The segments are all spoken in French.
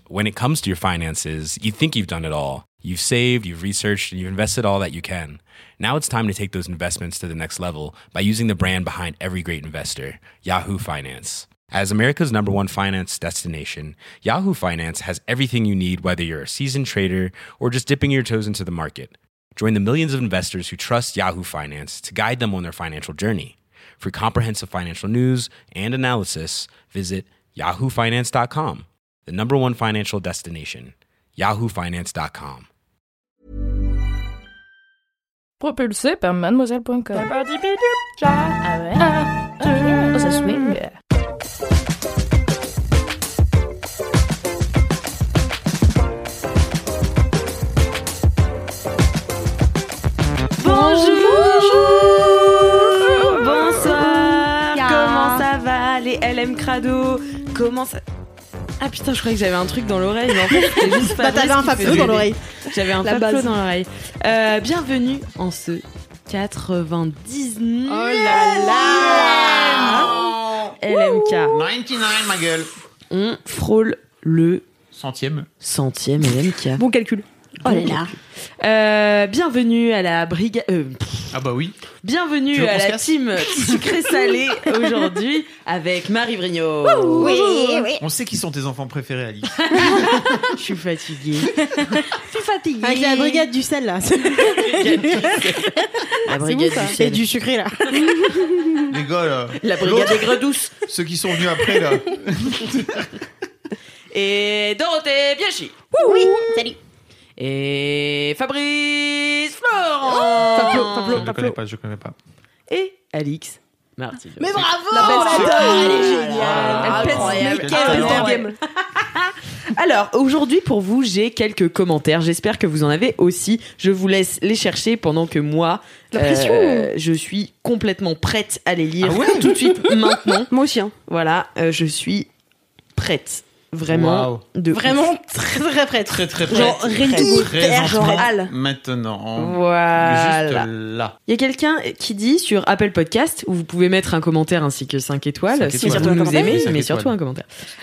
when it comes to your finances, you think you've done it all. You've saved, you've researched, and you've invested all that you can. Now it's time to take those investments to the next level by using the brand behind every great investor, Yahoo Finance. As America's #1 finance destination, Yahoo Finance has everything you need, whether you're a seasoned trader or just dipping your toes into the market. Join the millions of investors who trust Yahoo Finance to guide them on their financial journey. For comprehensive financial news and analysis, visit yahoofinance.com, the #1 financial destination, yahoofinance.com. Propulsé par mademoiselle.com. Och så swing. Les LM Crado, comment ça... Ah putain, je croyais que j'avais un truc dans l'oreille, mais en fait c'était juste pas t'avais un fablo dans l'oreille. J'avais un fablo dans l'oreille. Bienvenue en ce 99. Oh là là LMK. 99, ma gueule. On frôle le Centième LMK. Bon calcul. Oh là là. Bienvenue à la brigade. Ah bah oui. Bienvenue Tu veux à qu'on se la casse team sucré-salé aujourd'hui avec Marie Vrigno. Oui. On sait qui sont tes enfants préférés, Alice. Je suis fatiguée. Je suis fatiguée. Avec la brigade du sel là. La brigade du Et sel. du sucré là. Les gars, là. La brigade des gredouces. Ceux qui sont venus après, là. Et Dorothée Biachi. Oui. Salut. Et Fabrice Florent. Je connais pas. Et Alix Martin. Mais bravo. La belle on star. l'adore. Elle est Elle géniale. pèse, Incroyable. mais Quel quel talent. game. Alors, aujourd'hui, pour vous, j'ai quelques commentaires. J'espère que vous en avez aussi. Je vous laisse les chercher pendant que moi, La pression. je suis complètement prête à les lire Ah ouais tout de suite, maintenant. Moi aussi. Hein. Voilà, je suis prête. Vraiment. Wow. De Vraiment très très prête. Très très prête. Genre ready to go. Présentement, Genre Al. maintenant. Voilà. Juste là. Il y a quelqu'un qui dit sur Apple Podcast, où vous pouvez mettre un commentaire ainsi que 5 étoiles, 5 si étoiles. vous nous Commentaire. aimez, Oui, 5 mais étoiles. surtout un commentaire.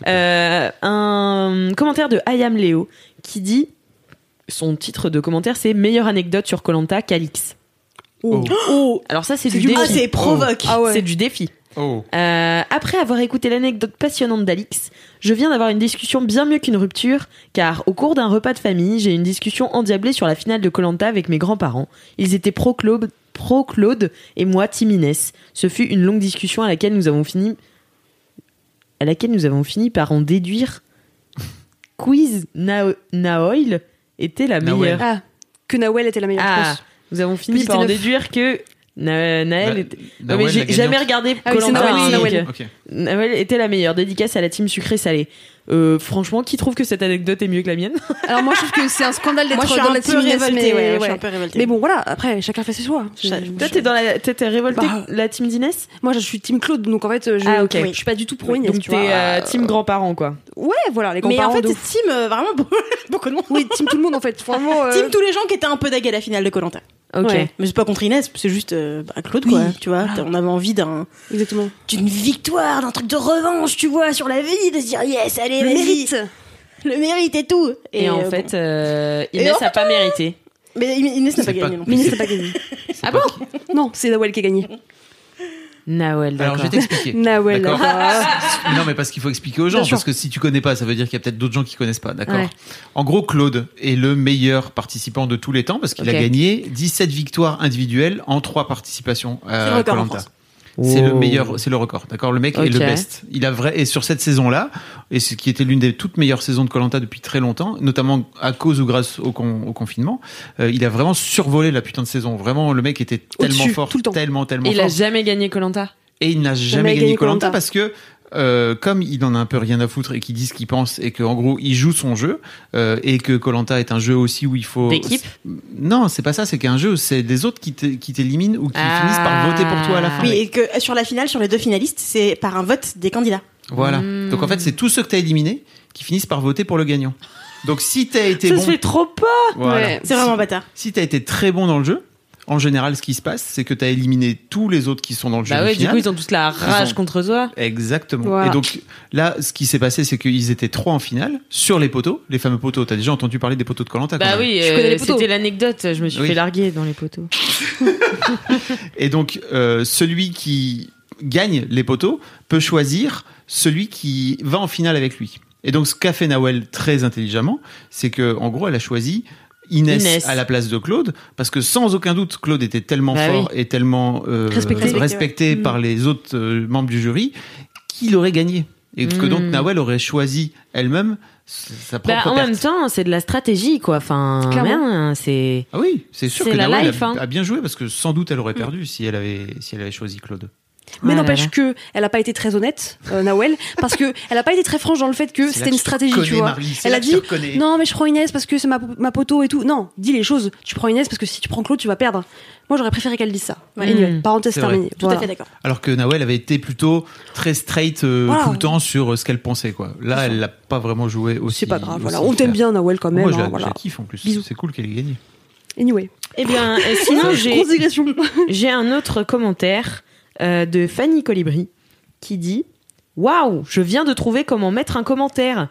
Un commentaire de I Am Léo qui dit, son titre de commentaire c'est meilleure anecdote sur Koh-Lanta qu'Alix. Oh. Alors ça c'est du Ah défi. c'est provoque. Ah ouais. C'est du défi. Oh. Après avoir écouté l'anecdote passionnante d'Alix, je viens d'avoir une discussion bien mieux qu'une rupture, car au cours d'un repas de famille, j'ai eu une discussion endiablée sur la finale de Koh-Lanta avec mes grands-parents. Ils étaient pro-Claude et moi team Inès. Ce fut une longue discussion à laquelle nous avons fini par en déduire Quiz Naoil était la Nawel. meilleure. Ah, que Nawel était la meilleure. je Ah, pense. nous avons fini Petite par en neuf. déduire que Naël était... Nawel, mais j'ai la jamais gagnante. regardé Ah oui, c'est Koh-Lanta, Nawel, hein, c'est Nawel. donc, Ok. Nawel était la meilleure. Dédicace à la team sucré-salé. Franchement, qui trouve que cette anecdote est mieux que la mienne? Alors moi je trouve que c'est un scandale d'être Moi je suis dans un la peu team Inès, révoltée. mais Je suis un peu révoltée. Mais bon voilà, après chacun fait ses choix. Toi, t'es révoltée Bah. la team d'Inès? Moi je suis team Claude, donc en fait Ah, ok. je suis pas du tout pro Inès. Donc tu vois. t'es team grands-parents, quoi. Ouais, voilà, les Mais grands-parents. en fait, de c'est ouf. team vraiment beaucoup de monde. Oui, team tout le monde en fait. Franchement. Team tous les gens qui étaient un peu dagues à la finale de Koh-Lanta. Ok. Ouais. Mais c'est pas contre Inès, c'est juste Claude, quoi. Oui, Tu vois, voilà. on avait envie Exactement. d'une victoire, d'un truc de revanche, tu vois, sur la vie, de se dire yes, allez, Le vas-y. mérite. Le mérite et tout. Et en bon. fait, Et Inès en a pas mérité. Mais Inès n'a pas C'est gagné pas- non Mais plus. Inès n'a pas gagné. Ah bon? Non, c'est Nawel qui a gagné. Nawel, Alors, d'accord. je vais t'expliquer. Nawel. D'accord. Ah. Non, mais parce qu'il faut expliquer aux gens, Bien sûr. parce que si tu connais pas, ça veut dire qu'il y a peut-être d'autres gens qui connaissent pas, d'accord. Ouais. En gros, Claude est le meilleur participant de tous les temps parce qu'il Ok. a gagné 17 victoires individuelles en 3 participations C'est le à record en Koh-Lanta. France. C'est le Wow. meilleur, c'est le record, d'accord. Le mec est Ok. le best. Il a et sur cette saison-là, et ce qui était l'une des toutes meilleures saisons de Koh-Lanta depuis très longtemps, notamment à cause ou grâce au confinement, il a vraiment survolé la putain de saison. Vraiment, le mec était tellement Au-dessus, fort, tout le temps. tellement Et il a fort. jamais gagné Koh-Lanta. Et il n'a Jamais jamais gagné gagné Koh-Lanta Koh-Lanta. parce que comme il en a un peu rien à foutre et qu'il dit ce qu'il pense et qu'en gros il joue son jeu et que Koh-Lanta est un jeu aussi où il faut D'équipe. Non, c'est pas ça, c'est qu'un jeu c'est des autres qui t'éliminent ou qui Ah. finissent par voter pour toi à la fin. Oui, et que sur la finale, sur les 2 finalistes, c'est par un vote des candidats. Voilà. Donc en fait, c'est tous ceux que t'as éliminés qui finissent par voter pour le gagnant. Donc si t'as été Ça bon, se fait trop pas. voilà. Ouais. C'est vraiment bâtard. Si t'as été très bon dans le jeu, en général, ce qui se passe, c'est que tu as éliminé tous les autres qui sont dans le jury final. Du coup, ils ont tous la rage contre toi. Exactement. Voilà. Et donc, là, ce qui s'est passé, c'est qu'ils étaient 3 en finale, sur les poteaux, les fameux poteaux. T'as déjà entendu parler des poteaux de Koh-Lanta? Bah oui, je connais les poteaux. c'était l'anecdote. Je me suis fait larguer dans les poteaux. Et donc, celui qui gagne les poteaux peut choisir celui qui va en finale avec lui. Et donc, ce qu'a fait Nawel très intelligemment, c'est que, en gros, elle a choisi Inès à la place de Claude, parce que sans aucun doute, Claude était tellement fort et tellement respecté par les autres membres du jury qu'il aurait gagné. Et que donc Nawel aurait choisi elle-même sa propre perte. En même temps, c'est de la stratégie, quoi. Enfin, c'est... Ah oui, c'est sûr c'est que la Nawel life, a bien joué, parce que sans doute elle aurait perdu si elle avait choisi Claude. Mais n'empêche que elle a pas été très honnête, Nawel, parce que elle a pas été très franche dans le fait que c'était une stratégie, tu vois. Elle a dit non mais je prends Inès parce que c'est ma poteau et tout. Non, dis les choses. Tu prends Inès parce que si tu prends Claude, tu vas perdre. Moi, j'aurais préféré qu'elle dise ça. Anyway, parenthèse terminée. Tout à fait d'accord. Alors que Nawel avait été plutôt très straight tout le temps sur ce qu'elle pensait, quoi. Là, elle l'a pas vraiment joué aussi. C'est pas grave. Voilà, on t'aime bien Nawel quand même. Moi, je la kiffe en plus. Bisous. C'est cool qu'elle ait gagné. Anyway. Eh bien, sinon j'ai un autre commentaire de Fanny Colibri qui dit waouh, je viens de trouver comment mettre un commentaire.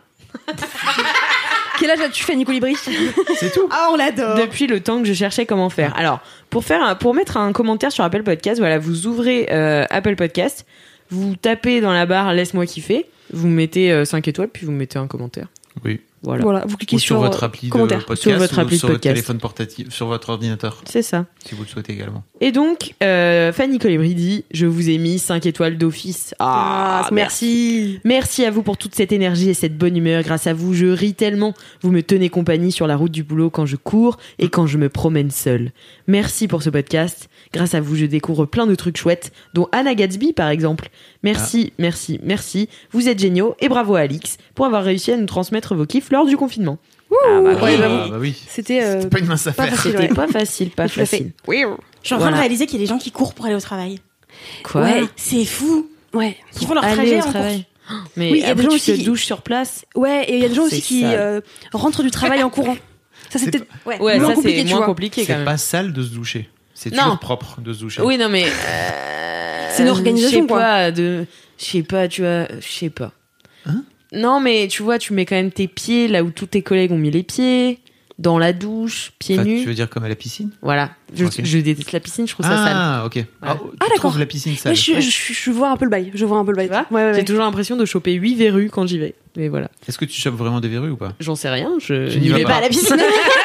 Quel âge as-tu fait, Colibri? C'est tout. Ah, on l'adore. Depuis le temps que je cherchais comment faire. Alors, pour mettre un commentaire sur Apple Podcast, voilà, vous ouvrez Apple Podcast, vous tapez dans la barre laisse-moi kiffer, vous mettez 5 étoiles puis vous mettez un commentaire. Oui. Voilà, vous cliquez sur votre appli de podcast, sur votre appli de sur votre podcast. téléphone portatif, sur votre ordinateur. C'est ça. Si vous le souhaitez également. Et donc, Fanny Colibri dit je vous ai mis 5 étoiles d'office. Merci. Merci à vous pour toute cette énergie et cette bonne humeur. Grâce à vous, je ris tellement. Vous me tenez compagnie sur la route du boulot quand je cours et quand je me promène seule. Merci pour ce podcast. Grâce à vous, je découvre plein de trucs chouettes, dont Anna Gatsby par exemple. Merci, merci, merci. Vous êtes géniaux et bravo à Alix pour avoir réussi à nous transmettre vos kiffs lors du confinement. Oui. C'était pas une mince affaire. C'était pas facile. Oui. Je suis en train de réaliser qu'il y a des gens qui courent pour aller au travail. Quoi? Ouais, c'est fou. Ouais. Qui font leur trajet en courant. Mais oui, il y a des gens tu aussi te douches sur place. Ouais, et il y a des gens aussi qui rentrent du travail en courant. Ça c'est peut-être ça compliqué, c'est moins compliqué quand C'est même. pas sale de se doucher. C'est toujours propre de se doucher. Oui, non mais c'est une organisation quoi. Je sais pas, tu vois, je sais pas. Hein? Non mais tu vois, tu mets quand même tes pieds là où tous tes collègues ont mis les pieds. Dans la douche, pieds nus. Tu veux dire comme à la piscine? Voilà. Je déteste la piscine, je trouve ça sale. Ah, ok. Ouais. Tu trouves la piscine sale? Ouais, je vois un peu le bail. Tu vois Ouais. J'ai toujours l'impression de choper 8 verrues quand j'y vais. Mais voilà. Est-ce que tu chopes vraiment des verrues ou pas? J'en sais rien. Tu n'y vais pas à la piscine.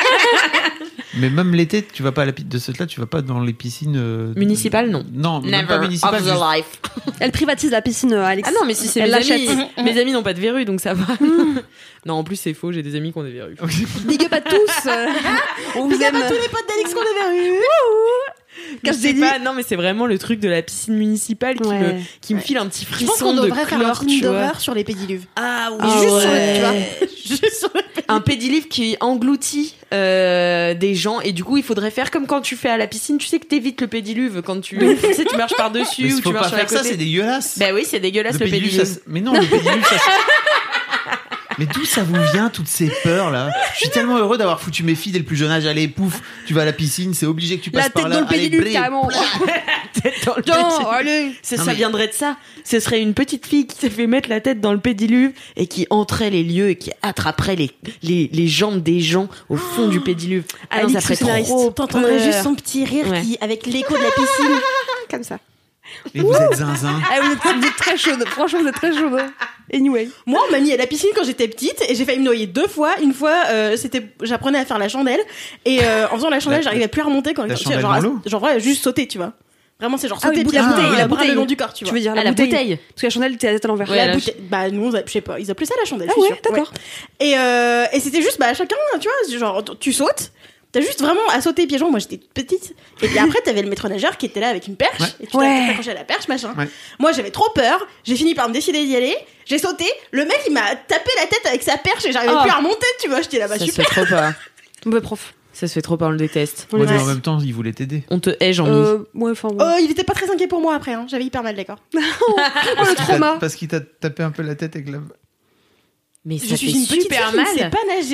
Mais même l'été, tu vas pas à la piscine de cette là, tu vas pas dans les piscines municipales, non. Non, même Never pas municipales. of the life. Elle privatise la piscine, Alex. Ah non, mais si c'est elle mes amis, l'achète. mes amis n'ont pas de verrues, donc ça va. Non, en plus c'est faux, j'ai des amis qui ont des verrues. Big up à tous. On vous aime. Pas tous les potes d'Alex qu'on a verrus. Je sais pas, non mais c'est vraiment le truc de la piscine municipale qui me file un petit Je pense frisson qu'on de devrait faire un chlore, film tu vois. d'horreur sur les pédiluves. Ah oui, Mais juste sur ouais. tu vois. Juste sur les pédiluves. Un pédiluve qui engloutit des gens et du coup il faudrait faire comme quand tu fais à la piscine, tu sais que t'évites le pédiluve quand tu sais tu marches par dessus Mais ou faut tu pas marches sur faire la côté. ça, c'est dégueulasse. Bah oui, c'est dégueulasse le pédiluve. Mais non, le pédiluve, ça. Mais d'où ça vous vient toutes ces peurs là? Je suis tellement heureux d'avoir foutu mes filles dès le plus jeune âge. Allez, pouf, tu vas à la piscine, c'est obligé que tu passes par là. La tête dans le pédiluve carrément. Allez, ça viendrait de ça. Ce serait une petite fille qui s'est fait mettre la tête dans le pédiluve et qui entrait les lieux et qui attraperait les jambes des gens au fond du pédiluve. Ah non, ça ferait trop. T'entendrais juste son petit rire qui, avec l'écho de la piscine. Comme ça. Et vous êtes zinzin. Ah, vous êtes très chaude. Franchement, vous êtes très chaude. Anyway. Moi, on m'a mis à la piscine quand j'étais petite et j'ai failli me noyer 2 fois. Une fois, j'apprenais à faire la chandelle et en faisant la chandelle, j'arrivais plus à remonter quand genre vrai, juste sauter, tu vois. Vraiment, c'est genre sauter puis la bouteille le long du corps, tu vois. Tu veux dire la bouteille. Parce que la chandelle, t'es à la tête à l'envers. Ouais, la bouteille. Bah, nous, je sais pas, ils appelaient ça la chandelle, Ah je suis ouais, sûre. d'accord. Ouais. Et c'était juste, chacun, tu vois, genre, tu sautes. T'as juste vraiment à sauter pieds joints. Moi, j'étais toute petite. Et puis après, t'avais le maître nageur qui était là avec une perche. Et tu t'accrochais à la perche, machin. Ouais. Moi, j'avais trop peur. J'ai fini par me décider d'y aller. J'ai sauté. Le mec, il m'a tapé la tête avec sa perche et j'arrivais plus à remonter, tu vois. J'étais là-bas, Ça se super. fait trop pas. Mauvais prof. Ça se fait trop pas, on le déteste. Ouais, mais en même temps, il voulait t'aider. On te hait, Jean-Mi. Ouais, enfin. Oh, il était pas très inquiet pour moi après, hein. J'avais hyper mal, d'accord. Le trauma. Parce qu'il t'a tapé un peu la tête avec la. Mais Je ça suis fait une petite super fille qui ne mal. sait pas nager.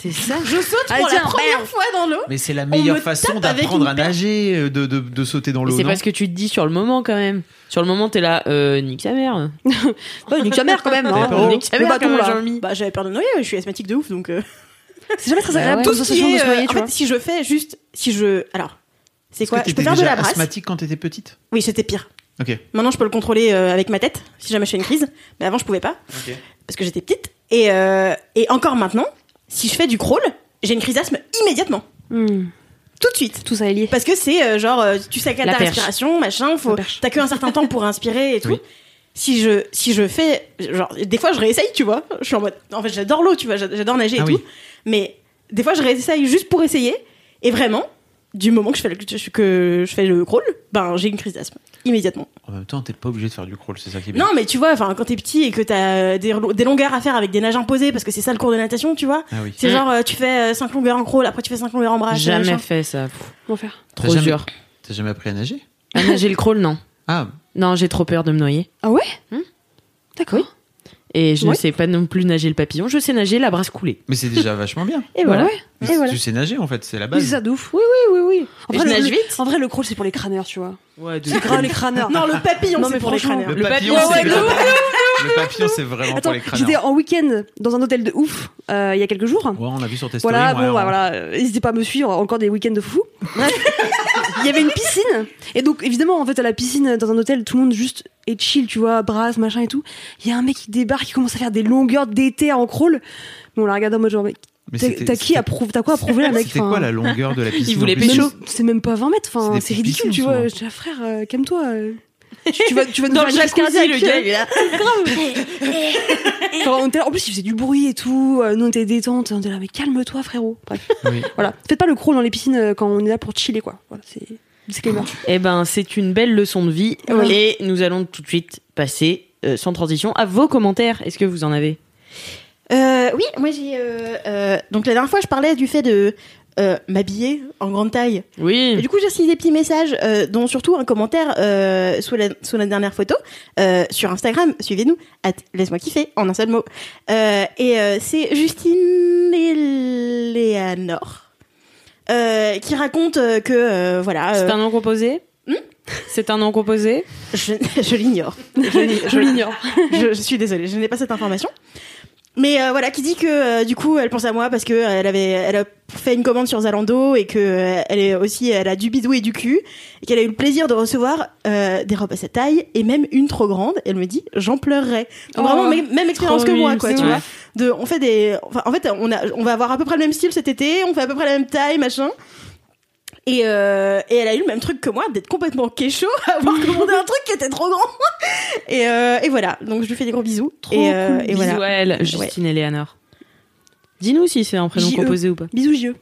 C'est ça. Je saute pour la première fois dans l'eau. Mais c'est la meilleure façon d'apprendre à nager, de sauter dans l'eau. C'est parce que tu te dis sur le moment quand même. Sur le moment, t'es là, nique sa mère. Nique sa mère quand même. Nique sa mère, comme Jean-Mi. Bah, j'avais peur de noyer, je suis asthmatique de ouf, donc. C'est jamais très agréable toute sensation de se noyer, tu vois. En fait, alors, c'est quoi? Je peux faire de la brasse. Asthmatique quand t'étais petite? Oui, c'était pire. Ok. Maintenant, je peux le contrôler avec ma tête, si jamais je fais une crise. Mais avant, je pouvais pas. Ok. Parce que j'étais petite. Et encore maintenant, si je fais du crawl, j'ai une crise d'asthme immédiatement. Tout de suite. Tout ça est lié. Parce que c'est tu saccades ta respiration, machin, t'as que un certain temps pour inspirer et tout. Oui. Si je fais, genre, des fois je réessaye, tu vois. Je suis en mode, en fait, j'adore l'eau, tu vois, j'adore nager et tout. Mais des fois je réessaye juste pour essayer. Et vraiment, du moment que je fais le crawl, ben, j'ai une crise d'asthme. Immédiatement. En même temps, t'es pas obligé de faire du crawl, c'est ça qui est bien. Non, mais tu vois, enfin, quand t'es petit et que t'as des longueurs à faire avec des nages imposées, parce que c'est ça le cours de natation, tu vois. Ah oui. C'est genre, tu fais 5 longueurs en crawl, après tu fais 5 longueurs en brasse. Jamais fait ça. Comment faire? Trop dur. T'as jamais appris à nager? À nager le crawl, non. Ah. Non, j'ai trop peur de me noyer. Ah ouais? D'accord. Oui. Et je ne sais pas non plus nager le papillon, je sais nager la brasse coulée. Mais c'est déjà vachement bien. Et voilà. Tu sais nager en fait, c'est la base. Mais c'est ça de ouf. Oui. En vrai, nage vite. En vrai, le crawl c'est pour les crâneurs, tu vois. Ouais, c'est grave les crâneurs. Non, le papillon c'est pour les crâneurs. Le papillon c'est vraiment pour les crâneurs. J'étais en week-end dans un hôtel de ouf il y a quelques jours. Ouais, on l'a vu sur tes stories. Voilà, n'hésitez pas à me suivre, encore des week-ends de fou. Il y avait une piscine et donc évidemment en fait à la piscine dans un hôtel tout le monde juste est chill, tu vois, brasse machin et tout. Il y a un mec qui débarque, qui commence à faire des longueurs d'été en crawl. Mais on l'a regardé en mode genre mec, t'as quoi à prouver là mec? C'était quoi la longueur de la piscine? Il voulait pécho. C'est même pas 20 mètres, enfin c'est ridicule, tu vois. Je dis frère, calme-toi. Tu vas nous faire une crise cardiaque, le gars il est là. Grave. En plus il faisait du bruit et tout, nous on était détente, on était là mais calme-toi frérot. Bref. Oui. Voilà, faites pas le crawl dans les piscines quand on est là pour chiller quoi. Voilà, c'est disclaimer. Eh ben c'est une belle leçon de vie et nous allons tout de suite passer sans transition à vos commentaires. Est-ce que vous en avez? Oui, moi j'ai donc la dernière fois je parlais du fait de m'habiller en grande taille. Oui. Et du coup, j'ai reçu des petits messages, dont surtout un commentaire sous la dernière photo sur Instagram. Suivez-nous, laisse-moi kiffer, en un seul mot. C'est Justine Eleanor qui raconte que voilà. C'est un nom composé. C'est un nom composé. Je l'ignore. Je l'ignore. Je suis désolée, je n'ai pas cette information. Mais voilà, qui dit que du coup elle pense à moi parce que elle a fait une commande sur Zalando et que elle a du bidou et du cul et qu'elle a eu le plaisir de recevoir des robes à sa taille et même une trop grande. Elle me dit j'en pleurerais. Donc vraiment même expérience que moi quoi, tu vois. On fait en fait on va avoir à peu près le même style cet été, on fait à peu près la même taille machin. Et elle a eu le même truc que moi, d'être complètement kécho, avoir commandé un truc qui était trop grand. Et voilà, donc je lui fais des gros bisous. Trop cool. Et bisous voilà. À elle, Justine Eleanor. Dis-nous si c'est un prénom composé ou pas. Bisous J.E.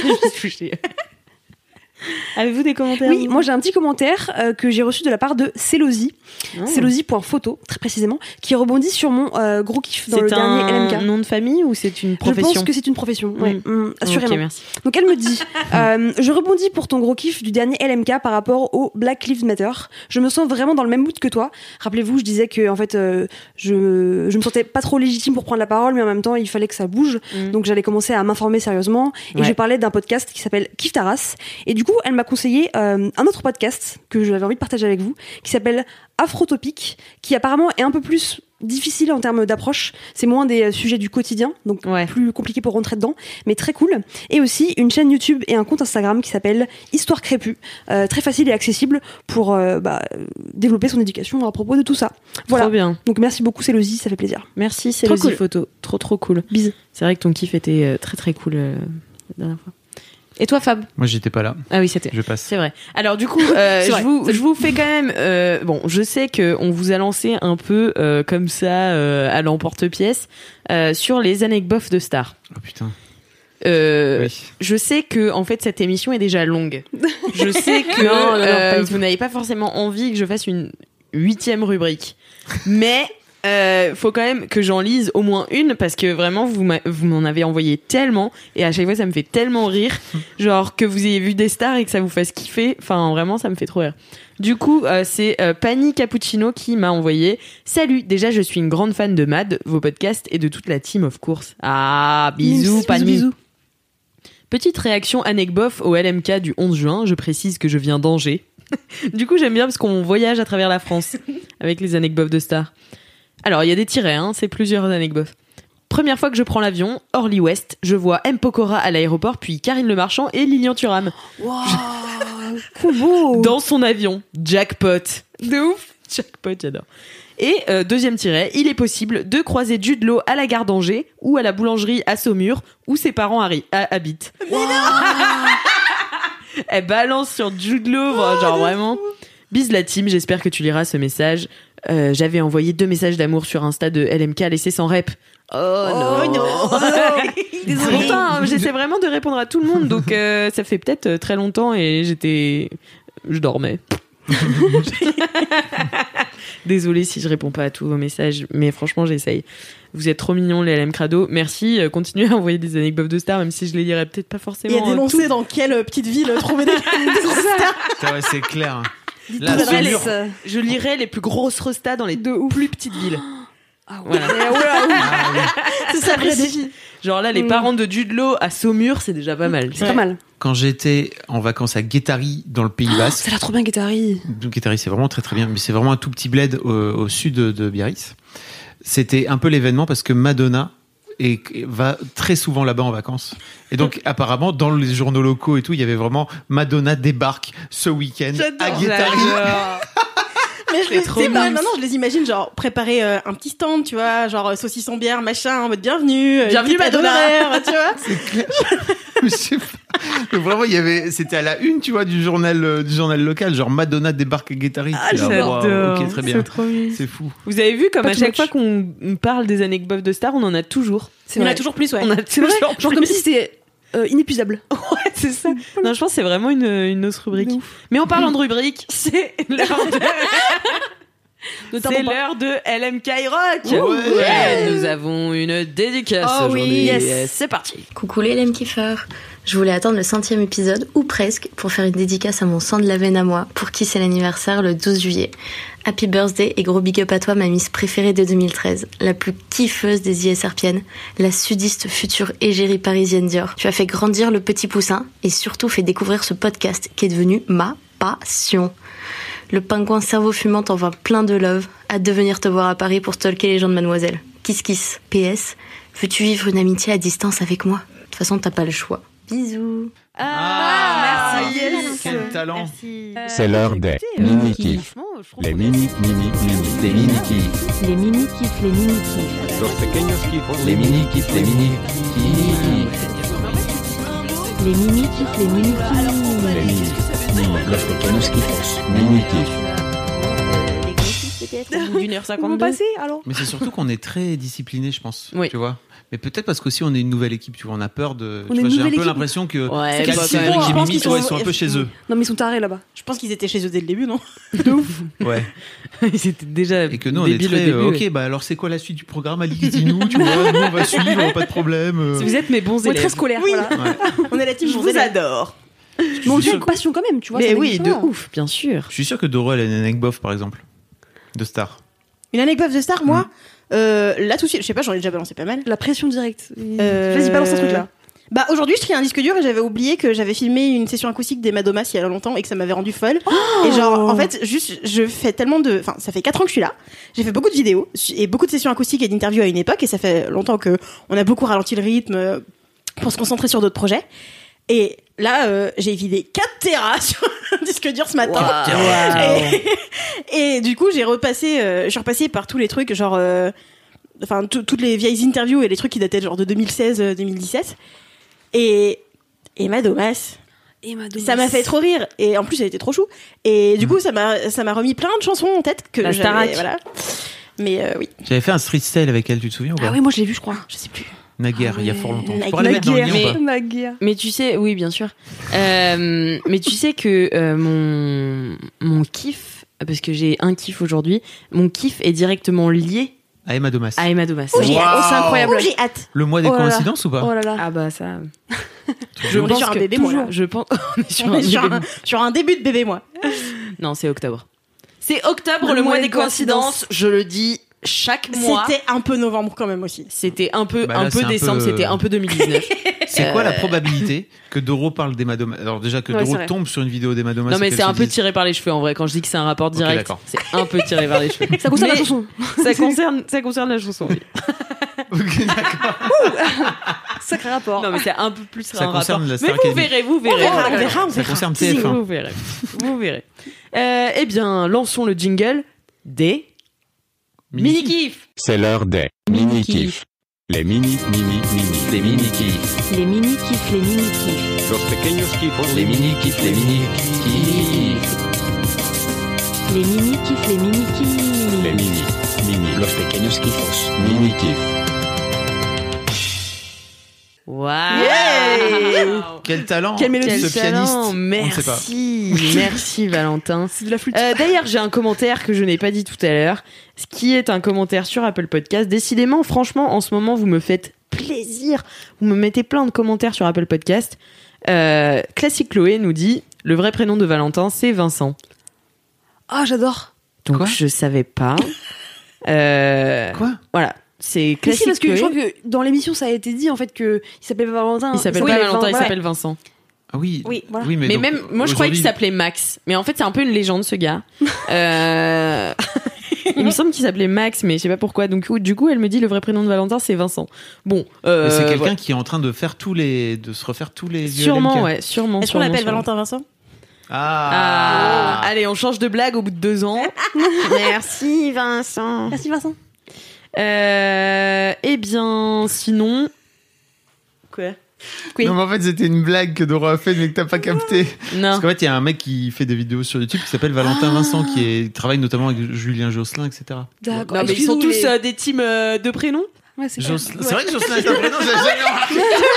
Avez-vous des commentaires? Oui, moi j'ai un petit commentaire que j'ai reçu de la part de Célosie, Célosie.photo très précisément, qui rebondit sur mon gros kiff dans le dernier LMK. C'est un nom de famille ou c'est une profession? Je pense que c'est une profession, assurément. Okay, merci. Donc elle me dit, je rebondis pour ton gros kiff du dernier LMK par rapport au Black Lives Matter. Je me sens vraiment dans le même mood que toi. Rappelez-vous, je disais que en fait, je me sentais pas trop légitime pour prendre la parole, mais en même temps, il fallait que ça bouge. Donc j'allais commencer à m'informer sérieusement et je parlais d'un podcast qui s'appelle Kiffe ta race. Et du coup, elle m'a conseillé un autre podcast que j'avais envie de partager avec vous, qui s'appelle Afrotopic, qui apparemment est un peu plus difficile en termes d'approche. C'est moins des sujets du quotidien, donc plus compliqué pour rentrer dedans, mais très cool. Et aussi une chaîne YouTube et un compte Instagram qui s'appelle Histoire Crépue, très facile et accessible pour développer son éducation à propos de tout ça. Voilà. Trop bien. Donc merci beaucoup Célosie, ça fait plaisir. Merci Célosie Photo, trop cool. Bisous. C'est vrai que ton kiff était très cool la dernière fois. Et toi, Fab? Moi, j'étais pas là. Ah oui, c'était. Je passe. C'est vrai. Alors du coup, je vous fais quand même. Bon, je sais que on vous a lancé un peu comme ça à l'emporte-pièce sur les anecdotes de stars. Oh putain. Je sais que en fait cette émission est déjà longue. Je sais que vous n'avez pas forcément envie que je fasse une 8e rubrique, mais faut quand même que j'en lise au moins une parce que vraiment vous m'en avez envoyé tellement et à chaque fois ça me fait tellement rire, genre que vous ayez vu des stars et que ça vous fasse kiffer, enfin vraiment ça me fait trop rire. Du coup c'est Pani Cappuccino qui m'a envoyé: salut, déjà je suis une grande fan de Mad, vos podcasts et de toute la team of course. Ah bisous Pani. Petite réaction anecbof au LMK du 11 juin. Je précise que je viens d'Angers. Du coup, j'aime bien parce qu'on voyage à travers la France avec les anecbof de stars. Alors, il y a des tirets, c'est plusieurs anecbof. Première fois que je prends l'avion, Orly West, je vois M. Pokora à l'aéroport, puis Karine Le Marchand et Lilian Thuram. Waouh, beau. Dans son avion. Jackpot. De ouf. Jackpot, j'adore. Et deuxième tiret, il est possible de croiser Jude Law à la gare d'Angers ou à la boulangerie à Saumur où ses parents habitent. Wow. Elle balance sur Jude Law, genre vraiment. Bise la team, j'espère que tu liras ce message. J'avais envoyé 2 messages d'amour sur Insta de LMK laissés sans rep. Oh non. Désolé. J'essaie vraiment de répondre à tout le monde, donc ça fait peut-être très longtemps et je dormais. Désolée si je réponds pas à tous vos messages, mais franchement j'essaye. Vous êtes trop mignons les LM Crado. Merci, continuez à envoyer des anecdotes de stars, même si je les lirai peut-être pas forcément. Et à dénoncer dans quelle petite ville trouver des stars. Ouais, c'est clair. Là, je lirai les plus grosses restas dans les 2 plus petites villes. Ah ouais. C'est ça le vrai défi. Genre là, les parents de Jude Law à Saumur, c'est déjà pas mal. C'est pas mal. Quand j'étais en vacances à Guétari, dans le Pays Basque. Ça a l'air trop bien, Guétari. Guétari, c'est vraiment très très bien. Mais c'est vraiment un tout petit bled au sud de Biarritz. C'était un peu l'événement parce que Madonna va très souvent là-bas en vacances. Et donc, apparemment, dans les journaux locaux et tout, il y avait vraiment Madonna débarque ce week-end à Guétari. Mais maintenant, je les imagine genre préparer un petit stand, tu vois, genre saucisson bière, machin, en mode bienvenue Madonna, tu vois. C'est clair. Mais vraiment, c'était à la une, tu vois, du journal local, genre Madonna débarque à Guétari. J'adore. Ok, très bien. C'est trop mignon. C'est fou. Vous avez vu comme à chaque fois qu'on parle des anecdotes de stars, on en a toujours. On en a toujours plus, ouais. C'est vrai. Genre comme si c'était inépuisable. Ouais, c'est ça. Non, je pense que c'est vraiment une autre rubrique. Mais en parlant de rubrique, c'est l'heure c'est l'heure de LMK Rock. Ouais, nous avons une dédicace aujourd'hui. Yes. C'est parti. Coucou les LM kiffeurs. Je voulais attendre le 100e épisode, ou presque, pour faire une dédicace à mon sang de la veine à moi, pour qui c'est l'anniversaire le 12 juillet. Happy birthday et gros big up à toi, ma miss préférée de 2013, la plus kiffeuse des ISRpiennes, la sudiste future égérie parisienne Dior. Tu as fait grandir le petit poussin et surtout fait découvrir ce podcast qui est devenu ma passion. Le pingouin cerveau fumant t'envoie plein de love, hâte de venir te voir à Paris pour stalker les gens de Mademoiselle. Kiss kiss. PS, veux-tu vivre une amitié à distance avec moi ? De toute façon, t'as pas le choix. Bisous. Merci. Yes. Quel talent. Merci. C'est l'heure des mini-kifs. Les mini-mini-mini-kifs. Les mini-kifs. Les mini-kifs, les mini-kifs. Los pequeños kifs. Les mini-kifs. Les mini-kifs. Les mini-kifs, les mini-kifs. Les mini-kifs. Los pequeños kifos. Mini-kifs. D'une heure 52. On va passer alors. Mais c'est surtout qu'on est très discipliné, je pense. Oui. Tu vois. Mais peut-être parce qu'aussi on est une nouvelle équipe, tu vois, on a peur de. On est Tu vois, une j'ai un nouvelle peu équipe. l'impression que Ouais, Cédric et Mimi, tu vois, ils sont un peu chez eux. Non mais ils sont tarés là-bas. Je pense qu'ils étaient chez eux dès le début, non? De ouf. Ouais. C'était déjà. Et que nous, on est débile au très. début, Ok, ouais. bah alors c'est quoi la suite du programme, Alix? Dis-nous, tu vois, nous on va suivre, pas de problème. Si vous êtes mes bons On est élèves. très scolaire. Oui. Voilà. Ouais. On est la team Je vous adore. Mais on le fait avec passion quand même, tu vois. Mais ça oui, n'existe de pas. ouf, bien sûr. Je suis sûr que Doro, elle a une anecdote, par exemple, de star. Une anecdote de star, moi, là tout de suite, je sais pas, j'en ai déjà balancé pas mal. La pression directe. Vas-y, balance un truc là. Bah aujourd'hui, je trie un disque dur et j'avais oublié que j'avais filmé une session acoustique des Madomas il y a longtemps et que ça m'avait rendu folle. Et genre, en fait, juste, je fais tellement de, enfin, ça fait 4 ans que je suis là. J'ai fait beaucoup de vidéos et beaucoup de sessions acoustiques et d'interviews à une époque et ça fait longtemps que on a beaucoup ralenti le rythme pour se concentrer sur d'autres projets. Et là, j'ai vidé 4 téras sur un disque dur ce matin. Et du coup, je suis repassée par tous les trucs, genre, enfin, toutes les vieilles interviews et les trucs qui dataient genre de 2016-2017. Et Madomas. Ça m'a fait trop rire. Et en plus, elle était trop chou. Et du coup, ça m'a remis plein de chansons en tête que La j'avais, Starac. voilà. Mais oui. J'avais fait un street style avec elle, tu te souviens ou pas? Ah oui, moi je l'ai vu, je crois. Je sais plus. Naguère, Ah il y a ouais. fort longtemps. Tu Naguère. pourras le mettre dans le lien ou pas? Naguère. Mais tu sais, oui, bien sûr. Mais tu sais que mon kiff, parce que j'ai un kiff aujourd'hui, mon kiff est directement lié À Emma Domas. à Emma Domas. Oh, j'ai Wow. hâte. c'est incroyable. Oh, j'ai hâte. Le mois des Oh là là. coïncidences ou pas? Oh là là. Ah bah ça. On est sur un bébé, moi, là. Je pense. On est sur On un est sur bébé. sur un début de bébé, moi. Non, c'est octobre. C'est octobre, le mois des coïncidences. Je le dis chaque mois. C'était un peu novembre quand même aussi. C'était un peu décembre, c'était un peu 2019. C'est quoi la probabilité que Doro parle d'Emma Domas? Alors déjà que Doro tombe sur une vidéo d'Emma Domas. Non mais c'est un peu tiré par les cheveux en vrai. Quand je dis que c'est un rapport direct, c'est un peu tiré par les cheveux. Ça concerne la chanson. Ça concerne la chanson. Oui. Ok, d'accord. Sacré rapport. Non mais c'est un peu plus Ça un concerne rapport. la Star Mais Academy. vous verrez. Ça concerne TF1. Vous verrez. Eh bien, lançons le jingle des mini-kifs. C'est l'heure des mini-kifs. Les mini-kifs. Les mini-kifs. Les mini-kifs. Los pequeños kifos. Les mini-kifs. Les mini-kifs. Les mini-kifs. Les mini-kifs. Les mini. Los pequeños kifos. Mini-kifs. Wow. Quel talent. Quel ce pianiste. Merci Valentin. C'est de la flûte. D'ailleurs, j'ai un commentaire que je n'ai pas dit tout à l'heure, ce qui est un commentaire sur Apple Podcast. Décidément, franchement, en ce moment, vous me faites plaisir. Vous me mettez plein de commentaires sur Apple Podcast. Classique Chloé nous dit le vrai prénom de Valentin, c'est Vincent. Ah, j'adore. Donc je savais pas. Quoi ? Voilà. C'est Mais classique. si, parce que Chloé. je crois que dans l'émission, ça a été dit en fait que il s'appelait Valentin. Il s'appelle pas Valentin, il s'appelle Vincent. Ah oui. Oui, voilà. Oui, Mais donc, même, moi je croyais qu'il aujourd'hui- s'appelait Max. Mais en fait, c'est un peu une légende ce gars. Il me semble qu'il s'appelait Max, mais je sais pas pourquoi. Donc du coup, elle me dit le vrai prénom de Valentin, c'est Vincent. Bon. Mais c'est quelqu'un voilà. qui est en train de se refaire tous les vieux Sûrement, LMK. ouais, sûrement. Est-ce qu'on sûrement, l'appelle sûrement. Valentin Vincent? Ah. Allez, on change de blague au bout de 2 ans. Merci Vincent. Merci Vincent. Eh bien, sinon. Quoi? Oui. Non, mais en fait, c'était une blague que Doro a fait, mais que t'as pas capté. Non. Parce qu'en fait, il y a un mec qui fait des vidéos sur YouTube qui s'appelle Valentin Vincent, qui travaille notamment avec Julien Josselin, etc. D'accord. Non, mais ils sont tous des teams de prénoms. Ouais, c'est C'est vrai que Josselin est un prénom, j'ai jamais remarqué.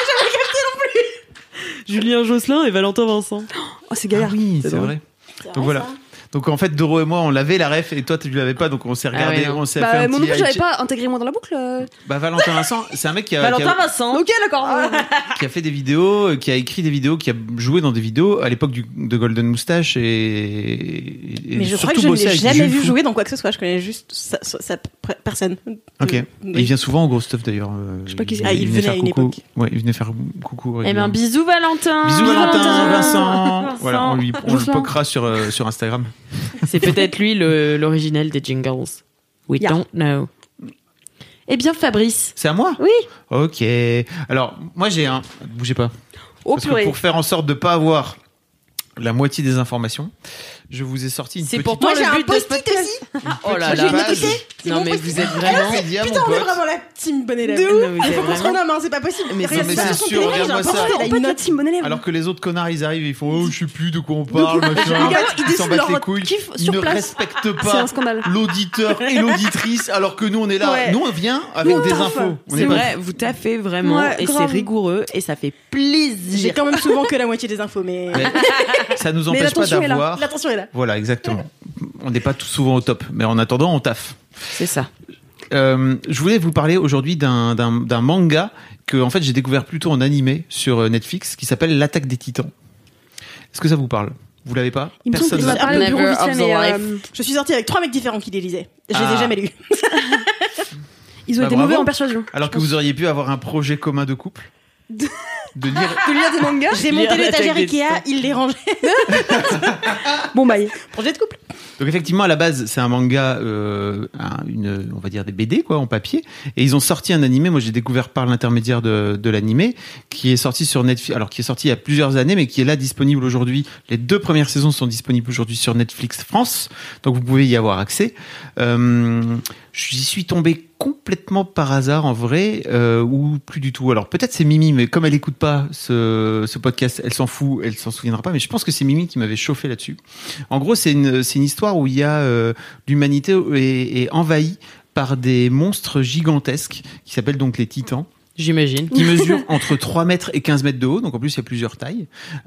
Julien Josselin et Valentin Vincent. Oh, c'est galère. Ah oui, C'est c'est drôle. vrai. Donc voilà. Donc en fait, Doro et moi, on l'avait la ref et toi, tu l'avais pas, donc on s'est regardé, ouais, non. on s'est fait un Moi petit. non plus, j'avais pas intégré moi dans la boucle. Bah Valentin Vincent, c'est un mec qui a Vincent. Ok, d'accord. qui a fait des vidéos, qui a écrit des vidéos, qui a joué dans des vidéos à l'époque de Golden Moustache et Mais je crois surtout que je ne bossé l'ai avec jamais Jules vu Fou. jouer dans quoi que ce soit. Je connais juste sa personne. Ok. Et il vient souvent au Gros Stuff d'ailleurs. Je sais pas qui c'est. Ah, il venait venait à faire une coucou. époque. Ouais, il venait faire coucou. Eh ben, régulièrement. bisous Valentin. Bisous Valentin, Vincent. Vincent. Voilà, on le Jocelyn. poquera sur Instagram. C'est peut-être lui l'original des jingles. We Yeah. don't know. Eh bien, Fabrice. C'est à moi ? Oui. Ok. Alors, moi j'ai un. Bougez pas. Oh Parce que purée. pour faire en sorte de pas avoir la moitié des informations, je vous ai sorti une C'est petite. pour toi Moi, j'ai le un but de ce post-it podcast. aussi. Oh là J'ai là. une notice. C'est Non mon mais post-it. vous êtes vraiment. Média, Putain, mon on est pote. vraiment la team bonne élève. Non, mais vous Il êtes faut qu'on se vraiment- renomme, hein, c'est pas possible. Mais Regarde, c'est sur son sûr, téléphone, regarde-moi j'ai un ça. post-it, En il a fait, une la note. team bonne élève. Alors que les autres connards ils arrivent et ils font oh je sais plus de quoi on parle machin. Regarde, ils Ils s'en décident battent les leur couilles. kiff Ils sur ne place. respectent C'est pas un scandale. l'auditeur et l'auditrice alors que nous on est là. Ouais. Nous on vient avec Nous, on des taffe. infos. On C'est est pas- vrai, vous taffez vraiment Ouais, et c'est grave. rigoureux et ça fait J'ai plaisir. quand même souvent que la moitié des infos, mais Mais ça nous Mais empêche pas l'attention est là. d'avoir. l'attention est là. Voilà exactement. On n'est pas tout souvent au top, mais en attendant on taffe. C'est ça. Je voulais vous parler aujourd'hui d'un manga que en fait j'ai découvert plutôt en animé sur Netflix qui s'appelle L'Attaque des Titans. Est-ce que ça vous parle ? Vous l'avez pas ? Il me semble Personne qu'il m'a n'a- parlé au bureau Never vite fait, of the mais life. Je suis sortie avec 3 mecs différents qui les lisaient. Je les Ah. ai jamais lus. ils ont Bah, été bravo. mauvais en persuasion. Alors que vous auriez pu avoir un projet commun de couple. De lire. De lire des mangas. J'ai monté Lire l'étagère l'attaque des Ikea, il les rangeait. Bon bye. Projet de couple. Donc effectivement à la base c'est un manga, on va dire des BD quoi en papier, et ils ont sorti un animé. Moi j'ai découvert par l'intermédiaire de l'animé qui est sorti sur Netflix. Alors qui est sorti il y a plusieurs années, mais qui est là disponible aujourd'hui. Les 2 premières saisons sont disponibles aujourd'hui sur Netflix France, donc vous pouvez y avoir accès. J'y suis tombé complètement par hasard en vrai, ou plus du tout. Alors peut-être c'est Mimi, mais comme elle écoute pas ce podcast, elle s'en fout, elle s'en souviendra pas. Mais je pense que c'est Mimi qui m'avait chauffé là-dessus. En gros, c'est une histoire où il y a l'humanité est envahie par des monstres gigantesques qui s'appellent donc les Titans. J'imagine. Qui mesurent entre 3 mètres et 15 mètres de haut. Donc en plus, il y a plusieurs tailles.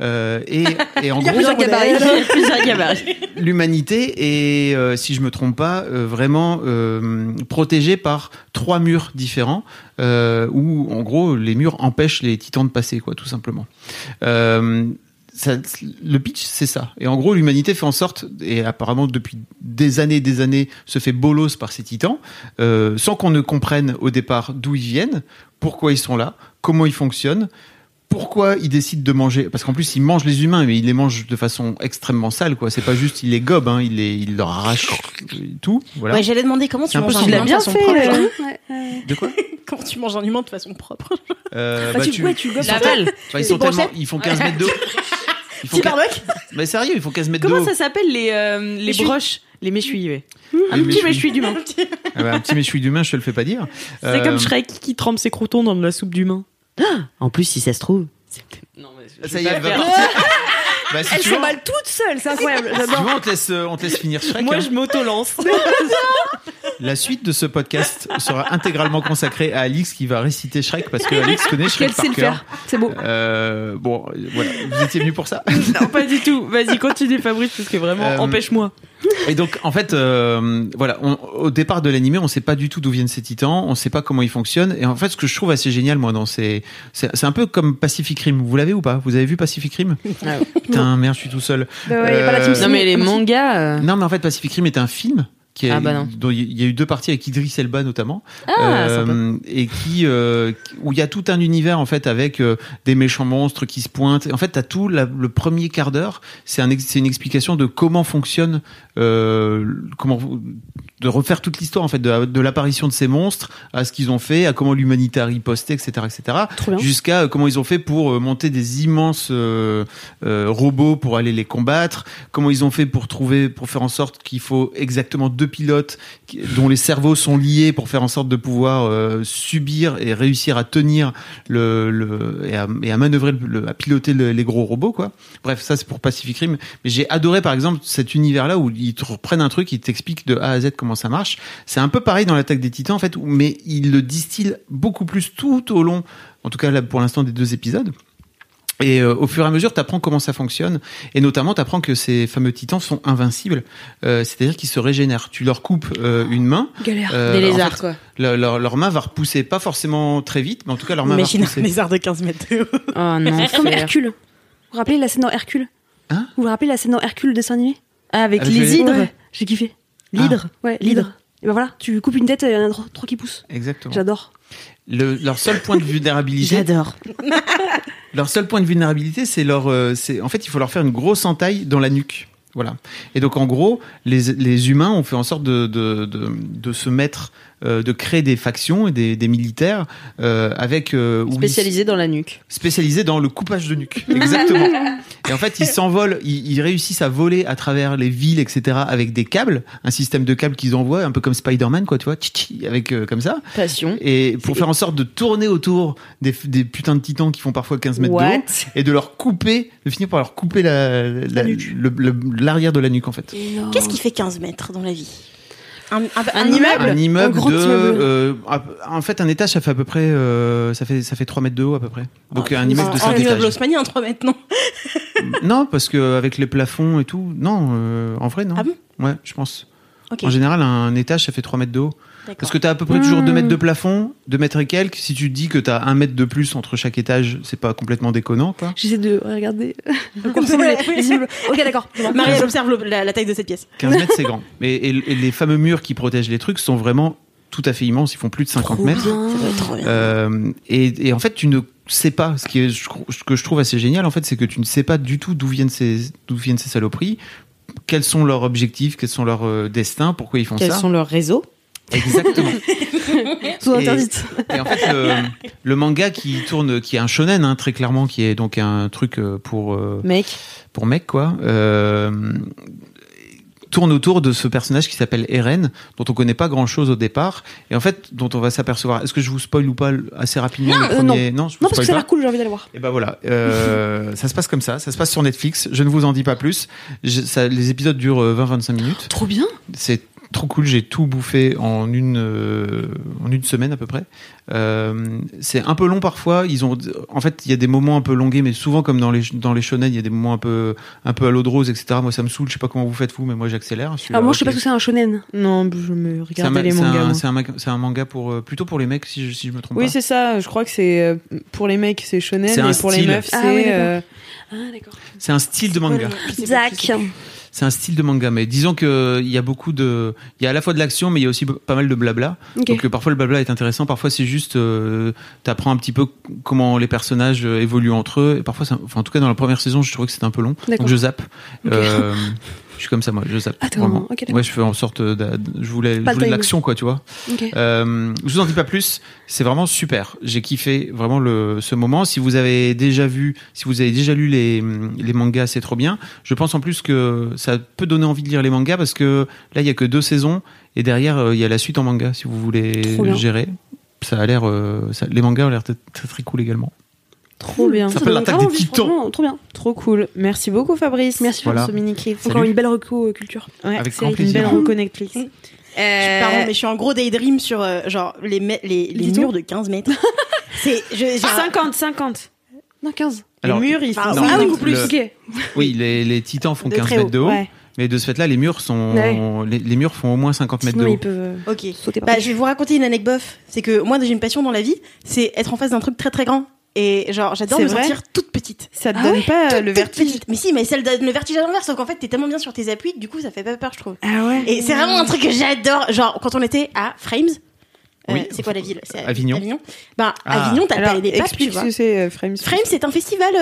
Et en Il y a gros, plusieurs gabarits. Plusieurs gabarits. l'humanité est, si je me trompe pas, vraiment protégée par 3 murs différents, où en gros les murs empêchent les titans de passer, quoi, tout simplement. le pitch, c'est ça. Et en gros, l'humanité fait en sorte, et apparemment depuis des années, se fait bolos par ces titans, sans qu'on ne comprenne au départ d'où ils viennent, pourquoi ils sont là, comment ils fonctionnent, pourquoi ils décident de manger. Parce qu'en plus, ils mangent les humains, mais ils les mangent de façon extrêmement sale, quoi. C'est pas juste, ils les gobent, hein, ils leur arrachent tout. Voilà. Ouais, j'allais demander comment tu manges un humain de façon propre. De quoi? Comment tu manges un humain de façon propre? Tu gobes l'aval. Ils font 15 mètres d'eau. Petit barbec. Mais sérieux, ils font 15 mètres d'eau. Comment ça s'appelle les broches? Les méchouilles, ouais. Un petit méchoui d'humain. Un petit méchoui d'humain, je te le fais pas dire. C'est comme Shrek qui trempe ses croutons dans de la soupe d'humain. En plus, si ça se trouve. Non, mais ça y est, elle va partir. Si elle s'emballe toute seule, c'est incroyable. Si tu veux, on te laisse finir Shrek. Moi, je m'auto-lance. La suite de ce podcast sera intégralement consacrée à Alix qui va réciter Shrek parce que Alix connaît Shrek par cœur. C'est beau. Bon, voilà. Vous étiez venu pour ça? Non, pas du tout. Vas-y, continue, Fabrice, parce que vraiment, empêche-moi. Et donc, en fait, voilà, au départ de l'animé, on sait pas du tout d'où viennent ces titans, on sait pas comment ils fonctionnent. Et en fait, ce que je trouve assez génial, moi, c'est un peu comme Pacific Rim. Vous l'avez ou pas? Vous avez vu Pacific Rim? Putain, merde, je suis tout seul. Y a pas la team non, mais les mangas. Non, mais en fait, Pacific Rim est un film. Dont il y a eu 2 parties avec Idris Elba notamment, et où il y a tout un univers en fait avec des méchants monstres qui se pointent. Et en fait, t'as tout le premier quart d'heure, c'est une explication de comment fonctionne, de refaire toute l'histoire en fait de l'apparition de ces monstres, à ce qu'ils ont fait, à comment l'humanité a riposté, etc., jusqu'à comment ils ont fait pour monter des immenses robots pour aller les combattre, comment ils ont fait pour faire en sorte qu'il faut exactement 2 pilotes dont les cerveaux sont liés pour faire en sorte de pouvoir subir et réussir à tenir et à manœuvrer à piloter les gros robots, quoi. Bref, ça c'est pour Pacific Rim. Mais j'ai adoré par exemple cet univers-là où ils te reprennent un truc, ils t'expliquent de A à Z comment ça marche. C'est un peu pareil dans l'Attaque des Titans en fait, mais ils le distillent beaucoup plus tout au long, en tout cas là pour l'instant des 2 épisodes. Et au fur et à mesure, t'apprends comment ça fonctionne, et notamment t'apprends que ces fameux titans sont invincibles, c'est-à-dire qu'ils se régénèrent. Tu leur coupes une main, galère, des lézards en fait, quoi. Leur main va repousser, pas forcément très vite, mais en tout cas leur main va repousser. Imagine un lézard de 15 mètres de haut. Oh non, comme Hercule. Vous vous rappelez la scène dans Hercule? Hein? Vous vous rappelez la scène dans Hercule dessin animé? avec les hydres. Ouais, j'ai kiffé. L'hydre. Ouais, l'hydre. Et ben voilà, tu coupes une tête, il y en a 3 qui poussent. Exactement. J'adore. Leur seul point de vulnérabilité. J'adore. Leur seul point de vulnérabilité, c'est en fait, il faut leur faire une grosse entaille dans la nuque. Voilà. Et donc, en gros, les humains ont fait en sorte de se mettre, de créer des factions et des militaires avec spécialisés dans la nuque. Spécialisés dans le coupage de nuque. Exactement. Et en fait, ils s'envolent, ils réussissent à voler à travers les villes, etc., avec des câbles, un système de câbles qu'ils envoient, un peu comme Spider-Man, quoi, tu vois, avec comme ça. Passion. Et pour faire en sorte de tourner autour des putains de titans qui font parfois 15 mètres de haut, et de finir par leur couper l'arrière de la nuque, en fait. Qu'est-ce qui fait 15 mètres dans la vie? Un immeuble. Un immeuble en fait, un étage, ça fait à peu près, ça fait 3 mètres de haut à peu près. Donc un immeuble de 5 étages. Un immeuble haussmannien, 3 mètres, non? Non, parce que avec les plafonds et tout, non, en vrai, non. Ah bon? Ouais, je pense. Okay. En général, un étage, ça fait 3 mètres de haut. D'accord. Parce que t'as à peu près toujours 2 mètres de plafond, 2 mètres et quelques. Si tu te dis que t'as 1 mètre de plus entre chaque étage, c'est pas complètement déconnant, quoi. J'essaie de regarder. Ok, d'accord. Marie, elle observe la taille de cette pièce. 15 mètres, c'est grand. Et les fameux murs qui protègent les trucs sont vraiment tout à fait immenses. Ils font plus de 50 mètres. Ça doit être trop bien. Et en fait, tu ne sais pas. Ce que je trouve assez génial, en fait, c'est que tu ne sais pas du tout d'où viennent ces saloperies. Quels sont leurs objectifs, quels sont leurs destins, pourquoi ils font ça. Quels sont leurs réseaux. Exactement. Sous interdite. Et en fait, le manga qui est un shonen, hein, très clairement, qui est donc un truc pour mec, quoi, tourne autour de ce personnage qui s'appelle Eren, dont on connaît pas grand chose au départ, et en fait, dont on va s'apercevoir. Est-ce que je vous spoil ou pas assez rapidement le premier? Non, parce que ça a l'air cool, j'ai envie d'aller voir. Et ben voilà, ça se passe comme ça se passe sur Netflix, je ne vous en dis pas plus. Les épisodes durent 20-25 minutes. Trop bien. C'est trop cool. J'ai tout bouffé en une semaine à peu près. C'est un peu long parfois. En fait, il y a des moments un peu longués, mais souvent comme dans les shonen, il y a des moments un peu à l'eau de rose, etc. Moi, ça me saoule. Je sais pas comment vous faites vous, mais moi, j'accélère. Alors moi, je sais pas ce que c'est un shonen. Non, je me regardais les mangas. C'est un manga plutôt pour les mecs, si je me trompe pas. Oui, c'est ça. Je crois que c'est pour les mecs, c'est shonen, et pour les meufs, c'est. D'accord. C'est un style de manga. Zack. C'est un style de manga, mais disons que il y a il y a à la fois de l'action, mais il y a aussi pas mal de blabla. Okay. Donc parfois le blabla est intéressant, parfois c'est juste t'apprends un petit peu comment les personnages évoluent entre eux. Et parfois, en tout cas dans la première saison, je trouvais que c'était un peu long, donc je zappe. Okay. Je suis comme ça, moi, je zappe. Vraiment. Okay, ouais, je fais en sorte je voulais de l'action, quoi, tu vois. Okay. Je vous en dis pas plus. C'est vraiment super. J'ai kiffé vraiment ce moment. Si vous avez déjà lu les mangas, c'est trop bien. Je pense en plus que ça peut donner envie de lire les mangas parce que là, il y a que 2 saisons et derrière, il y a la suite en manga si vous voulez gérer. Ça a l'air, les mangas ont l'air très, très cool également. Trop bien. Ça s'appelle l'Attaque des Titans. Trop bien. Trop cool. Merci beaucoup, Fabrice. Merci pour ce mini-kiff. Encore une belle reco culture. Ouais, avec grand plaisir. Une belle reco Netflix. Pardon, mais je suis en gros daydream sur genre les murs de 15 mètres. C'est 50. Non, 15. Alors, les murs, ils font beaucoup plus. Oui, les titans font 15 mètres de haut. Ouais. Mais de ce fait-là, les murs les murs font au moins 50 mètres de haut. Ils peuvent sauter par je vais vous raconter une anecdote. C'est que moi, j'ai une passion dans la vie, c'est être en face d'un truc très très grand. Et genre, j'adore me sentir toute petite. Ça te donne pas le vertige? Petite. Mais si, mais ça donne le vertige à l'envers, sauf qu'en fait, t'es tellement bien sur tes appuis que du coup, ça fait pas peur, je trouve. Ah ouais. Et c'est vraiment un truc que j'adore. Genre, quand on était à Frames, oui, c'est quoi la ville? C'est Avignon. Avignon, t'as pas les papes, explique tu vois. ce que c'est Frames. Frames, c'est un festival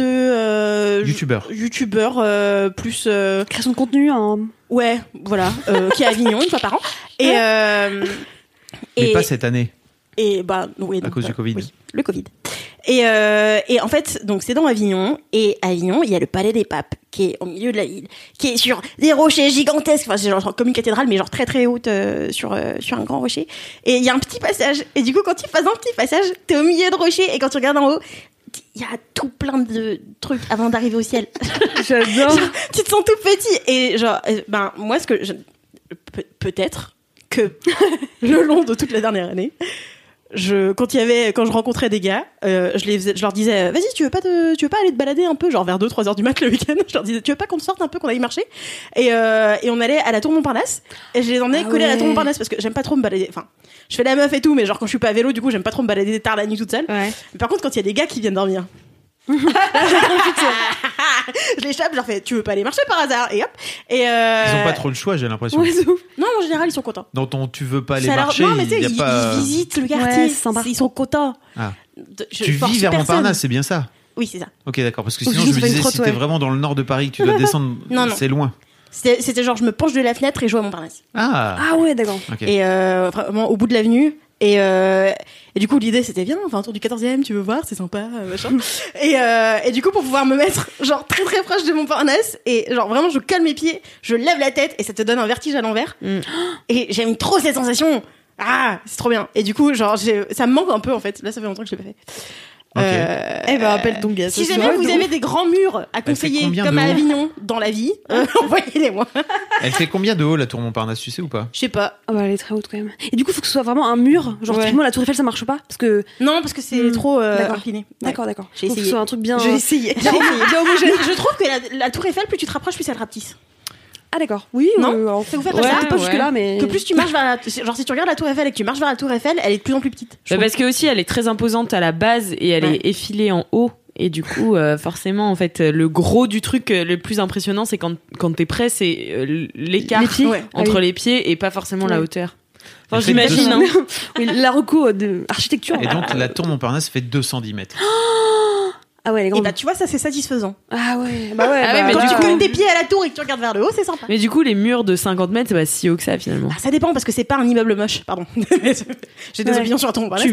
de youtubeurs plus création de contenu. Ouais, voilà, qui est à Avignon une fois par an. Mais pas cette année. Et oui, à cause du Covid. Oui, le Covid. Et en fait, donc c'est dans Avignon. Et à Avignon, il y a le Palais des Papes qui est au milieu de la ville, qui est sur des rochers gigantesques. Enfin, c'est genre comme une cathédrale, mais genre très très haute sur un grand rocher. Et il y a un petit passage. Et du coup, quand tu passes un petit passage, t'es au milieu de rochers. Et quand tu regardes en haut, il y a tout plein de trucs avant d'arriver au ciel. J'adore. Genre, tu te sens tout petit. Et genre, moi, peut-être que le long de toute la dernière année, quand je rencontrais des gars, je leur disais, vas-y, tu veux pas aller te balader un peu, genre vers 2-3 heures du mat le week-end. Je leur disais, tu veux pas qu'on sorte un peu, qu'on aille marcher? Et on allait à la Tour Montparnasse. Et je les emmenais coller à la Tour Montparnasse parce que j'aime pas trop me balader. Enfin, je fais la meuf et tout, mais genre quand je suis pas à vélo, du coup, j'aime pas trop me balader tard la nuit toute seule. Ouais. Mais par contre, quand il y a des gars qui viennent dormir, là, je l'échappe, je leur fais, tu veux pas aller marcher par hasard? Et hop. Et ils ont pas trop le choix, j'ai l'impression. Ouais, non, en général, ils sont contents. Dans ton tu veux pas aller marcher, non, mais tu sais, ils visitent le quartier. Ouais, c'est sympa. Ils sont contents. Ah. Tu vis vers Montparnasse, c'est bien ça? Oui, c'est ça. Ok, d'accord, parce que sinon je me disais, si t'es vraiment dans le nord de Paris, que tu dois descendre, non. C'est loin. C'était genre, je me penche de la fenêtre et je vois Montparnasse. Ah ouais, d'accord. Okay. Et vraiment au bout de l'avenue. Et du coup, l'idée, c'était bien, enfin, autour du 14e, tu veux voir, c'est sympa, machin. Et du coup, pour pouvoir me mettre, genre, très très proche de Montparnasse, et genre, vraiment, je colle mes pieds, je lève la tête, et ça te donne un vertige à l'envers. Et j'aime trop cette sensation. Ah, c'est trop bien. Et du coup, genre, ça me manque un peu, en fait. Là, ça fait longtemps que je l'ai pas fait. Okay. Appelle ton gars. Si jamais vous avez des grands murs à conseiller, comme à Avignon, dans la vie, envoyez-les-moi. Elle fait combien de haut, la Tour Montparnasse, tu sais ou pas? Je sais pas. Ah bah, elle est très haute quand même. Et du coup, faut que ce soit vraiment un mur. Genre, typiquement, la Tour Eiffel, ça marche pas? Parce que. Non, parce que c'est trop incliné. D'accord. J'ai essayé. Faut que ce soit un truc bien. J'ai essayé. Bien homogène. Je trouve que la Tour Eiffel, plus tu te rapproches, plus elle rapetisse. Ah d'accord, oui. Non, ça vous fait ça pas jusque là, mais que plus tu marches vers genre si tu regardes la Tour Eiffel et que tu marches vers la Tour Eiffel, elle est de plus en plus petite. Parce que aussi elle est très imposante à la base et elle est effilée en haut. Et du coup, forcément, en fait, le gros du truc, le plus impressionnant, c'est quand t'es prêt, c'est l'écart entre les pieds et pas forcément la hauteur. Enfin, j'imagine. Hein. Oui, la reco de architecture. Et donc la Tour Montparnasse fait 210 mètres. Ah ouais, les grands. Et tu vois, ça c'est satisfaisant. Ah ouais, mais quand tu colles tes pieds à la tour et que tu regardes vers le haut, c'est sympa. Mais du coup, les murs de 50 mètres, c'est pas si haut que ça finalement. Ça dépend parce que c'est pas un immeuble moche, pardon. J'ai des opinions sur la Tour Montparnasse.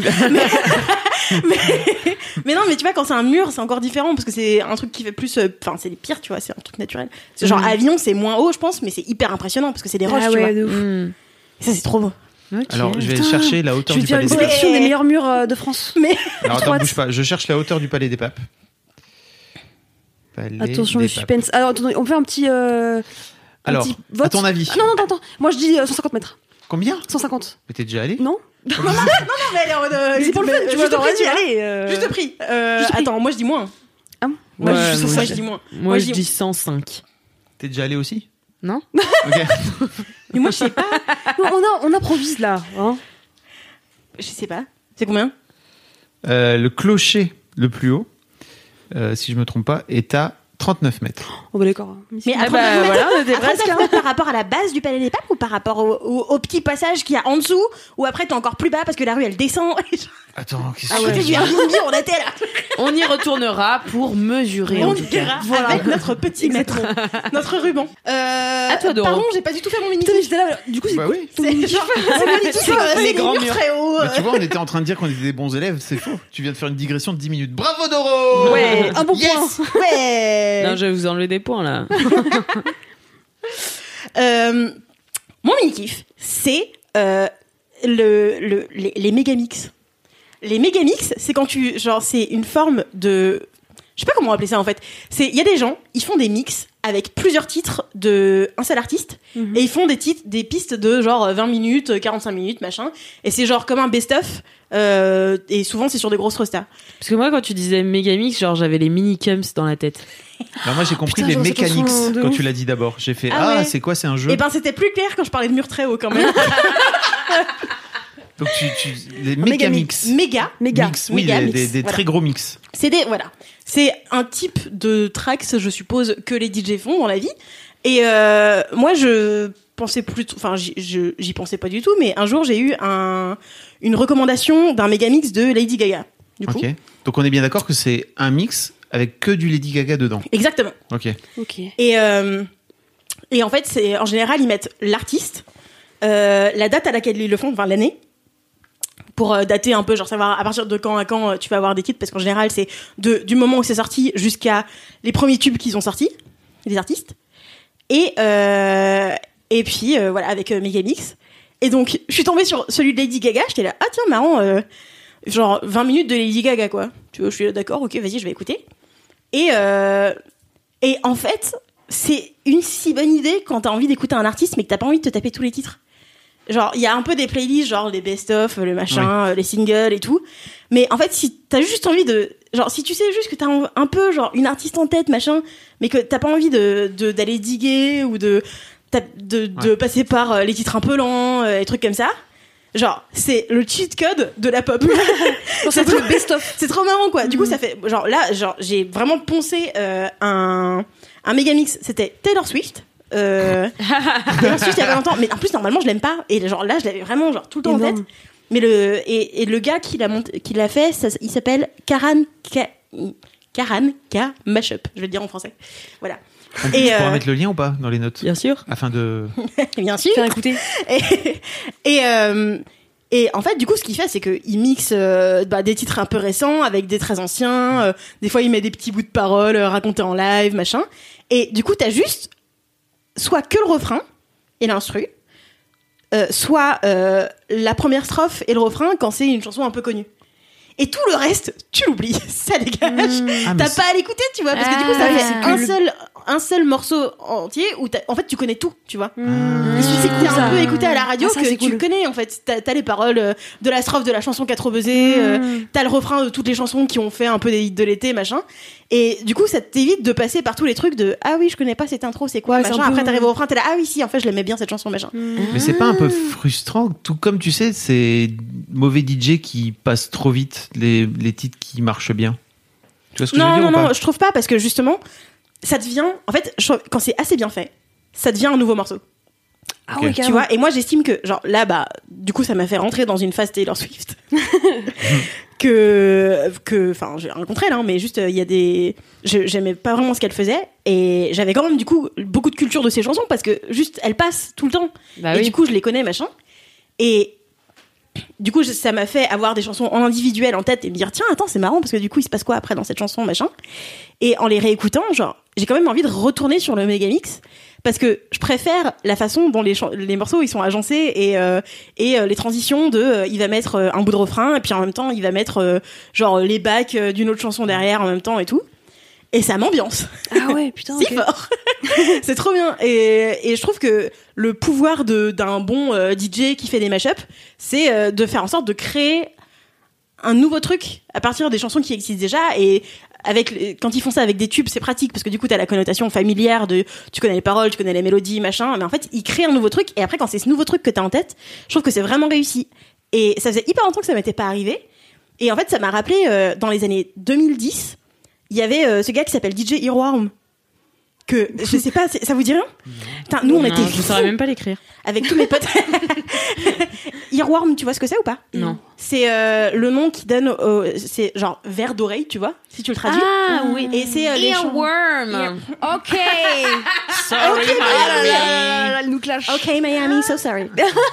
Mais non, mais tu vois, quand c'est un mur, c'est encore différent parce que c'est un truc qui fait plus. Enfin, c'est les pires, tu vois, c'est un truc naturel. C'est genre à Avignon, c'est moins haut, je pense, mais c'est hyper impressionnant parce que c'est des roches, tu vois. Et ça, c'est trop beau. Okay. Alors, je vais chercher la hauteur du Palais des Papes. Je vais faire une sélection des meilleurs murs de France. Alors, attends, bouge pas. Je cherche la hauteur du Palais des Papes. Attention, le suspense. Alors, attendez, on fait un petit Alors, à ton avis? Non, attends. Moi, je dis 150 mètres. Combien? 150. Mais t'es déjà allé? Non. Non, mais elle est en mode. C'est pour le fun, tu vois, dans Juste aller. Juste prix. Attends, moi je dis moins. Ah bon? Je dis moins. Moi, je dis 105. T'es déjà allé aussi? Non. Ok. Mais moi, je sais pas. On improvise là. Hein. Je sais pas. C'est combien? Le clocher le plus haut, si je me trompe pas, est à 39 mètres. Oh bah d'accord. Mais à 39 mètres, voilà, on était presque par rapport à la base du Palais des Papes ou par rapport au petit passage qu'il y a en dessous, ou après t'es encore plus bas parce que la rue elle descend. Attends, qu'est-ce que c'est? Du Airbnb, on était là. On y retournera pour mesurer. On y ira avec notre petit mètre, notre ruban. À toi, Doro. Pardon, j'ai pas du tout fait mon mini. J'étais là. Du coup, bah oui. C'est genre, c'est les grands murs très hauts. Mais tu vois, on était en train de dire qu'on était des bons élèves, c'est faux. Tu viens de faire une digression de 10 minutes. Bravo Doro. Ouais, un bon point. Ouais. Non, je vais vous enlever des points là. Mon mini kiff, c'est les mégamix. Les mégamix, c'est quand c'est une forme de, je sais pas comment appeler ça en fait. Il y a des gens, ils font des mix avec plusieurs titres de un seul artiste et ils font des pistes de genre 20 minutes, 45 minutes, machin. Et c'est genre comme un best-of. Et souvent c'est sur des grosses restas. Parce que moi quand tu disais Megamix, genre j'avais les mini-cums dans la tête. Alors moi j'ai compris les Mechanics quand tu l'as dit d'abord. J'ai fait ouais. C'est quoi, c'est un jeu? Et ben c'était plus clair quand je parlais de murs très hauts quand même. Donc les Megamix. Méga. Mix, oui, des très gros mix. C'est un type de tracks, je suppose, que les DJ font dans la vie. Et moi je pensais plutôt, enfin j'y pensais pas du tout, mais un jour j'ai eu une recommandation d'un Megamix de Lady Gaga. Du coup. Donc on est bien d'accord que c'est un mix avec que du Lady Gaga dedans. Exactement. Ok. Et en fait, en général, ils mettent l'artiste, la date à laquelle ils le font, enfin l'année, pour dater un peu, genre savoir à partir de quand à quand tu vas avoir des titres, parce qu'en général, c'est du moment où c'est sorti jusqu'à les premiers tubes qu'ils ont sortis, les artistes. Et puis, voilà, avec Megamix. Et donc, je suis tombée sur celui de Lady Gaga, j'étais là, ah tiens, marrant, genre 20 minutes de Lady Gaga, quoi. Tu vois, je suis là, d'accord, ok, vas-y, je vais écouter. Et en fait, c'est une si bonne idée quand t'as envie d'écouter un artiste, mais que t'as pas envie de te taper tous les titres. Genre, il y a un peu des playlists, genre les best-of, le machin, les singles et tout. Mais en fait, si t'as juste envie genre, si tu sais juste que t'as un peu, genre, une artiste en tête, machin, mais que t'as pas envie d'aller diguer ou de passer par les titres un peu lents, et trucs comme ça. Genre, c'est le cheat code de la pop. C'est le best-of. C'est trop marrant, quoi. Du coup, ça fait, genre, là, j'ai vraiment poncé, un mégamix. C'était Taylor Swift. Taylor Swift il y a pas longtemps, mais en plus normalement je l'aime pas, et genre là je l'avais vraiment genre tout le temps en tête. Mais le gars qui l'a fait, il s'appelle Karan K Mashup, je vais le dire en français. Voilà. On pourra mettre le lien ou pas dans les notes? Bien sûr. Afin de bien sûr. Faire écouter. Et en fait, du coup, ce qu'il fait, c'est qu'il mixe des titres un peu récents avec des très anciens. Des fois, il met des petits bouts de paroles racontés en live, machin. Et du coup, t'as juste soit que le refrain et l'instru, soit la première strophe et le refrain quand c'est une chanson un peu connue. Et tout le reste, tu l'oublies, ça dégage. T'as pas à l'écouter, tu vois, parce que du coup, ça fait un seul morceau entier où en fait tu connais tout, tu vois. Il suffit que t'aies un peu écouté à la radio que tu connais en fait. T'as les paroles de la strophe de la chanson qui a trop buzzé, t'as le refrain de toutes les chansons qui ont fait un peu des hits de l'été, machin. Et du coup, ça t'évite de passer par tous les trucs de ah oui, je connais pas cette intro, c'est quoi, machin. Après t'arrives au refrain, t'es là ah oui si, en fait je l'aimais bien cette chanson, machin. Mais c'est pas un peu frustrant, tout comme tu sais, c'est mauvais DJ qui passent trop vite les titres qui marchent bien. Tu vois ce que je veux dire? Non, je trouve pas, parce que justement ça devient, en fait, quand c'est assez bien fait, ça devient un nouveau morceau. Ah okay. Tu vois, et moi j'estime que genre là du coup ça m'a fait rentrer dans une phase Taylor Swift que enfin j'ai rien contre elle, hein, mais juste il y a j'aimais pas vraiment ce qu'elle faisait, et j'avais quand même du coup beaucoup de culture de ses chansons parce que juste elles passent tout le temps, et du coup je les connais, machin, et du coup ça m'a fait avoir des chansons en individuel en tête et me dire tiens attends c'est marrant parce que du coup il se passe quoi après dans cette chanson, machin. Et en les réécoutant, genre j'ai quand même envie de retourner sur le Megamix parce que je préfère la façon dont les morceaux ils sont agencés, et les transitions il va mettre un bout de refrain et puis en même temps il va mettre genre les backs d'une autre chanson derrière en même temps et tout, et ça m'ambiance. Ah ouais putain. Si fort. C'est trop bien. Et je trouve que le pouvoir d'un bon DJ qui fait des mashups, c'est de faire en sorte de créer un nouveau truc à partir des chansons qui existent déjà. Et quand ils font ça avec des tubes, c'est pratique parce que du coup t'as la connotation familière de tu connais les paroles, tu connais les mélodies, machin. Mais en fait, ils créent un nouveau truc et après quand c'est ce nouveau truc que t'as en tête, je trouve que c'est vraiment réussi. Et ça faisait hyper longtemps que ça m'était pas arrivé. Et en fait, ça m'a rappelé dans les années 2010, il y avait ce gars qui s'appelle DJ Earworm. Que je sais pas, ça vous dit rien? Putain, nous on était je saurais même pas l'écrire. Avec tous mes potes. Earworm, tu vois ce que c'est ou pas? Non. C'est le nom qui donne c'est genre verre d'oreille, tu vois, si tu le traduis. Ah oui. Et c'est Earworm. Ok. Sorry, Miami. Elle nous clash. OK Miami, so sorry.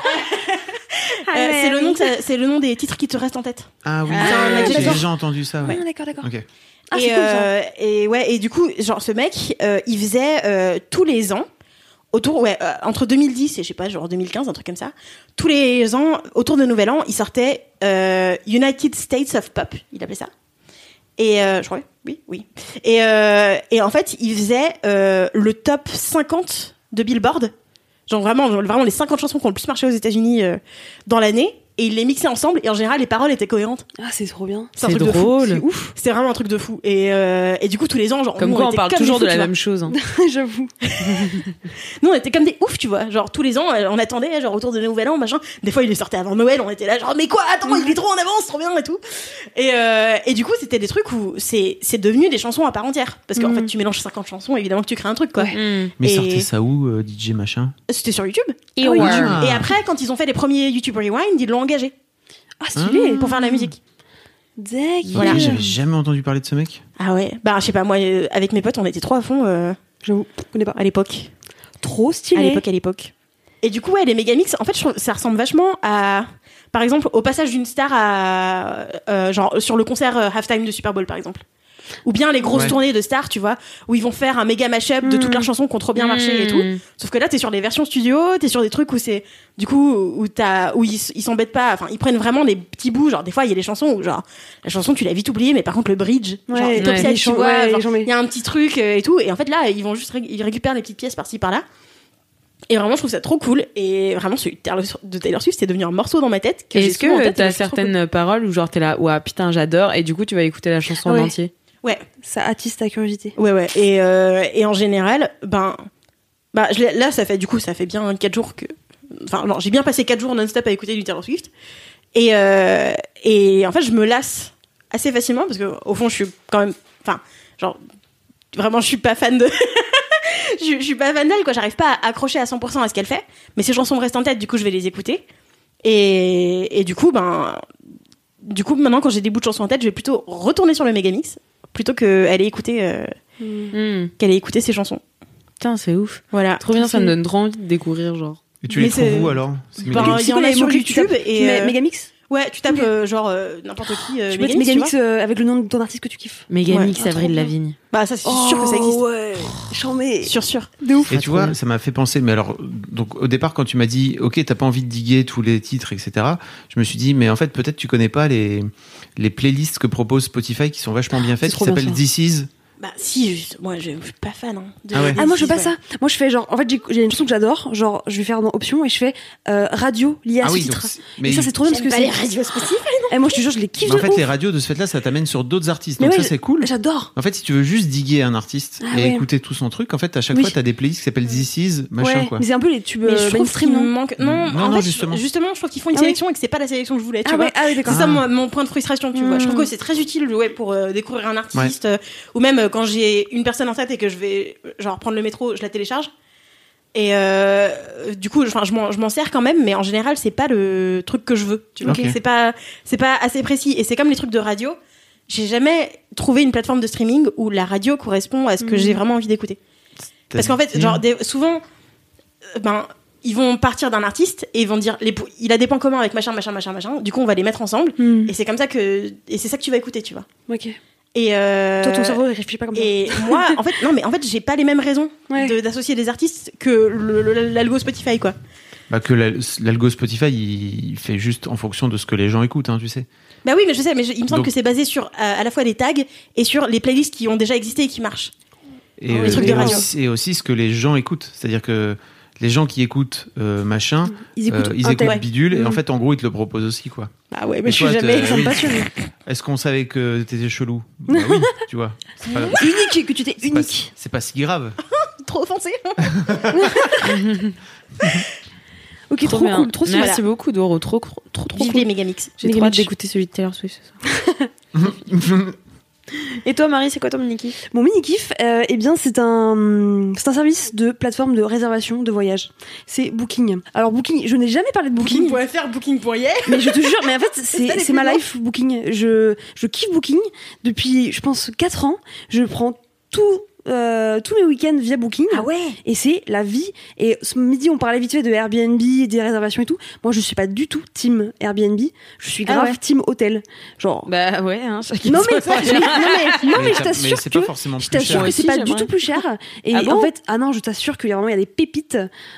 C'est le nom des titres qui te restent en tête. Ah oui, j'ai déjà entendu ça. Ouais. D'accord. Okay. Ah, c'est cool, ça. Et du coup, genre ce mec, il faisait tous les ans entre 2010 et je sais pas, genre 2015, un truc comme ça. Tous les ans, autour de Nouvel An, il sortait United States of Pop, il appelait ça. Et je crois, oui. Et en fait, il faisait le top 50 de Billboard. Genre vraiment les 50 chansons qui ont le plus marché aux États-Unis dans l'année. Et il les mixait ensemble et en général les paroles étaient cohérentes. Ah, c'est trop bien. C'est un truc drôle. De fou. C'est ouf. C'est vraiment un truc de fou. Et du coup tous les ans, genre comme quoi on parle toujours de la même chose. Hein. J'avoue. Nous on était comme des oufs, tu vois. Genre tous les ans on attendait genre autour de Nouvel An, machin. Des fois il est sorti avant Noël, on était là genre mais quoi, attends, il est trop en avance, trop bien et tout. Et du coup c'était des trucs où c'est devenu des chansons à part entière parce qu'en fait tu mélanges 50 chansons, évidemment que tu crées un truc quoi. Mais sortez ça où DJ machin? C'était sur YouTube. Et après quand ils ont fait les premiers YouTube Rewind, ils l'ont engagé. Ah, stylé. Pour faire de la musique. Voilà. J'avais jamais entendu parler de ce mec. Ah ouais. Bah je sais pas, moi avec mes potes on était trop à fond. J'avoue, connais pas. À l'époque. Trop stylé. À l'époque. Et du coup ouais, les Megamix, en fait je trouve ça ressemble vachement à, par exemple, au passage d'une star à genre sur le concert halftime de Super Bowl par exemple. Ou bien les grosses tournées de stars, tu vois, où ils vont faire un méga mashup de toutes leurs chansons qui ont trop bien marché et tout. Sauf que là, t'es sur des versions studio, t'es sur des trucs où c'est, du coup, où ils s'embêtent pas. Enfin, ils prennent vraiment des petits bouts. Genre, des fois, il y a des chansons où, genre, la chanson, tu l'as vite oubliée, mais par contre, le bridge, genre, top 7, tu vois, il y a un petit truc et tout. Et en fait, là, ils vont juste, ils récupèrent des petites pièces par-ci, par-là. Et vraiment, je trouve ça trop cool. Et vraiment, celui de Taylor Swift, c'est devenu un morceau dans ma tête. Est-ce que t'as certaines paroles où genre t'es là, ouais, putain, j'adore, et du coup, tu vas écouter la chanson en entier? Ouais. Ça attise ta curiosité. Ouais. Et en général, là, ça fait bien 4 jours que... Enfin, non, j'ai bien passé 4 jours non-stop à écouter du Taylor Swift. Et en fait, je me lasse assez facilement parce que, au fond, je suis quand même... Enfin, genre, vraiment, je suis pas fan de... je suis pas fan d'elle, quoi. J'arrive pas à accrocher à 100% à ce qu'elle fait. Mais ces chansons me restent en tête, du coup, je vais les écouter. Et du coup, maintenant, quand j'ai des bouts de chansons en tête, je vais plutôt retourner sur le Megamix plutôt qu'elle ait écouté ses chansons. Putain, c'est ouf. Voilà. Trop bien, ça me donne trop envie de découvrir, genre. Et tu les trouves où alors? Il y en a sur YouTube et Megamix. Ouais, tu tapes n'importe qui. Tu peux mettre Megamix avec le nom de ton artiste que tu kiffes. Megamix, Avril Lavigne. Bah ça, c'est sûr que ça existe. Ouais. Chambé. Sûr. De ouf. Et tu vois, ça m'a fait penser. Mais alors, donc au départ, quand tu m'as dit, ok, t'as pas envie de diguer tous les titres, etc. Je me suis dit, mais en fait, peut-être tu connais pas les playlists que propose Spotify qui sont vachement bien faites, qui s'appellent This Is. Bah si, juste, moi je suis pas fan. Moi je fais pas ça. Moi je fais genre, en fait j'ai une chanson que j'adore, genre je vais faire dans option et je fais radio liée à ce titre. Mais ça c'est trop bien parce que c'est les radios Spotify. Et moi je te jure je les kiffe. En fait les radios de ce fait-là ça t'amène sur d'autres artistes, donc ça c'est cool. J'adore. En fait si tu veux juste diguer un artiste et écouter tout son truc, en fait à chaque fois t'as des playlists qui s'appellent This Is machin quoi. Mais c'est un peu les tubes mainstream. Non, justement je trouve qu'ils font une sélection et que c'est pas la sélection que je voulais. C'est ça mon point de frustration, tu vois. Je trouve que c'est très utile pour découvrir un artiste ou même quand j'ai une personne en tête et que je vais genre prendre le métro, je la télécharge et du coup je m'en sers quand même, mais en général c'est pas le truc que je veux, tu vois. C'est pas assez précis et c'est comme les trucs de radio, j'ai jamais trouvé une plateforme de streaming où la radio correspond à ce que j'ai vraiment envie d'écouter. Parce qu'en fait genre souvent ils vont partir d'un artiste et ils vont dire il a des points communs avec machin, du coup on va les mettre ensemble et c'est comme ça que tu vas écouter, tu vois. OK. Et toi ton cerveau il réfléchit pas comme ça. Et moi en fait j'ai pas les mêmes raisons d'associer des artistes que l'algo Spotify quoi. Que l'algo Spotify il fait juste en fonction de ce que les gens écoutent, hein, tu sais. Bah oui mais il me semble que c'est basé sur à la fois les tags et sur les playlists qui ont déjà existé et qui marchent. Et, les trucs de radio. Et aussi ce que les gens écoutent. C'est-à-dire que les gens qui écoutent machin, ils écoutent bidule, et en fait, en gros, ils te le proposent aussi, quoi. Ah ouais, mais je suis jamais. Ça me passionne. Est-ce qu'on savait que t'étais chelou? Bah oui, tu vois. C'est pas... Unique, que tu t'es unique. C'est pas si grave. Trop offensé. Ok, trop bien. cool, trop super. Merci beaucoup, Doro. Trop Vive cool. les Megamix. J'ai trop hâte d'écouter celui de Taylor Swift ce soir. Et toi, Marie, c'est quoi ton mini-kiff? Mon mini-kiff, eh bien, c'est un service de plateforme de réservation de voyage. C'est Booking. Alors, Booking, je n'ai jamais parlé de Booking. Booking.fr, Booking.yeah. Mais je te jure, mais en fait, c'est ma life, Booking. Je kiffe Booking depuis, je pense, 4 ans. Je prends tous mes week-ends via Booking. Ah ouais. Et c'est la vie. Et ce midi, on parlait vite fait de Airbnb, des réservations et tout. Moi, je suis pas du tout team Airbnb. Je suis grave team hôtel. Genre. Bah ouais, hein. Non mais je t'assure c'est que pas forcément plus je t'assure cher. que c'est pas du tout plus cher. Et en fait, non, je t'assure qu'il y a vraiment des pépites.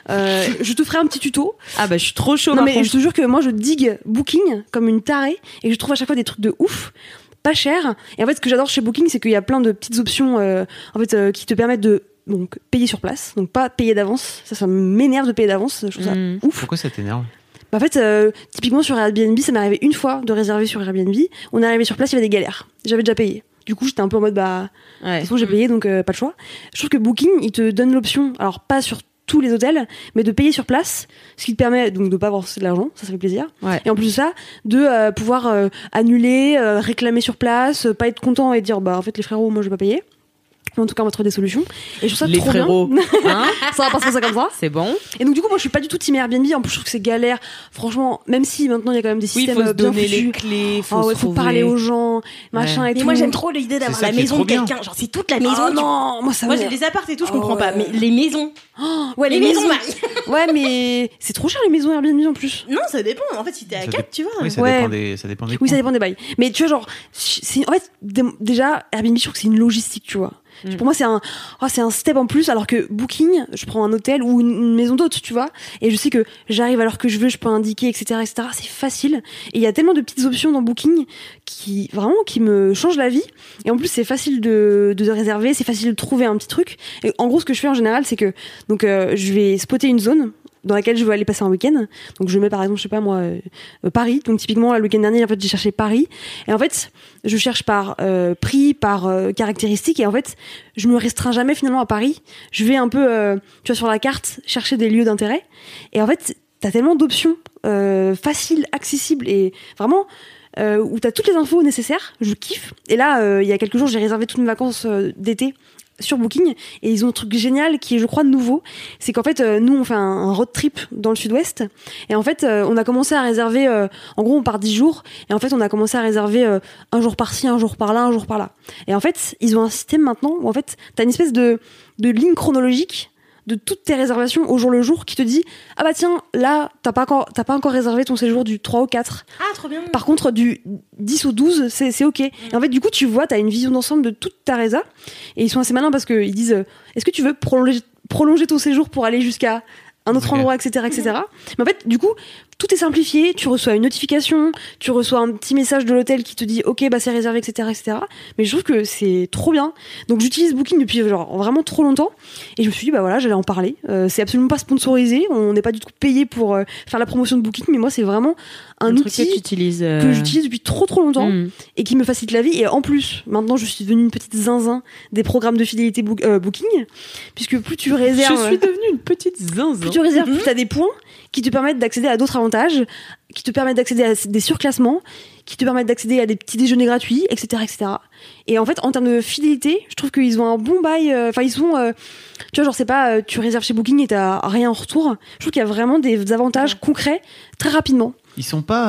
Je te ferai un petit tuto. Ah bah je suis trop chaud. Non mais je te jure que moi, je digue Booking comme une tarée et que je trouve à chaque fois des trucs de ouf. Pas cher. Et en fait, ce que j'adore chez Booking, c'est qu'il y a plein de petites options qui te permettent de payer sur place, donc pas payer d'avance. Ça m'énerve de payer d'avance. Je trouve ça ouf. Pourquoi ça t'énerve? En fait, typiquement sur Airbnb, ça m'est arrivé une fois de réserver sur Airbnb. On est arrivé sur place, il y avait des galères. J'avais déjà payé. Du coup, j'étais un peu en mode de toute façon, j'ai payé, donc pas de choix. Je trouve que Booking, il te donne l'option, alors pas sur tous les hôtels, mais de payer sur place, ce qui te permet donc de pas avoir de l'argent, ça fait plaisir. Ouais. Et en plus de ça, de pouvoir annuler, réclamer sur place, pas être content et dire en fait les frérots, moi je vais pas payer. Mais en tout cas, on va trouver des solutions. Et je trouve ça les trop frérots, bien. hein, ça va pas se passer comme ça. C'est bon. Et donc du coup, moi je suis pas du tout team Airbnb. En plus, je trouve que c'est galère. Franchement, même si maintenant il y a quand même des systèmes faut se bien donner fichus. les clés, faut parler aux gens, machin et tout. Mais moi j'aime trop l'idée d'avoir la maison de quelqu'un. Genre c'est toute la maison. Oh non, moi ça. Moi j'ai des apparts et tout, je comprends pas. Mais les maisons. Ouais, les maisons, Marie. Ouais, mais c'est trop cher les maisons Airbnb en plus. Non, ça dépend. En fait, si t'es à 4, tu vois. Oui, ça dépend des coûts. Oui, ça dépend des bails. Mais tu vois, genre, en fait, déjà, Airbnb, je trouve que c'est une logistique, tu vois. Pour moi, c'est un step en plus, alors que Booking, je prends un hôtel ou une maison d'hôte, tu vois, et je sais que j'arrive à l'heure que je veux, je peux indiquer, etc., etc. C'est facile. Et il y a tellement de petites options dans Booking qui me changent la vie. Et en plus, c'est facile de réserver, c'est facile de trouver un petit truc. Et en gros, ce que je fais en général, c'est que, donc, je vais spotter une zone dans laquelle je veux aller passer un week-end. Donc je mets par exemple, je sais pas moi, Paris. Donc typiquement, là, le week-end dernier, en fait, j'ai cherché Paris. Et en fait, je cherche par prix, par caractéristiques. Et en fait, je me restreins jamais finalement à Paris. Je vais un peu, tu vois, sur la carte, chercher des lieux d'intérêt. Et en fait, t'as tellement d'options faciles, accessibles et vraiment où t'as toutes les infos nécessaires. Je kiffe. Et là, il y a quelques jours, j'ai réservé toutes mes vacances d'été sur Booking et ils ont un truc génial qui est je crois nouveau, c'est qu'en fait nous on fait un road trip dans le sud-ouest et en fait on a commencé à réserver en gros on part 10 jours et en fait on a commencé à réserver un jour par-ci, un jour par-là, un jour par-là et en fait ils ont un système maintenant où en fait t'as une espèce de ligne chronologique de toutes tes réservations au jour le jour qui te dit ah bah tiens là t'as pas encore réservé ton séjour du 3 au 4 trop bien. Par contre du 10 au 12 c'est ok et en fait du coup tu vois t'as une vision d'ensemble de toute ta résa et ils sont assez malins parce qu'ils disent est-ce que tu veux prolonger ton séjour pour aller jusqu'à un autre endroit, etc., etc. Mais en fait, du coup, tout est simplifié. Tu reçois une notification, tu reçois un petit message de l'hôtel qui te dit OK, bah c'est réservé, etc., etc. Mais je trouve que c'est trop bien. Donc j'utilise Booking depuis genre vraiment trop longtemps. Et je me suis dit bah voilà, j'allais en parler. C'est absolument pas sponsorisé. On n'est pas du tout payé pour faire la promotion de Booking, mais moi c'est vraiment un outil que j'utilise depuis trop longtemps et qui me facilite la vie. Et en plus, maintenant je suis devenue une petite zinzin des programmes de fidélité Booking, puisque plus tu réserves. Je suis devenue une petite zinzin. Plus tu réserves, plus t'as des points qui te permettent d'accéder à d'autres avantages, qui te permettent d'accéder à des surclassements, qui te permettent d'accéder à des petits déjeuners gratuits, etc., etc. Et en fait, en termes de fidélité, je trouve qu'ils ont un bon bail. Enfin, ils sont, tu vois, genre c'est pas, tu réserves chez Booking et t'as rien en retour. Je trouve qu'il y a vraiment des avantages concrets très rapidement. Ils sont pas,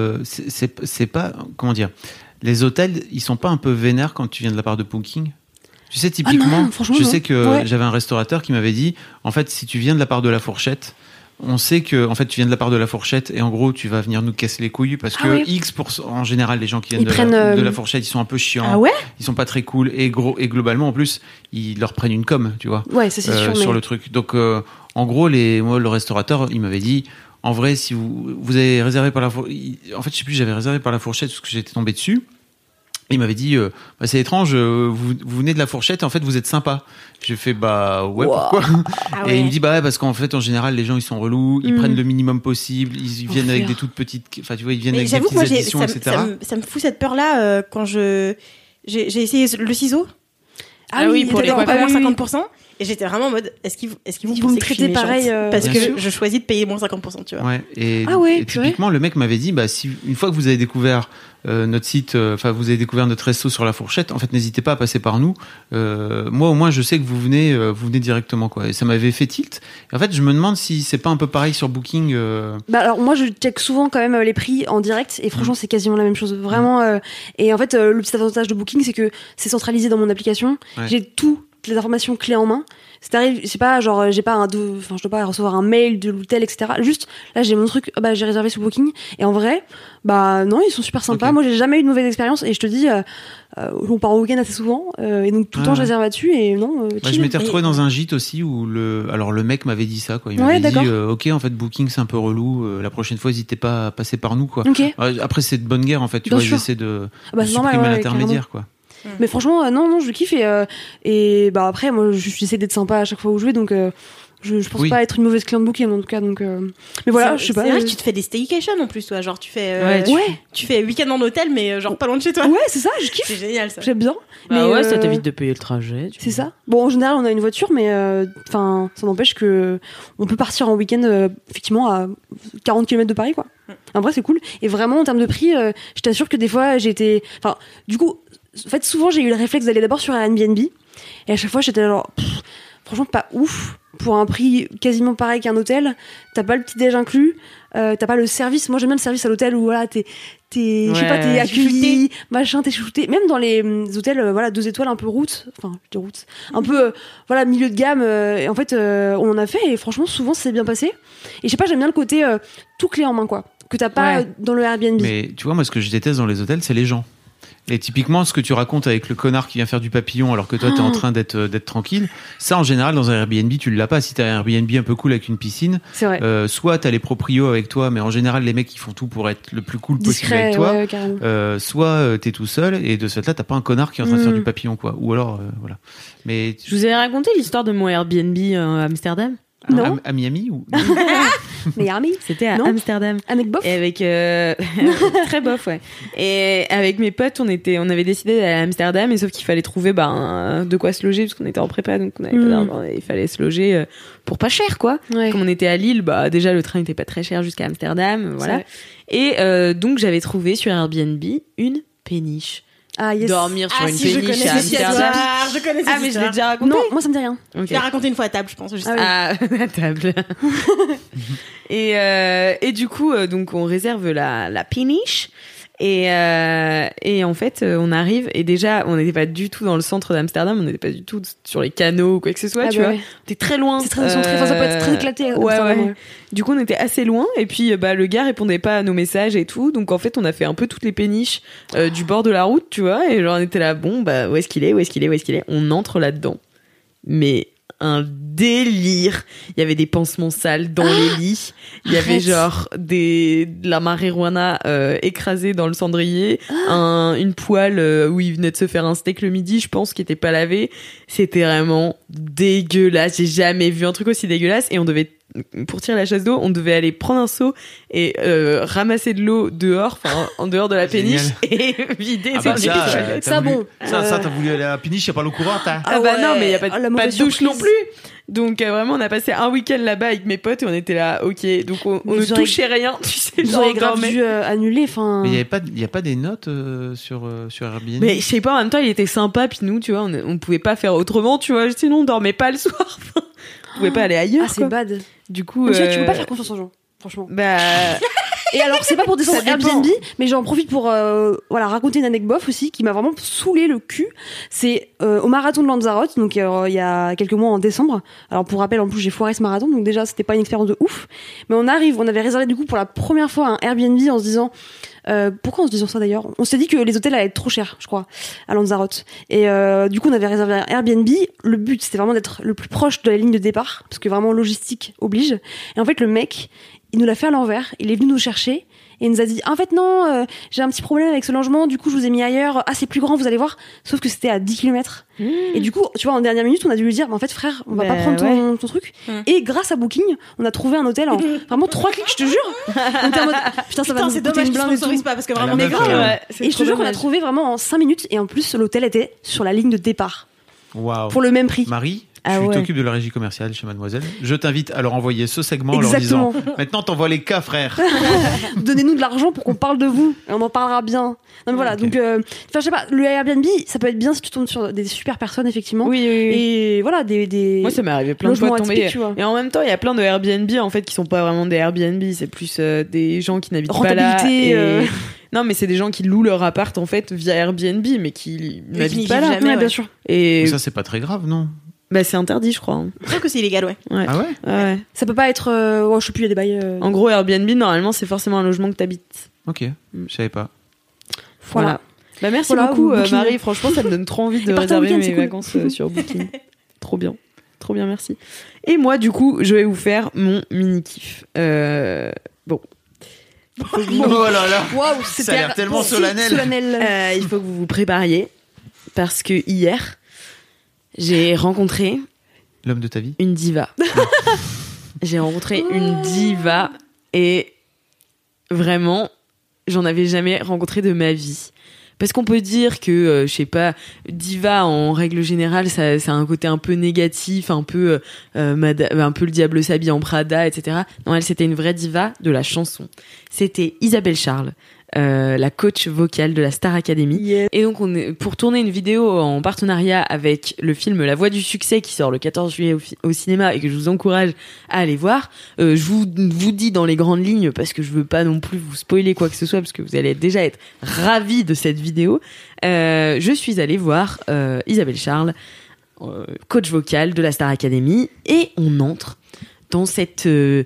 c'est pas, comment dire, les hôtels, ils sont pas un peu vénères quand tu viens de la part de Booking? Tu sais, typiquement, je sais que j'avais un restaurateur qui m'avait dit, en fait, si tu viens de la part de la fourchette, on sait que, en fait, tu viens de la part de la fourchette et en gros, tu vas venir nous casser les couilles parce que X%, en général, les gens qui viennent de la fourchette, ils sont un peu chiants. Ils sont pas très cool et globalement, en plus, ils leur prennent une com, tu vois. Ouais, ça c'est sûr. Sur le truc. Donc, en gros, moi, le restaurateur, il m'avait dit, en vrai, si vous avez réservé par la fourchette, en fait, je sais plus, j'avais réservé par la fourchette parce que j'étais tombé dessus. Il m'avait dit, c'est étrange, vous venez de la Fourchette et en fait vous êtes sympa. J'ai fait ouais, pourquoi? Et il me dit parce qu'en fait en général les gens ils sont relous, ils prennent le minimum possible, ils viennent avec des toutes petites, enfin tu vois, ils viennent avec des petites additions, etc. Ça me fout cette peur là quand j'ai essayé le ciseau. Ah oui, pour les coiffeurs, 50%. Et j'étais vraiment en mode, est-ce qu'ils vont me traiter pareil parce que je choisis de payer moins 50%, tu vois. Ouais. Et typiquement, le mec m'avait dit, si une fois que vous avez découvert notre site, vous avez découvert notre resto sur la Fourchette, en fait, n'hésitez pas à passer par nous. Moi, au moins, je sais que vous venez directement, quoi. Et ça m'avait fait tilt. Et en fait, je me demande si c'est pas un peu pareil sur Booking. Alors moi, je check souvent quand même les prix en direct, et franchement, c'est quasiment la même chose, vraiment. Et en fait, le petit avantage de Booking, c'est que c'est centralisé dans mon application. Ouais. J'ai toutes les informations clés en main. C'est pas genre je dois pas recevoir un mail de l'hôtel, etc. Juste là j'ai mon truc, j'ai réservé sur Booking, et en vrai non, ils sont super sympas. Okay. Moi j'ai jamais eu de mauvaise expérience, et je te dis on part au week-end assez souvent, et donc tout le temps je réserve là-dessus, et non je m'étais retrouvé dans un gîte aussi où le mec m'avait dit ça, quoi. Il m'avait dit ok, en fait Booking c'est un peu relou, la prochaine fois n'hésitez pas à passer par nous, quoi. Okay. Après c'est de bonne guerre, en fait, tu vois, ils essaient de supprimer l'intermédiaire, quoi. Mais franchement non, je kiffe, et après moi j'essaie d'être sympa à chaque fois où je vais, donc je pense pas être une mauvaise cliente Booking, en tout cas, donc mais voilà, je sais pas. C'est vrai que tu te fais des staycations en plus, toi, genre tu fais tu fais week-end en hôtel, mais genre pas loin de chez toi. Ouais, c'est ça, je kiffe. C'est génial, ça. J'aime bien. Mais ça t'évite de payer le trajet. C'est ça. Bon, en général on a une voiture, mais ça n'empêche que on peut partir en week-end effectivement à 40 km de Paris, quoi. En vrai c'est cool, et vraiment en termes de prix, je t'assure que des fois du coup en fait, souvent, j'ai eu le réflexe d'aller d'abord sur Airbnb, et à chaque fois, j'étais genre, franchement, pas ouf. Pour un prix quasiment pareil qu'un hôtel, t'as pas le petit-déj inclus, t'as pas le service. Moi, j'aime bien le service à l'hôtel où, voilà, t'es accueilli, machin, t'es chouchouté. Même dans les hôtels, 2 étoiles, un peu un peu, milieu de gamme. Et en fait, on en a fait, et franchement, souvent, c'est bien passé. Et je sais pas, j'aime bien le côté tout clé en main, quoi, que t'as pas dans le Airbnb. Mais tu vois, moi, ce que je déteste dans les hôtels, c'est les gens. Et typiquement, ce que tu racontes avec le connard qui vient faire du papillon alors que toi, t'es en train d'être tranquille, ça, en général, dans un Airbnb, tu l'as pas. Si t'as un Airbnb un peu cool avec une piscine, c'est vrai. Soit t'as les proprios avec toi, mais en général, les mecs, ils font tout pour être le plus cool possible avec toi. Soit t'es tout seul, et de ce fait-là, t'as pas un connard qui est en train de faire du papillon, quoi. Ou alors, voilà. Mais je vous ai raconté l'histoire de mon Airbnb à Amsterdam. Non. À Miami ou Miami. C'était à Amsterdam. Avec bof. Et avec très bof, ouais. Et avec mes potes, on avait décidé d'aller à Amsterdam, et sauf qu'il fallait trouver de quoi se loger, parce qu'on était en prépa, donc on avait pas d'argent, et il fallait se loger pour pas cher, quoi. Ouais. Comme on était à Lille, déjà le train était pas très cher jusqu'à Amsterdam, voilà. Et donc j'avais trouvé sur Airbnb une péniche. Ah, yes. Dormir sur une péniche à Amsterdam. Je connais cette histoire. Mais je l'ai déjà raconté. Non, moi ça me dit rien. Okay. Je l'ai raconté une fois à table, je pense. À table. Et du coup, donc on réserve la péniche. Et en fait, on arrive, et déjà, on n'était pas du tout dans le centre d'Amsterdam, on n'était pas du tout sur les canaux ou quoi que ce soit, tu vois. Ouais. On était très loin. C'est très centré, ça peut être très éclaté. Ouais. Du coup, on était assez loin, et puis le gars répondait pas à nos messages et tout, donc en fait, on a fait un peu toutes les péniches du bord de la route, tu vois, et genre on était là, où est-ce qu'il est? On entre là-dedans. Mais un délire. Il y avait des pansements sales dans les lits. Il y avait genre de la marijuana écrasée dans le cendrier, une poêle où il venait de se faire un steak le midi, je pense, qui était pas lavé. C'était vraiment dégueulasse. J'ai jamais vu un truc aussi dégueulasse. Et on devait, pour tirer la chasse d'eau, on devait aller prendre un seau et ramasser de l'eau dehors, en dehors de la péniche, et vider dans les toilettes. Ça, t'as voulu aller à la péniche, y a pas l'eau courante, hein. Non, mais y a pas de douche non plus. Donc vraiment, on a passé un week-end là-bas avec mes potes, et on était là, ok. Donc on ne touchait rien, tu sais. Ils auraient grave dû annuler, enfin. Mais y a pas des notes sur Airbnb. Mais je sais pas, en même temps, il était sympa, puis nous, tu vois, on pouvait pas faire autrement, tu vois. Sinon, on dormait pas le soir. On pouvait pas aller ailleurs. Ah, c'est bad. Du coup, tu peux pas faire confiance aux gens, franchement. Et alors, c'est pas pour descendre Airbnb, mais j'en profite pour raconter une anecdote aussi qui m'a vraiment saoulé le cul. C'est au marathon de Lanzarote, donc il y a quelques mois en décembre. Alors pour rappel, en plus j'ai foiré ce marathon, donc déjà c'était pas une expérience de ouf. Mais on avait réservé du coup pour la première fois un Airbnb en se disant pourquoi en se disant ça d'ailleurs? On s'est dit que les hôtels allaient être trop chers, je crois, à Lanzarote. Et du coup on avait réservé un Airbnb. Le but c'était vraiment d'être le plus proche de la ligne de départ, parce que vraiment logistique oblige. Et en fait le mec, il nous l'a fait à l'envers, il est venu nous chercher, et il nous a dit en fait non, j'ai un petit problème avec ce logement, du coup je vous ai mis ailleurs, c'est plus grand, vous allez voir, sauf que c'était à 10 km. Et du coup, tu vois, en dernière minute, on a dû lui dire en fait frère, on va pas prendre ton truc. Et grâce à Booking, on a trouvé un hôtel en vraiment 3 clics, je te jure. On était en mode putain, ça va nous coûter une blinde et tout. Pas parce que vraiment et je te jure qu'on a trouvé vraiment en 5 minutes, et en plus l'hôtel était sur la ligne de départ. Waouh. Pour le même prix. Marie, tu t'occupes de la régie commerciale chez Mademoiselle. Je t'invite à leur envoyer ce segment en leur disant maintenant t'envoies les cas, frère. Donnez-nous de l'argent pour qu'on parle de vous et on en parlera bien. Non mais voilà, donc je sais pas, le Airbnb ça peut être bien si tu tombes sur des super personnes effectivement. Oui. Et voilà des moi ça m'est arrivé plein de fois de tomber. Et en même temps, il y a plein de Airbnb en fait qui sont pas vraiment des Airbnb, c'est plus des gens qui n'habitent pas là. Non, mais c'est des gens qui louent leur appart en fait via Airbnb, mais qui n'habitent pas là. Jamais, bien sûr. Et ça c'est pas très grave, non? Bah c'est interdit, je crois. Je crois que c'est illégal, ouais. Ah ouais? Ça peut pas être. Je sais plus, il y a des bails. En gros, Airbnb, normalement, c'est forcément un logement que t'habites. Ok, je savais pas. Voilà. Bah merci beaucoup, Marie. Franchement, ça me donne trop envie de réserver mes vacances sur Booking. Trop bien, merci. Et moi, du coup, je vais vous faire mon mini kiff. Bon. Oh là là. Waouh, ça a l'air tellement solennel. Il faut que vous vous prépariez parce que hier. J'ai rencontré l'homme de ta vie, une diva. J'ai rencontré une diva et vraiment, j'en avais jamais rencontré de ma vie. Parce qu'on peut dire que, je sais pas, diva en règle générale, ça a un côté un peu négatif, un peu le diable s'habille en Prada, etc. Non, elle, c'était une vraie diva de la chanson. C'était Isabelle Charles. La coach vocale de la Star Academy. Yeah. Et donc pour tourner une vidéo en partenariat avec le film La Voix du Succès qui sort le 14 juillet au cinéma et que je vous encourage à aller voir. Je vous dis dans les grandes lignes parce que je veux pas non plus vous spoiler quoi que ce soit parce que vous allez déjà être ravis de cette vidéo. Je suis allée voir Isabelle Charles, coach vocale de la Star Academy, et on entre dans cette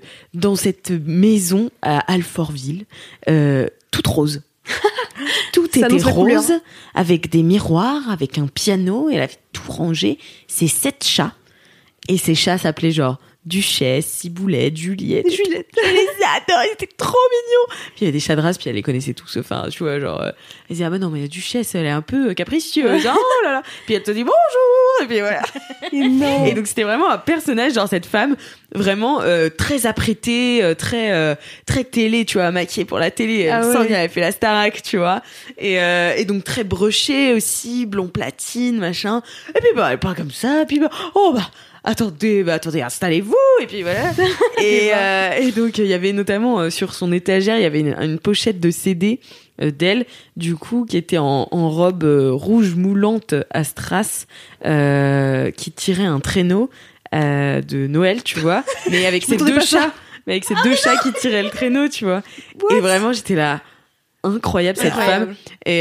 maison à Alfortville, toute rose. Tout était rose, avec des miroirs, avec un piano, et elle avait tout rangé. C'est 7 chats. Et ces chats s'appelaient genre Duchesse, Ciboulette, Juliette. Je les adorais, c'était trop mignon. Puis il y a des chats de race, puis elle les connaissait tous. Enfin, tu vois, genre, elle disait, ah bah non, mais la Duchesse, elle est un peu capricieuse. Oh là là. Puis elle te dit bonjour. Et puis voilà. Et donc c'était vraiment un personnage, genre cette femme, vraiment très apprêtée, très télé, tu vois, maquillée pour la télé. Elle sent qu'elle avait fait la Starac, tu vois. Et donc très brochée aussi, blond platine, machin. Et puis bah, elle parle comme ça. Puis bah, attendez, installez-vous. Et puis voilà. Et donc il y avait notamment sur son étagère, il y avait une pochette de CD d'elle, du coup, qui était en robe rouge moulante à strass, qui tirait un traîneau de Noël, tu vois, mais avec ses deux chats. Mais avec ces deux chats qui tiraient le traîneau, tu vois. What? Et vraiment, j'étais là. Incroyable cette femme. Et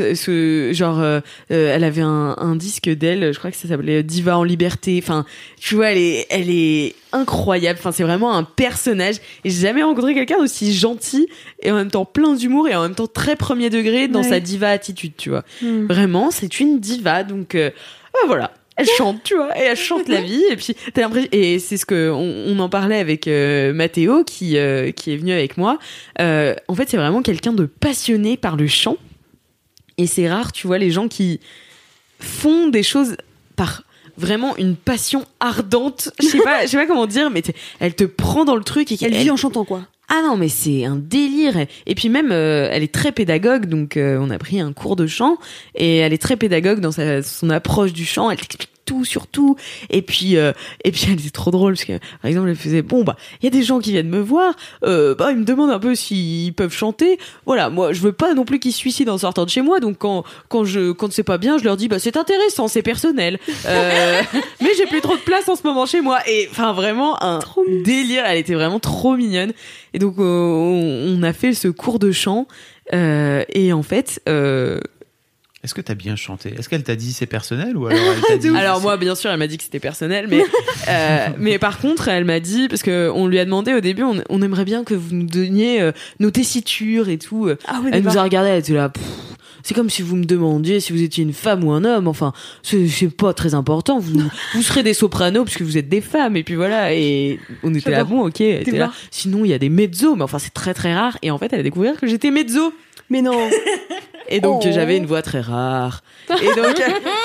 elle avait un disque d'elle, je crois que ça s'appelait Diva en liberté. Enfin, tu vois, elle est incroyable. Enfin, c'est vraiment un personnage. Et j'ai jamais rencontré quelqu'un d'aussi gentil et en même temps plein d'humour et en même temps très premier degré dans sa diva attitude, tu vois. Vraiment, c'est une diva. Donc voilà. Elle chante, tu vois, et elle chante la vie. Et puis t'as l'impression, et c'est ce que on en parlait avec Mathéo qui est venu avec moi. En fait, c'est vraiment quelqu'un de passionné par le chant. Et c'est rare, tu vois, les gens qui font des choses par vraiment une passion ardente. Je sais pas comment dire, mais elle te prend dans le truc et elle vit en chantant, quoi. Ah non, mais c'est un délire. Et puis même, elle est très pédagogue, donc on a pris un cours de chant, et elle est très pédagogue dans son approche du chant. Elle t'explique tout sur tout. Et puis elle était trop drôle parce que par exemple elle faisait il y a des gens qui viennent me voir, ils me demandent un peu s'ils peuvent chanter. Voilà, moi je veux pas non plus qu'ils se suicident en sortant de chez moi, donc quand c'est pas bien, je leur dis c'est intéressant, c'est personnel. Mais j'ai plus trop de place en ce moment chez moi. Et enfin vraiment un délire. Elle était vraiment trop mignonne. Et donc on a fait ce cours de chant et en fait est-ce que t'as bien chanté? Est-ce qu'elle t'a dit c'est personnel ou alors elle t'a dit... Alors moi, bien sûr, elle m'a dit que c'était personnel, mais par contre, elle m'a dit, parce que on lui a demandé au début, on aimerait bien que vous nous donniez nos tessitures et tout. Elle nous a regardé, elle était là, c'est comme si vous me demandiez si vous étiez une femme ou un homme. Enfin, c'est pas très important. Vous serez des sopranos parce que vous êtes des femmes. Et puis voilà. Et on était là, bon, ok. Elle était là. Sinon, il y a des mezzos, mais enfin, c'est très très rare. Et en fait, elle a découvert que j'étais mezzo. Mais non. Et donc, j'avais une voix très rare. Et donc,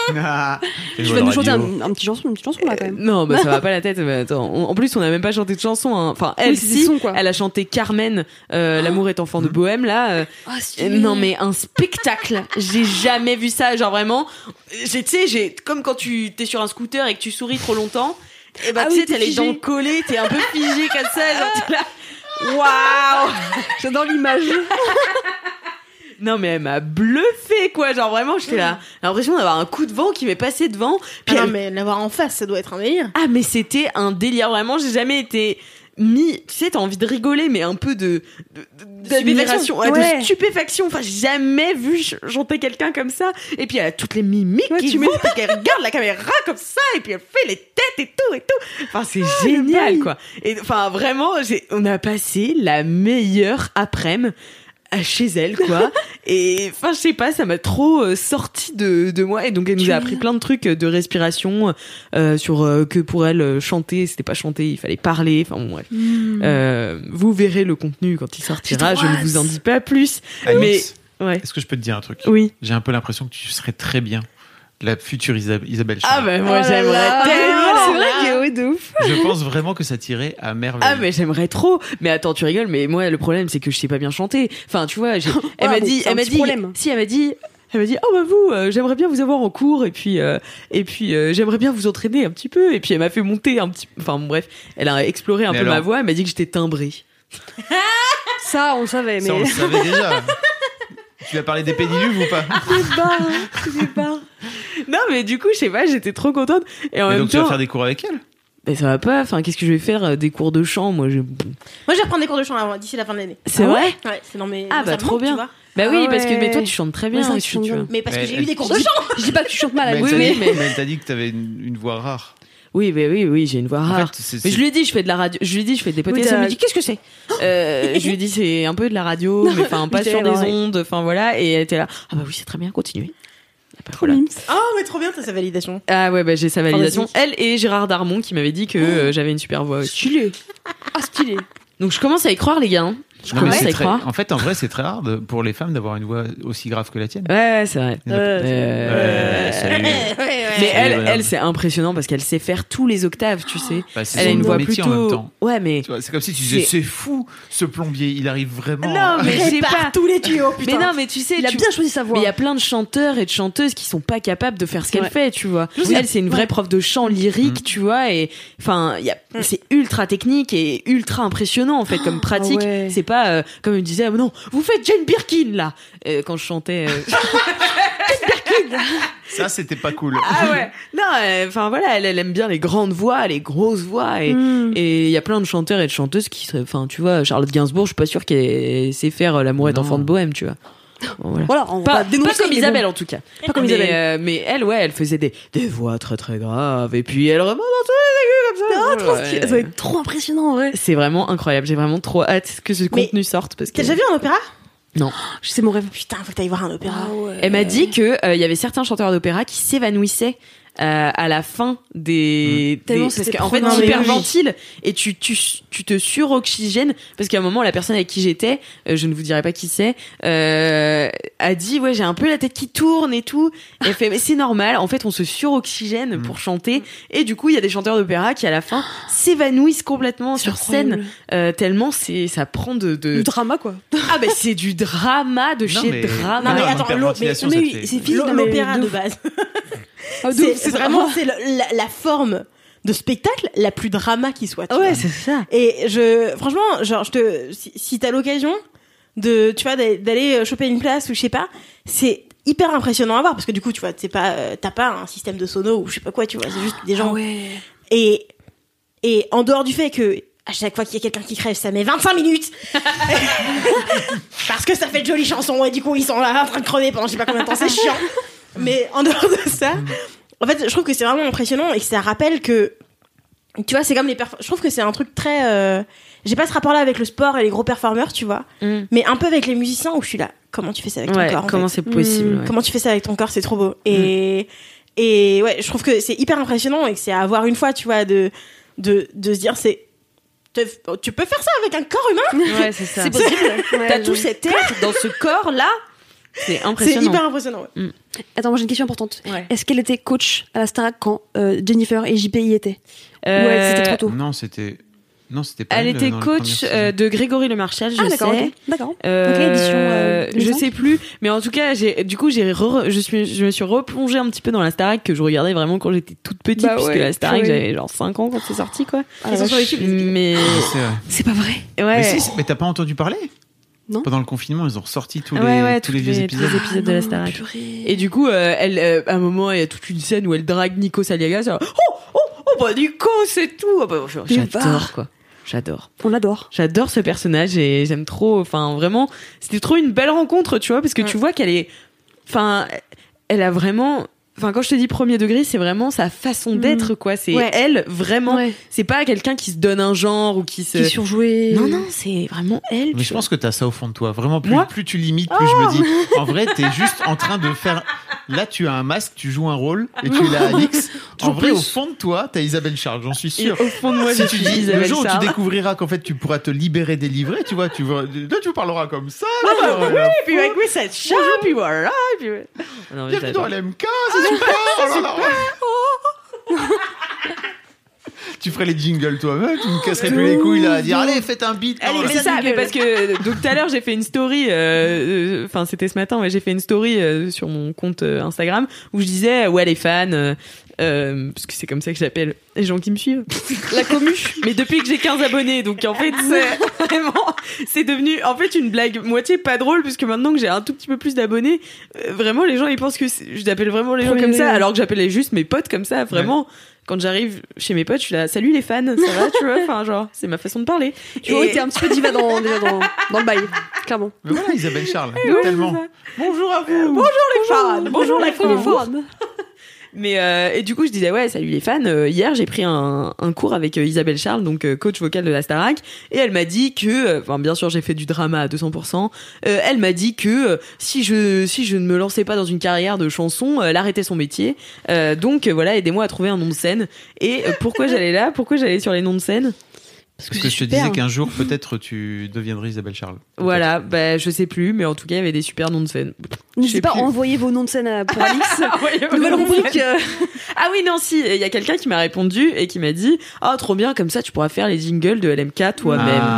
tu vas nous chanter une petite chanson là quand même. Non, bah ça va pas la tête. Mais attends, en plus, on n'a même pas chanté de chanson. Hein. Enfin, elle, elle a chanté Carmen, L'amour est enfant de Bohème là. Non, mais un spectacle. J'ai jamais vu ça. Genre vraiment, tu sais, j'ai comme quand t'es sur un scooter et que tu souris trop longtemps. Et bah tu sais, t'as les dents collées, t'es un peu figé comme ça. Genre t'es là. Waouh, j'adore l'image. Non mais elle m'a bluffé quoi, genre vraiment j'étais là, l'impression d'avoir un coup de vent qui m'est passé devant. Puis non mais l'avoir en face ça doit être un délire. Ah mais c'était un délire vraiment, j'ai jamais été tu sais t'as envie de rigoler mais un peu d'admiration, de stupéfaction. Enfin j'ai jamais vu chanter quelqu'un comme ça. Et puis elle a toutes les mimiques qui vont, puis qu'elle regarde la caméra comme ça et puis elle fait les têtes et tout. Enfin c'est génial quoi. Et enfin vraiment on a passé la meilleure après-midi chez elle quoi. Et enfin je sais pas, ça m'a trop sorti de moi. Et donc elle nous a appris plein de trucs de respiration sur que pour elle chanter c'était pas chanter, il fallait parler. Enfin bon bref. Vous verrez le contenu quand il sortira, je ne vous en dis pas plus. Alix, mais est-ce que je peux te dire un truc? Oui. J'ai un peu l'impression que tu serais très bien la future Isabelle Charles. Ah bah moi j'aimerais tellement. C'est vrai que oui, de ouf. Je pense vraiment que ça tirait à merveille. Ah mais j'aimerais trop. Mais attends, tu rigoles, mais moi le problème c'est que je sais pas bien chanter. Enfin tu vois, elle m'a dit oh bah vous j'aimerais bien vous avoir en cours et puis j'aimerais bien vous entraîner un petit peu. Et puis elle m'a fait monter un petit, enfin bon, bref, elle a exploré un peu ma voix, elle m'a dit que j'étais timbrée. Ça on le savait, mais ça on le savait déjà. Tu as parlé des pédiluves ou pas? Je sais pas. Non, mais du coup, je sais pas, j'étais trop contente. Et en même donc, temps, tu vas faire des cours avec elle? Mais ça va pas. Enfin, qu'est-ce que je vais faire? Des cours de chant, moi, je vais reprendre des cours de chant d'ici la fin de l'année. C'est vrai? Ouais, c'est dans mes. Ah, bah, trop bien. Bah oui, parce que mais toi, tu chantes très bien. Mais parce que j'ai eu des cours de chant. Je dis pas que tu chantes mal. Mais elle t'a dit que t'avais une voix rare. Oui, j'ai une voix rare. Mais je lui ai dit, je fais de la radio. Je lui ai dit, je fais des podcasts. Elle me dit, qu'est-ce que c'est? Je lui ai dit, c'est un peu de la radio, mais enfin, pas sur des ondes. Enfin, voilà. Et elle était là. Ah bah oui, c'est très bien, continuez. Voilà. Oh, mais trop bien, t'as sa validation. Ah ouais, bah j'ai sa validation. Elle et Gérard Darmon qui m'avaient dit que j'avais une super voix. Stylé. Ah, stylé. Donc je commence à y croire, les gars. Hein. Je commence à y croire. En fait, en vrai, c'est très rare pour les femmes d'avoir une voix aussi grave que la tienne. Ouais, c'est vrai. Salut. Mais elle, c'est impressionnant parce qu'elle sait faire tous les octaves, tu sais. Bah, elle a une voix plutôt. En même temps. Ouais, mais. C'est comme si tu disais, c'est fou, ce plombier, il arrive vraiment. Non, mais c'est pas tous les tuyaux, putain. Mais non, mais tu sais, il a bien choisi sa voix. Mais il y a plein de chanteurs et de chanteuses qui sont pas capables de faire ce qu'elle fait, tu vois. Elle, c'est une vraie prof de chant lyrique, tu vois, et enfin, c'est ultra technique et ultra impressionnant en fait comme pratique. C'est pas comme elle me disait, non, vous faites Jane Birkin là quand je chantais. Jane Birkin. Ça, c'était pas cool. Ah ouais. Non, enfin voilà, elle aime bien les grandes voix, les grosses voix, et il y a plein de chanteurs et de chanteuses qui seraient, enfin tu vois, Charlotte Gainsbourg, je suis pas sûre qu'elle sait faire L'amour est enfant de Bohème, tu vois. Voilà, on pas comme Isabelle en tout cas. Pas comme Isabelle. Mais elle, ouais, elle faisait des voix très très graves, et puis elle remonte dans tous les aigus comme ça. Trop stylé. Ça va être trop impressionnant en vrai. C'est vraiment incroyable. J'ai vraiment trop hâte que ce contenu sorte parce que. T'as déjà vu un opéra? Non. C'est mon rêve. Putain, faut que t'ailles voir un opéra. Ah ouais. Elle m'a dit que il y avait certains chanteurs d'opéra qui s'évanouissaient à la fin parce qu'en fait tu hyperventiles et tu te suroxygènes parce qu'à un moment la personne avec qui j'étais, je ne vous dirai pas qui c'est, a dit ouais, j'ai un peu la tête qui tourne et tout, et elle fait mais c'est normal, en fait on se suroxygène pour chanter, et du coup il y a des chanteurs d'opéra qui à la fin s'évanouissent complètement sur scène tellement ça prend du drama quoi. Ah ben c'est du drama de chez drama. Non mais attends, c'est l'opéra de base. C'est vraiment la forme de spectacle la plus drama qui soit. Ouais, c'est ça. Et franchement, genre, si t'as l'occasion de, tu vois, d'aller choper une place ou je sais pas, c'est hyper impressionnant à voir parce que du coup, tu vois, t'as pas un système de sono ou je sais pas quoi, tu vois, c'est juste des gens. Ah ouais. Et en dehors du fait que à chaque fois qu'il y a quelqu'un qui crève, ça met 25 minutes. Parce que ça fait de jolies chansons et du coup, ils sont là en train de crever pendant je sais pas combien de temps, c'est chiant. Mais en dehors de ça, en fait, je trouve que c'est vraiment impressionnant et que ça rappelle que, tu vois, c'est comme je trouve que c'est un truc très, j'ai pas ce rapport-là avec le sport et les gros performeurs, tu vois, mais un peu avec les musiciens où je suis là. comment tu fais ça avec ton corps, comment c'est possible, comment tu fais ça avec ton corps, c'est trop beau. Et ouais, je trouve que c'est hyper impressionnant et que c'est à voir une fois, tu vois, de se dire, tu peux faire ça avec un corps humain. Ouais, c'est ça. C'est possible. T'as tout cet air dans ce corps là. C'est impressionnant. C'est hyper impressionnant. Ouais. Attends, moi j'ai une question importante. Ouais. Est-ce qu'elle était coach à la Starac quand Jennifer et JP y étaient Ouais, c'était trop tôt. Non, c'était pas elle était coach de Grégory Le Marchal, je d'accord, sais. Okay. D'accord. Je sais plus, mais en tout cas, je me suis replongée un petit peu dans la Starac que je regardais vraiment quand j'étais toute petite, puisque la Starac j'avais genre 5 ans quand c'est sorti, quoi. Ils sont sur YouTube. Mais c'est pas vrai. Ouais. Mais t'as pas entendu parler? Non. Pendant le confinement, ils ont ressorti tous les vieux épisodes. Tous les épisodes de la Starac. Et du coup, elle, à un moment, il y a toute une scène où elle drague Nikos Aliagas. Bah Nikos, c'est tout. J'adore, quoi. J'adore. On l'adore. J'adore ce personnage et j'aime trop. Enfin, vraiment, c'était trop une belle rencontre, tu vois, parce que tu vois qu'elle est. Enfin, elle a vraiment. Enfin, quand je te dis premier degré, c'est vraiment sa façon d'être, quoi. C'est elle, vraiment. Ouais. C'est pas quelqu'un qui se donne un genre ou qui est surjoué. Non, c'est vraiment elle. Mais je pense que t'as ça au fond de toi. Vraiment, plus tu limites, plus je me dis, en vrai, t'es juste en train de faire. Là, tu as un masque, tu joues un rôle et tu es la Alix. En vrai, au fond de toi, t'as Isabelle Charles, j'en suis sûr. Au fond de moi, si tu dis, Isabelle le jour où Charles. Tu découvriras qu'en fait, tu pourras te libérer, délivrer, tu vois, là, tu parleras comme ça. Puis avec cette chat, puis voilà. Bienvenue dans l'MK, c'est super. Tu ferais les jingles toi-même, tu me casserais plus les couilles là à dire allez faites un beat. Allez, mais ça, mais parce que donc tout à l'heure j'ai fait une story, enfin c'était ce matin, j'ai fait une story sur mon compte Instagram où je disais ouais les fans, parce que c'est comme ça que j'appelle les gens qui me suivent, la commu. Mais depuis que j'ai 15 abonnés, donc en fait c'est vraiment, c'est devenu en fait une blague moitié pas drôle puisque maintenant que j'ai un tout petit peu plus d'abonnés, vraiment les gens ils pensent que j'appelle vraiment les gens comme ça, alors que j'appelais juste mes potes comme ça, vraiment. Ouais. Quand j'arrive chez mes potes, je suis là, salut les fans, ça va, tu vois, enfin genre, c'est ma façon de parler. Tu vois, t'es un petit peu diva dans le bail, clairement. Mais voilà, Isabelle Charles, tellement. Bonjour à vous. Bonjour les fans. Bonjour les fans. Mais et du coup je disais ouais salut les fans, hier j'ai pris un cours avec Isabelle Charles, donc coach vocal de la Starac, et elle m'a dit que bien sûr j'ai fait du drama à 200%, elle m'a dit que si je ne me lançais pas dans une carrière de chanson, elle arrêtait son métier, donc voilà, aidez-moi à trouver un nom de scène. Et pourquoi j'allais sur les noms de scène? Parce que je te disais qu'un jour, peut-être, tu deviendrais Isabelle Charles. Peut-être. Voilà, je sais plus, mais en tout cas, il y avait des super noms de scène. N'hésitez pas à envoyer vos noms de scène pour Alix. Nouvelle rubrique. Ah oui, non, si. Il y a quelqu'un qui m'a répondu et qui m'a dit « Ah, trop bien, comme ça, tu pourras faire les jingles de LMK toi-même. »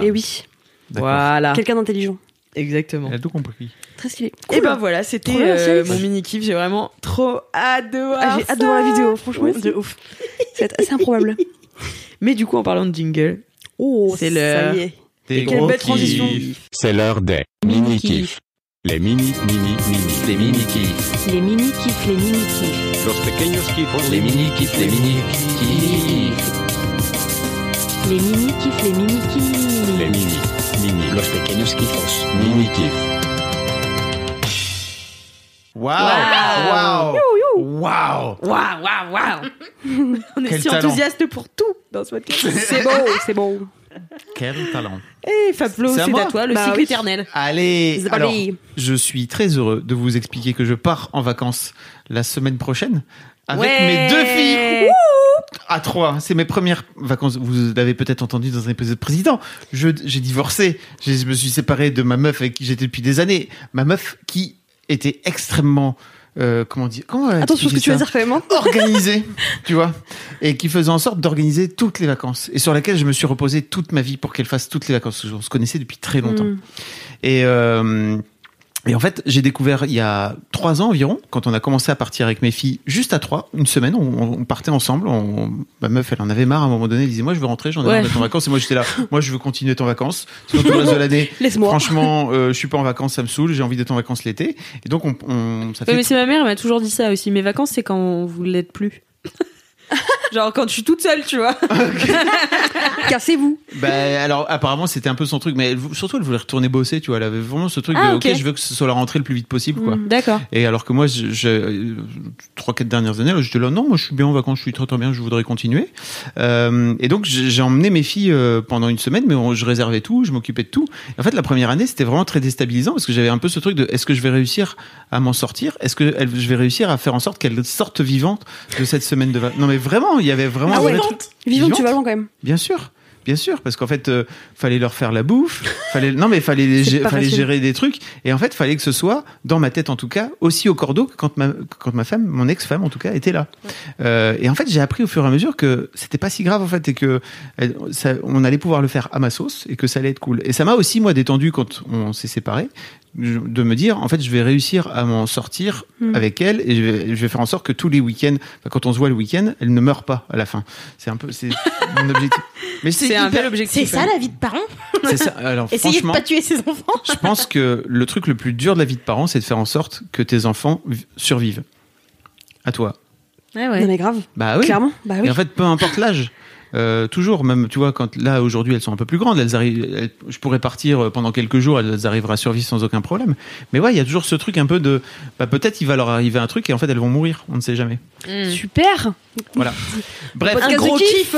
Et oui. D'accord. Voilà. Quelqu'un d'intelligent. Exact. Elle a tout compris. Très stylé. Cool. Et ben voilà, c'était mon mini-kiff. J'ai vraiment trop hâte de voir j'ai hâte de voir la vidéo, franchement. De ouf. C'est assez improbable. Mais du coup, en parlant de jingle, c'est l'heure. Ça y est. Quelle belle transition. C'est l'heure des mini-kiffs. Les mini-kiffs. Les mini-kiffs. Los pequeños kiffos. Les mini-kiffs. Les mini-kiffs. Les mini-kiffs. Les mini. Los pequeños kiffos. Mini-kiffs. Waouh. On est Quel si enthousiaste pour tout dans ce podcast. C'est beau. Quel talent. Et Fablo, c'est à toi, le cycle éternel. Allez, alors, je suis très heureux de vous expliquer que je pars en vacances la semaine prochaine avec mes 2 filles. À 3, c'est mes premières vacances. Vous l'avez peut-être entendu dans un épisode précédent. J'ai divorcé. Je me suis séparé de ma meuf avec qui j'étais depuis des années. Ma meuf qui était extrêmement attention ce que tu vas dire quand même, hein. Organisée, tu vois, et qui faisait en sorte d'organiser toutes les vacances et sur laquelle je me suis reposé toute ma vie pour qu'elle fasse toutes les vacances. On se connaissait depuis très longtemps. Et en fait, j'ai découvert il y a 3 ans environ, quand on a commencé à partir avec mes filles, juste à 3, une semaine, on partait ensemble. Ma meuf, elle en avait marre à un moment donné, elle disait moi je veux rentrer, j'en ai marre d'être en vacances. Et moi j'étais là, moi je veux continuer d'être en vacances. Sinon tout le reste de l'année, franchement, je suis pas en vacances, ça me saoule, j'ai envie d'être en vacances l'été. Et donc ça fait. Mais c'est ma mère, elle m'a toujours dit ça aussi. Mes vacances, c'est quand vous l'êtes plus. Genre quand je suis toute seule, tu vois. Cassez-vous. Alors apparemment c'était un peu son truc, mais surtout elle voulait retourner bosser, tu vois. Elle avait vraiment ce truc de ok, je veux que ce soit la rentrée le plus vite possible, quoi. D'accord. Et alors que moi, 3-4 dernières années, j'étais là, non, moi je suis bien en vacances, je suis très très bien, je voudrais continuer. Et donc j'ai emmené mes filles pendant une semaine, mais je réservais tout, je m'occupais de tout. Et en fait, la première année, c'était vraiment très déstabilisant parce que j'avais un peu ce truc de est-ce que je vais réussir à m'en sortir ? Est-ce que je vais réussir à faire en sorte qu'elle sorte vivante de cette semaine de vacances ? Non mais vraiment, il y avait vraiment un vrai truc. Vivante, tu vas loin quand même. Bien sûr, parce qu'en fait, fallait leur faire la bouffe, fallait gérer des trucs, et en fait, fallait que ce soit, dans ma tête en tout cas, aussi au cordeau que quand ma femme, mon ex-femme en tout cas, était là. Et en fait, j'ai appris au fur et à mesure que c'était pas si grave en fait, et que on allait pouvoir le faire à ma sauce, et que ça allait être cool. Et ça m'a aussi moi détendu quand on s'est séparés, de me dire en fait je vais réussir à m'en sortir avec elle, et je vais faire en sorte que tous les week-ends, quand on se voit le week-end, elle ne meurt pas à la fin. C'est mon objectif. Mais c'est un bel objectif. C'est ça la vie de parent. C'est ça. Alors Essayez de pas tuer ses enfants. Je pense que le truc le plus dur de la vie de parent, c'est de faire en sorte que tes enfants survivent. À toi. Ah ouais. Non mais grave. Bah oui. Clairement. Bah oui. Et en fait, peu importe l'âge. Toujours, même, tu vois, quand là aujourd'hui elles sont un peu plus grandes, je pourrais partir pendant quelques jours, elles arriveraient à survivre sans aucun problème. Mais ouais, il y a toujours ce truc un peu de, peut-être il va leur arriver un truc et en fait elles vont mourir, on ne sait jamais. Super. Voilà. Bref, un gros kiff.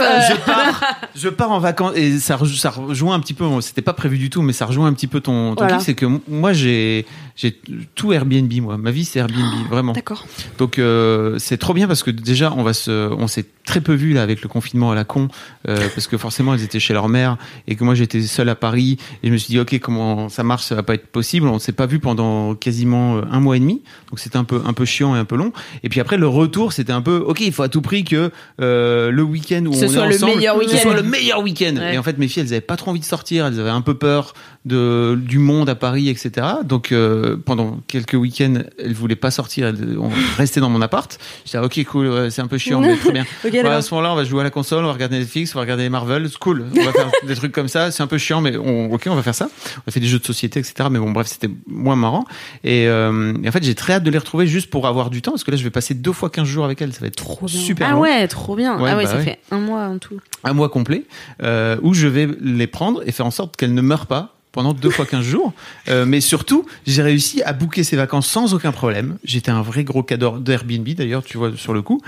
Je pars en vacances et ça rejoint un petit peu. C'était pas prévu du tout, mais ça rejoint un petit peu ton kiff, c'est que moi j'ai tout Airbnb. Moi, ma vie c'est Airbnb, vraiment. D'accord. Donc c'est trop bien parce que déjà on s'est très peu vu là avec le confinement à la con, parce que forcément elles étaient chez leur mère et que moi j'étais seul à Paris et je me suis dit ok, comment ça marche, ça va pas être possible. On s'est pas vu pendant quasiment 1 mois et demi, donc c'était un peu chiant et un peu long. Et puis après le retour c'était un peu ok, il faut à tout prix que le week-end où on est ensemble, ce soit le meilleur week-end. Ouais. Et en fait mes filles elles avaient pas trop envie de sortir, elles avaient un peu peur du monde à Paris, etc. Donc pendant quelques week-ends elles voulaient pas sortir, on restait dans mon appart. J'étais ok cool, c'est un peu chiant mais très bien. Okay, à ce moment-là on va jouer à la console, on va regarder Netflix, on va regarder Marvel, c'est cool, on va faire des trucs comme ça, c'est un peu chiant mais on va faire ça. On a fait des jeux de société, etc. Mais bon bref, c'était moins marrant et en fait j'ai très hâte de les retrouver juste pour avoir du temps parce que là je vais passer 2 fois 15 jours avec elles, ça va être trop super long. Ah ouais, trop bien. Ouais, ça fait 1 mois en tout. 1 mois complet où je vais les prendre et faire en sorte qu'elles ne meurent pas pendant 2 fois 15 jours. Mais surtout, j'ai réussi à booker ces vacances sans aucun problème. J'étais un vrai gros cadeau d'Airbnb d'ailleurs, tu vois, sur le coup.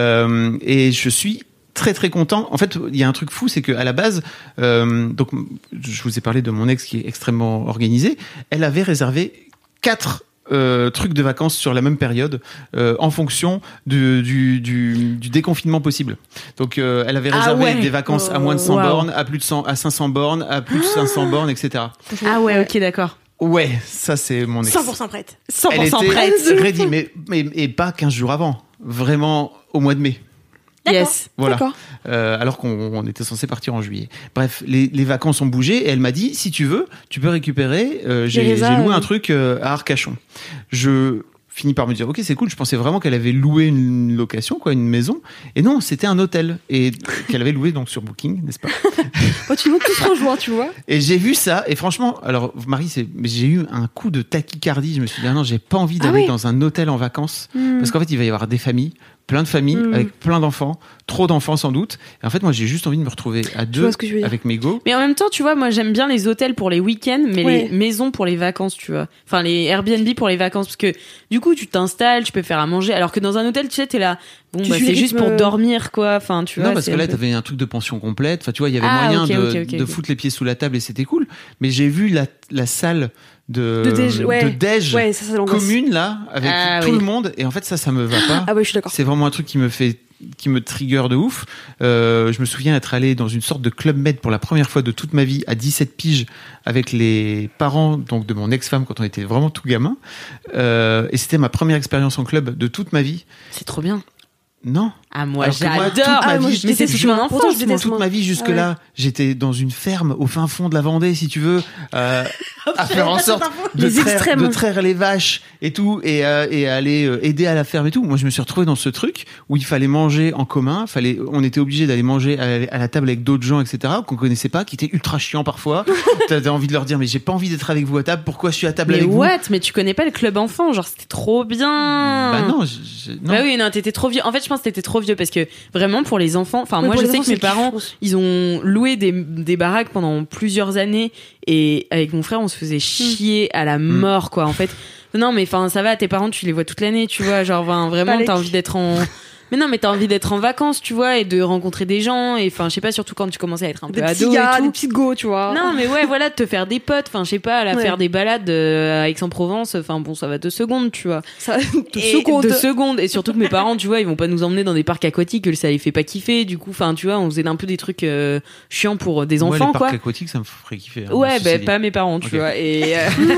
Et je suis très très content. En fait, il y a un truc fou, c'est que à la base, donc je vous ai parlé de mon ex qui est extrêmement organisé. Elle avait réservé 4 trucs de vacances sur la même période en fonction du déconfinement possible. Donc elle avait réservé des vacances à moins de 100 bornes, à plus de 100, à 500 bornes, à plus de 500 bornes, etc. Ah ouais, ok, d'accord. Ouais, ça c'est mon ex. 100% prête. 100% prête. Ready, mais pas 15 jours avant. Vraiment au mois de mai. Yes. Voilà. Alors qu'on était censé partir en juillet. Bref, les vacances ont bougé et elle m'a dit si tu veux, tu peux récupérer. J'ai loué un truc à Arcachon. Je finis par me dire ok, c'est cool. Je pensais vraiment qu'elle avait loué une location, quoi, une maison. Et non, c'était un hôtel et qu'elle avait loué donc sur Booking, n'est-ce pas? Tu nous tous rejoints, tu vois. Et j'ai vu ça et franchement, alors Marie, j'ai eu un coup de tachycardie. Je me suis dit non, j'ai pas envie d'aller dans un hôtel en vacances parce qu'en fait, il va y avoir des familles. Plein de familles, avec plein d'enfants, trop d'enfants sans doute. Et en fait, moi, j'ai juste envie de me retrouver à 2 avec mes go. Mais en même temps, tu vois, moi, j'aime bien les hôtels pour les week-ends, mais les maisons pour les vacances, tu vois. Enfin, les Airbnb pour les vacances, parce que du coup, tu t'installes, tu peux faire à manger. Alors que dans un hôtel, tu sais, t'es là. Bon, c'est juste pour dormir, quoi. Enfin, tu vois. Non, parce que là, t'avais un truc de pension complète. Enfin, tu vois, il y avait moyen de foutre les pieds sous la table et c'était cool. Mais j'ai vu la salle de déj commune là avec tout le monde et en fait ça me va pas. Ah ouais, je suis d'accord. C'est vraiment un truc qui me trigger de ouf. Je me souviens être allé dans une sorte de Club Med pour la première fois de toute ma vie à 17 piges avec les parents donc de mon ex-femme quand on était vraiment tout gamin. Et c'était ma première expérience en club de toute ma vie. C'est trop bien. Non. Ah, moi, j'adore. Mais c'est toute mon enfance. Toute ma vie jusque-là, j'étais dans une ferme au fin fond de la Vendée, si tu veux, à faire en sorte de traire les vaches et tout, et aller aider à la ferme et tout. Moi, je me suis retrouvé dans ce truc où il fallait manger en commun, on était obligé d'aller manger à la table avec d'autres gens, etc., qu'on connaissait pas, qui étaient ultra chiants parfois. T'avais envie de leur dire, mais j'ai pas envie d'être avec vous à table, pourquoi je suis à table avec vous? Mais tu connais pas le club enfant, genre, c'était trop bien. Bah non, Bah oui, non, t'étais trop vieux. En fait, je pense que t'étais trop trop vieux parce que vraiment pour les enfants, enfin moi je sais que mes parents ils ont loué des baraques pendant plusieurs années et avec mon frère on se faisait chier à la mort quoi en fait. Non mais enfin ça va, tes parents tu les vois toute l'année, tu vois, genre vraiment t'as envie d'être en mais non, mais t'as envie d'être en vacances, tu vois, et de rencontrer des gens, et enfin, je sais pas, surtout quand tu commençais à être un peu ado et tout. Des petites go, tu vois. Non, mais ouais, voilà, de te faire des potes, enfin, je sais pas, faire des balades à Aix-en-Provence, enfin, bon, ça va 2 secondes, tu vois. Ça va 2 secondes. Et surtout que mes parents, tu vois, ils vont pas nous emmener dans des parcs aquatiques, que ça les fait pas kiffer, du coup, enfin, tu vois, on faisait un peu des trucs chiants pour des enfants, quoi. Les parcs aquatiques, ça me ferait kiffer. Hein, ouais, pas mes parents, tu vois, et...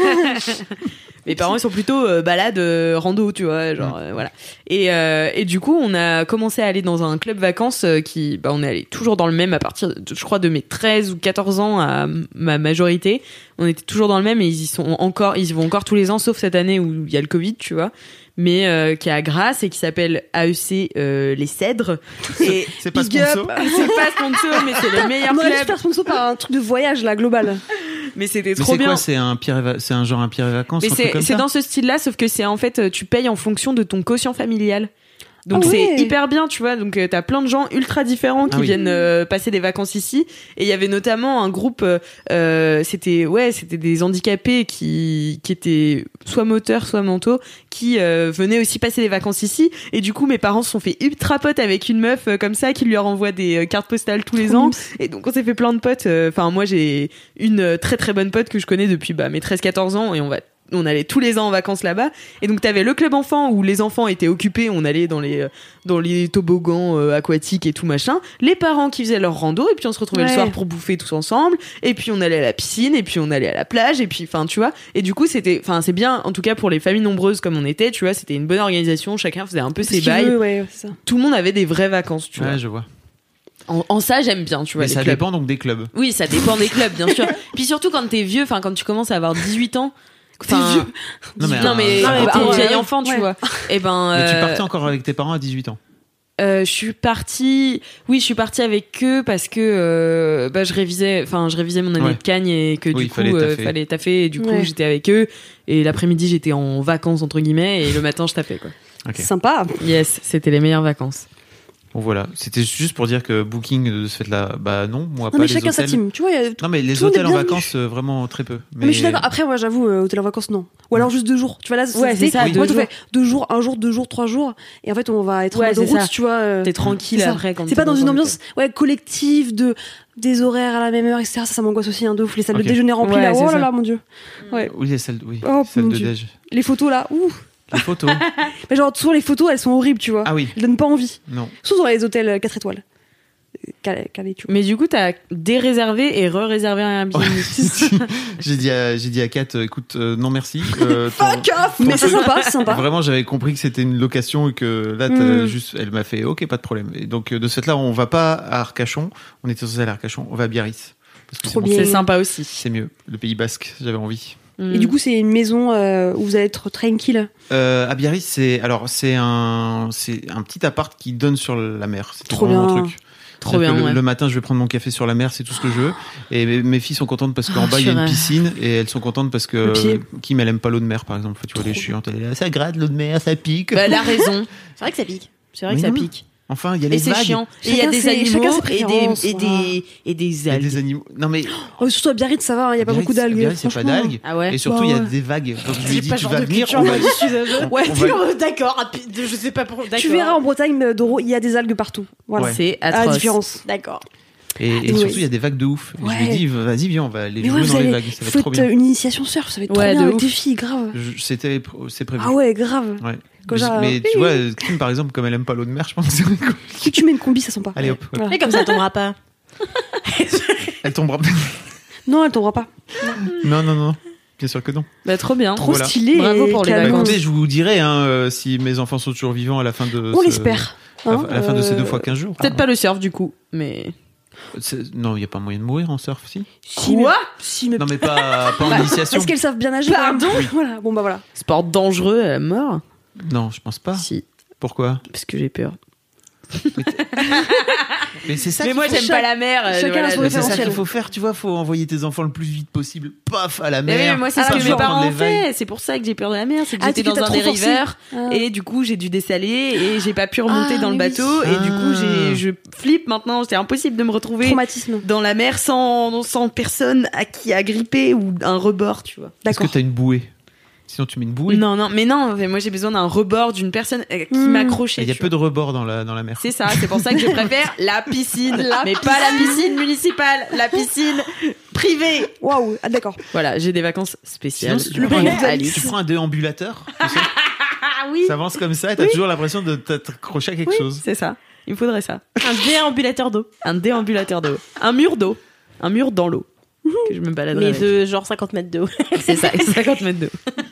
Mes parents ils sont plutôt balade rando tu vois genre voilà et du coup on a commencé à aller dans un club vacances on est allé toujours dans le même à partir de, je crois de mes 13 ou 14 ans à ma majorité on était toujours dans le même et ils y vont encore tous les ans sauf cette année où il y a le Covid tu vois mais qui est à Grasse et qui s'appelle AEC Les Cèdres et c'est pas sponsor c'est pas sponsor mais c'est le meilleur club. On aurait dû faire sponsor par un truc de voyage là global. Mais c'était trop bien. Quoi, c'est un genre un Pierre et Vacances. Mais c'est dans ce style-là, sauf que c'est en fait tu payes en fonction de ton quotient familial. Donc c'est hyper bien, tu vois. Donc t'as plein de gens ultra différents qui viennent passer des vacances ici. Et il y avait notamment un groupe, c'était des handicapés qui étaient soit moteurs, soit mentaux, qui venaient aussi passer des vacances ici. Et du coup, mes parents se sont fait ultra potes avec une meuf comme ça qui lui renvoie des cartes postales tous les ans. Et donc on s'est fait plein de potes. Enfin moi j'ai une très très bonne pote que je connais depuis mes 13-14 ans et on allait tous les ans en vacances là-bas et donc t'avais le club enfant où les enfants étaient occupés, on allait dans les toboggans aquatiques et tout machin, les parents qui faisaient leur rando et puis on se retrouvait le soir pour bouffer tous ensemble et puis on allait à la piscine et puis on allait à la plage et puis enfin tu vois et du coup c'est bien en tout cas pour les familles nombreuses comme on était, tu vois, c'était une bonne organisation, chacun faisait un peu ses bails, tout le monde avait des vraies vacances, tu vois. Je vois. En ça j'aime bien, tu vois. Mais ça dépend donc des clubs. Oui, ça dépend des clubs bien sûr. Puis surtout quand t'es vieux, enfin quand tu commences à avoir 18 ans. Non mais un vieil enfant, tu vois. Et mais tu partais encore avec tes parents à 18 ans. Je suis partie avec eux parce que je révisais mon année de Cagne et que du coup fallait taffer et du coup j'étais avec eux et l'après-midi j'étais en vacances entre guillemets et le matin je taffais quoi. Okay. Sympa. Yes, c'était les meilleures vacances. Bon voilà, c'était juste pour dire que Booking de ce fait-là, non, moi pas mais les chacun hôtels. Sa team, tu vois. Non mais les hôtels en vacances vraiment très peu. Mais je suis d'accord. Après moi j'avoue hôtel en vacances non. Ou alors juste 2 jours. Tu vois là c'est ça. Moi tu fais 2 jours, 1 jour, 2 jours, 3 jours et en fait on va être en mode route, tu vois. T'es tranquille après quand c'est pas dans une ambiance collective des horaires à la même heure etc. Ça m'angoisse aussi de ouf, les salles de déjeuner remplies là. Oh là là mon dieu. Ouais. Oui les salles salles de déj. Les photos là. Les photos. Mais genre, souvent les photos elles sont horribles, tu vois. Ah oui. Elles donnent pas envie. Non. Surtout dans les hôtels 4 étoiles. Calé, tu vois. Mais du coup, t'as déréservé et re-réservé un Airbnb. J'ai dit à Kat, écoute, non merci. Fuck off. Mais c'est sympa. Vraiment, j'avais compris que c'était une location et que là, elle m'a fait, ok, pas de problème. Et donc, de ce fait-là, on va pas à Arcachon. On était censé aller à Arcachon. On va à Biarritz. Trop bien. C'est sympa aussi. C'est mieux. Le Pays Basque, j'avais envie. Et du coup, c'est une maison où vous allez être tranquille. À Biarritz, c'est un petit appart qui donne sur la mer. C'est trop bien. Mon truc. Trop bien. Le matin, je vais prendre mon café sur la mer, c'est tout ce que je veux. Et mes filles sont contentes parce qu'en bas il y a une piscine et elles sont contentes parce que Kim elle aime pas l'eau de mer par exemple. Tu vois, elle est chiante. Elle est là, ça gratte l'eau de mer, ça pique. Elle a raison. C'est vrai que ça pique. Ça pique. Enfin, il y a les vagues. C'est chiant. Et il y a des animaux et des algues. Des animaux. Non mais surtout à Biarritz, ça va, il y a pas beaucoup d'algues. Biarritz, c'est pas d'algues. Ah ouais. Et surtout, il y a des vagues. Donc je lui dis, tu vas venir. D'accord. Je sais pas pourquoi. Tu verras en Bretagne, Doro, il y a des algues partout. Voilà. C'est atroce. À la différence. D'accord. Et surtout, il y a des vagues de ouf. Je lui dis, vas-y, viens, on va aller jouer dans les vagues. Ça va être trop bien. Une initiation surf, ça va être trop bien avec tes filles, grave. C'est prévu. Ah ouais, grave. Ouais. Mais tu vois, Kim par exemple, comme elle aime pas l'eau de mer, je pense que c'est cool. Si tu mets une combi, ça sent pas. Allez hop. Et comme ça, elle tombera pas. Elle tombera pas. Non, elle tombera pas. Non. Bien sûr que non. Bah trop bien. Trop stylé. Bravo pour les vacances. Écoutez, je vous dirai si mes enfants sont toujours vivants à la fin de. On l'espère. À la fin de ces 2 fois 15 jours. Peut-être pas le surf du coup, mais. Non, il y a pas moyen de mourir en surf, si. Quoi ? Non, mais pas en initiation. Est-ce qu'elles savent bien nager ? Pardon ? Oui. Voilà. Bon bah voilà. Sport dangereux à la mort ? Non, je pense pas. Si. Pourquoi ? Parce que j'ai peur. Mais c'est ça. Mais moi, j'aime pas la mer. Chacun a son c'est ça référentiel. qu'il faut faire, tu vois. Faut envoyer tes enfants le plus vite possible. Paf, à la mer. Mais moi, c'est ce que mes parents ont fait. C'est pour ça que j'ai peur de la mer. C'est que j'étais dans un dériveur et du coup, j'ai dû dessaler et j'ai pas pu remonter dans le bateau et du coup, je flippe maintenant. C'était impossible de me retrouver dans la mer sans personne à qui agripper ou un rebord, tu vois. Est-ce que t'as une bouée? Sinon, tu mets une bouée. Non, moi j'ai besoin d'un rebord, d'une personne qui m'accrochait. Il y a peu de rebords dans la mer. C'est ça, c'est pour ça que je préfère la piscine. Mais pas la piscine municipale, la piscine privée. Waouh, d'accord. Voilà, j'ai des vacances spéciales. Sinon, tu prends un déambulateur, tu sais, oui. ça avance comme ça et t'as toujours l'impression de t'accrocher à quelque chose. C'est ça, il me faudrait ça. Un déambulateur d'eau. Un déambulateur d'eau. Un mur d'eau. Un mur dans l'eau. Que je me baladerais Mais de genre 50 mètres de haut. C'est ça, 50 mètres d'eau.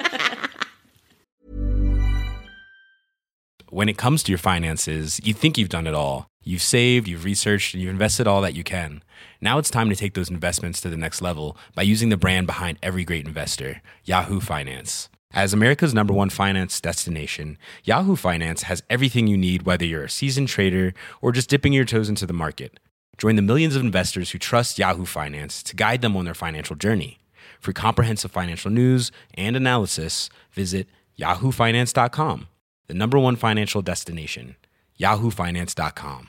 When it comes to your finances, you think you've done it all. You've saved, you've researched, and you've invested all that you can. Now it's time to take those investments to the next level by using the brand behind every great investor, Yahoo Finance. As America's #1 finance destination, Yahoo Finance has everything you need, whether you're a seasoned trader or just dipping your toes into the market. Join the millions of investors who trust Yahoo Finance to guide them on their financial journey. For comprehensive financial news and analysis, visit yahoofinance.com. The #1 financial destination, yahoofinance.com.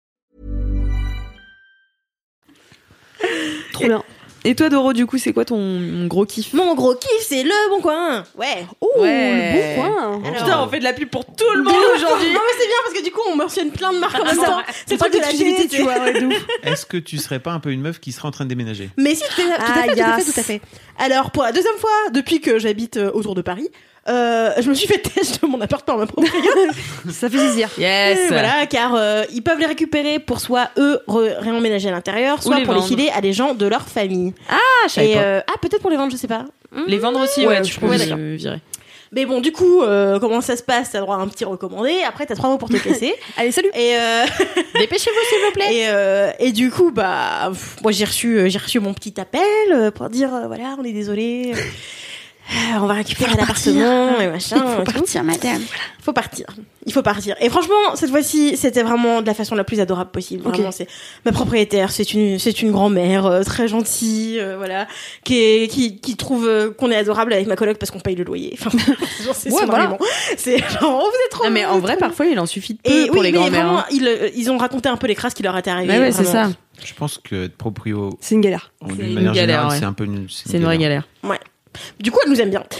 Trop bien. Et toi, Doro, du coup, c'est quoi ton gros kiff? Mon gros kiff, c'est le Bon Coin. Ouais. Oh, le Bon Coin. Putain, on fait de la pub pour tout le monde aujourd'hui. Non, mais c'est bien parce que du coup, on mentionne plein de marques en même temps. C'est pas de l'activité, tu vois. Ouais, Est-ce que tu serais pas un peu une meuf qui serait en train de déménager? Mais si, tout à fait. Alors, pour la deuxième fois depuis que j'habite autour de Paris, je me suis fait test de mon appart par ma propriétaire. Ça fait plaisir. Yes. Et voilà, car ils peuvent les récupérer pour soit eux réemménager à l'intérieur, soit pour les filer à des gens de leur famille. Ah, je savais pas. Peut-être pour les vendre, je sais pas. Les vendre aussi, ouais, tu peux d'accord. virer. Mais bon, du coup, comment ça se passe? T'as droit à un petit recommandé. Après, t'as 3 mots pour te casser. Allez, salut. Et dépêchez-vous, s'il vous plaît. Et du coup, bah, moi j'ai reçu mon petit appel pour dire voilà, on est désolé. On va récupérer l'appartement et machin. Il faut partir, madame. Il faut partir. Et franchement, cette fois-ci, c'était vraiment de la façon la plus adorable possible. Vraiment, c'est ma propriétaire, c'est une grand-mère très gentille, voilà, qui trouve qu'on est adorable avec ma coloc parce qu'on paye le loyer. Enfin, genre, c'est vraiment. C'est genre, vous êtes trop. Non, mais en vrai, parfois, il en suffit de peu pour les grand-mères. Vraiment, ils ont raconté un peu les crasses qui leur étaient arrivées. Ouais, c'est ça. Je pense que être proprio, c'est une galère. D'une manière générale, c'est un peu c'est une vraie galère. Ouais. Du coup, elle nous aime bien.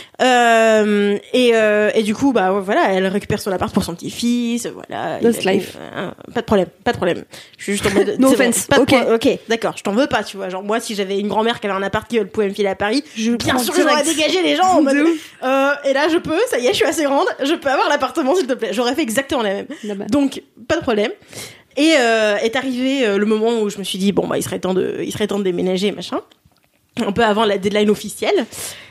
Et du coup, bah voilà, elle récupère son appart pour son petit-fils, voilà. That's life. Pas de problème. Je suis juste en mode. No offense. Bon, ok, d'accord, je t'en veux pas, tu vois. Genre, moi, si j'avais une grand-mère qui avait un appart qui pouvait me filer à Paris, bien sûr, j'aurais dégagé les gens en mode. Et là, je peux, ça y est, je suis assez grande, je peux avoir l'appartement, s'il te plaît. J'aurais fait exactement la même. Donc, pas de problème. Et est arrivé le moment où je me suis dit, bon, bah, il serait temps de déménager, machin. Un peu avant la deadline officielle.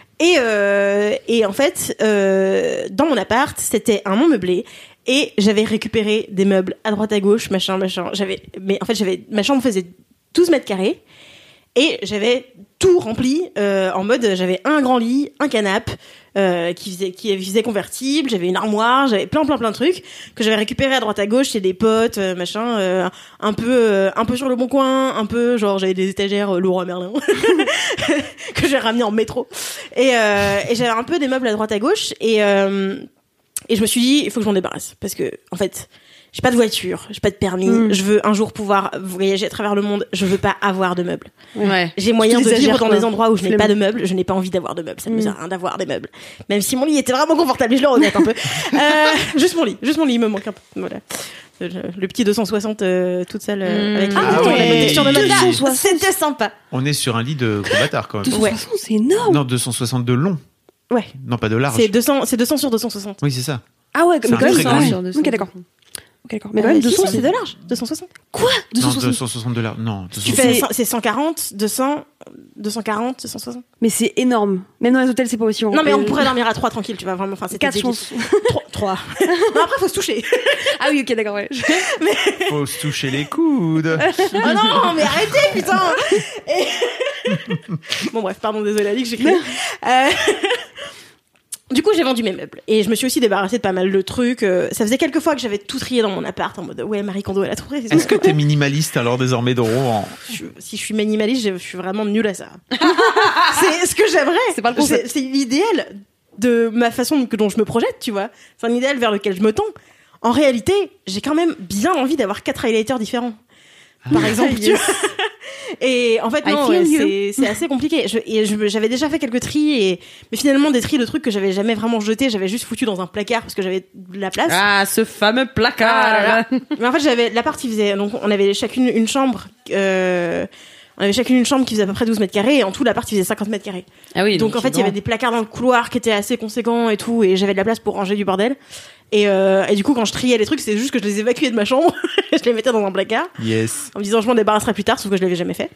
Et en fait, dans mon appart, c'était un non meublé. Et j'avais récupéré des meubles à droite à gauche, machin. Ma chambre faisait 12 mètres carrés. Et j'avais tout rempli en mode, j'avais un grand lit, un canapé qui faisait convertible, j'avais une armoire, j'avais plein de trucs que j'avais récupéré à droite à gauche chez des potes, machin, un peu sur le Bon Coin, un peu genre j'avais des étagères Leroy Merlin que j'ai ramené en métro et j'avais un peu des meubles à droite à gauche et je me suis dit il faut que je m'en débarrasse parce que en fait j'ai pas de voiture, j'ai pas de permis, je veux un jour pouvoir voyager à travers le monde, je veux pas avoir de meubles. Ouais. J'ai moyen de vivre dans des endroits où je n'ai pas de meubles, je n'ai pas envie d'avoir de meubles, ça me sert à rien d'avoir des meubles. Même si mon lit était vraiment confortable, et je le regrette un peu. Juste mon lit, il me manque un peu. Voilà. Le petit 260 toute seule avec la texture de matelas, c'était sympa. On est sur un lit de gros bâtard quand même. 260, c'est énorme. Non, 260 de long. Ouais. Non, pas de large. C'est 200 sur 260. Oui, c'est ça. Ah ouais, mais quand même grand lit. Ok, d'accord. Mais quand même 200, c'est de large. 260. Quoi? 260 Non, 260 de large. Non, 260. C'est 140, 200, 240, 260. Mais c'est énorme. Même dans les hôtels, c'est pas aussi grand. Non, mais on pourrait dormir à 3 tranquille, tu vois, vraiment. Enfin, c'était 4, je pense. 3. Non, après, faut se toucher. Ah oui, ok, d'accord, ouais. Faut se toucher les coudes. Oh non, mais arrêtez, putain. Bon, bref, pardon, désolé, Ali, que j'ai crié. Du coup, j'ai vendu mes meubles et je me suis aussi débarrassée de pas mal de trucs. Ça faisait quelques fois que j'avais tout trié dans mon appart en mode ouais, Marie Kondo elle a tout trié. Est-ce que t'es minimaliste alors désormais, Doro Si je suis minimaliste, je suis vraiment nulle à ça. C'est ce que j'aimerais. C'est pas le concept. C'est l'idéal de ma façon dont je me projette, tu vois. C'est un idéal vers lequel je me tends. En réalité, j'ai quand même bien envie d'avoir 4 highlighters différents. Par exemple, tu vois. Et en fait, non, c'est assez compliqué. J'avais déjà fait quelques tris, mais finalement, des tris de trucs que j'avais jamais vraiment jetés, j'avais juste foutu dans un placard parce que j'avais de la place. Ah, ce fameux placard! Ah, là. Mais en fait, j'avais la partie faisait, donc on avait chacune une chambre, qui faisait à peu près 12 mètres carrés, et en tout, la partie faisait 50 mètres carrés. Ah oui. Donc en fait, il y avait des placards dans le couloir qui étaient assez conséquents et tout, et j'avais de la place pour ranger du bordel. Et du coup, quand je triais les trucs, c'est juste que je les évacuais de ma chambre, je les mettais dans un placard. Yes. En me disant, je m'en débarrasserai plus tard, sauf que je l'avais jamais fait.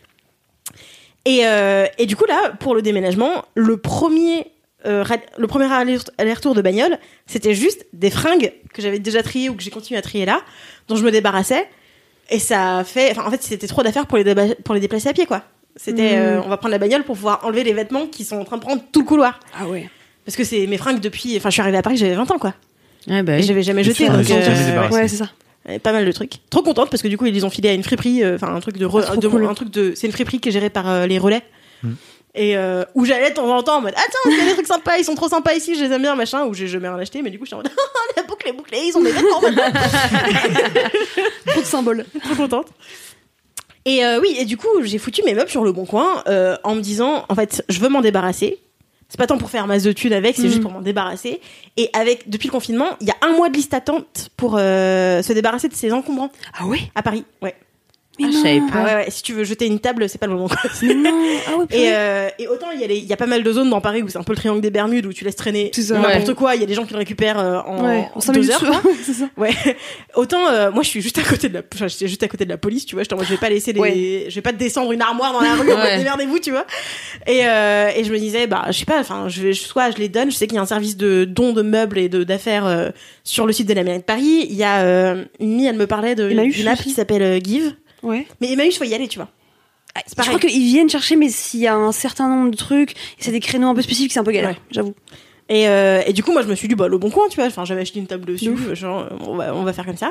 Et du coup, là, pour le déménagement, le premier aller-retour de bagnole, c'était juste des fringues que j'avais déjà triées ou que j'ai continué à trier là, dont je me débarrassais. Et ça a fait, en fait, c'était trop d'affaires pour les déplacer à pied, quoi. C'était, on va prendre la bagnole pour pouvoir enlever les vêtements qui sont en train de prendre tout le couloir. Ah ouais. Parce que c'est mes fringues depuis, je suis arrivée à Paris, j'avais 20 ans, quoi. Ouais, bah, et j'avais jamais jeté, donc ouais, c'est ça. Pas mal de trucs. Trop contente parce que du coup ils les ont filés à une friperie, un truc c'est une friperie qui est gérée par les relais. Et où j'allais de temps en temps en mode attends, il y a des trucs sympas, ils sont trop sympas ici, je les aime bien, machin, où j'ai jamais rien acheté, mais du coup j'étais en mode la boucle est bouclée, ils ont des vêtements maintenant. Trop de symboles. Trop contente. Et oui, et du coup j'ai foutu mes meubles sur le bon coin en me disant en fait je veux m'en débarrasser. C'est pas tant pour faire masse de thunes avec, c'est juste pour m'en débarrasser. Et depuis le confinement, il y a 1 mois de liste d'attente pour se débarrasser de ces encombrants. Ah ouais? À Paris, ouais. Mais je savais pas. Ah ouais, si tu veux jeter une table, c'est pas le moment. Mais non. Ah ouais, et autant il y a pas mal de zones dans Paris où c'est un peu le triangle des Bermudes où tu laisses traîner n'importe quoi, il y a des gens qui le récupèrent en 2 heures. Quoi. C'est ça. Ouais. Autant moi je suis juste à côté de la police, tu vois, je vais pas laisser je vais pas descendre une armoire dans la rue, démerdez-vous, tu vois. Et je me disais je sais pas, soit je les donne, je sais qu'il y a un service de don de meubles et d'affaires sur le site de la mairie de Paris, il y a une elle me parlait d'une app qui s'appelle Give. Ouais. Mais Emmaüs, faut y aller, tu vois. Je crois qu'ils viennent chercher, mais s'il y a un certain nombre de trucs, et c'est des créneaux un peu spécifiques, c'est un peu galère, j'avoue. Et du coup, moi, je me suis dit, le bon coin, tu vois. J'avais acheté une table dessus, genre, on va faire comme ça.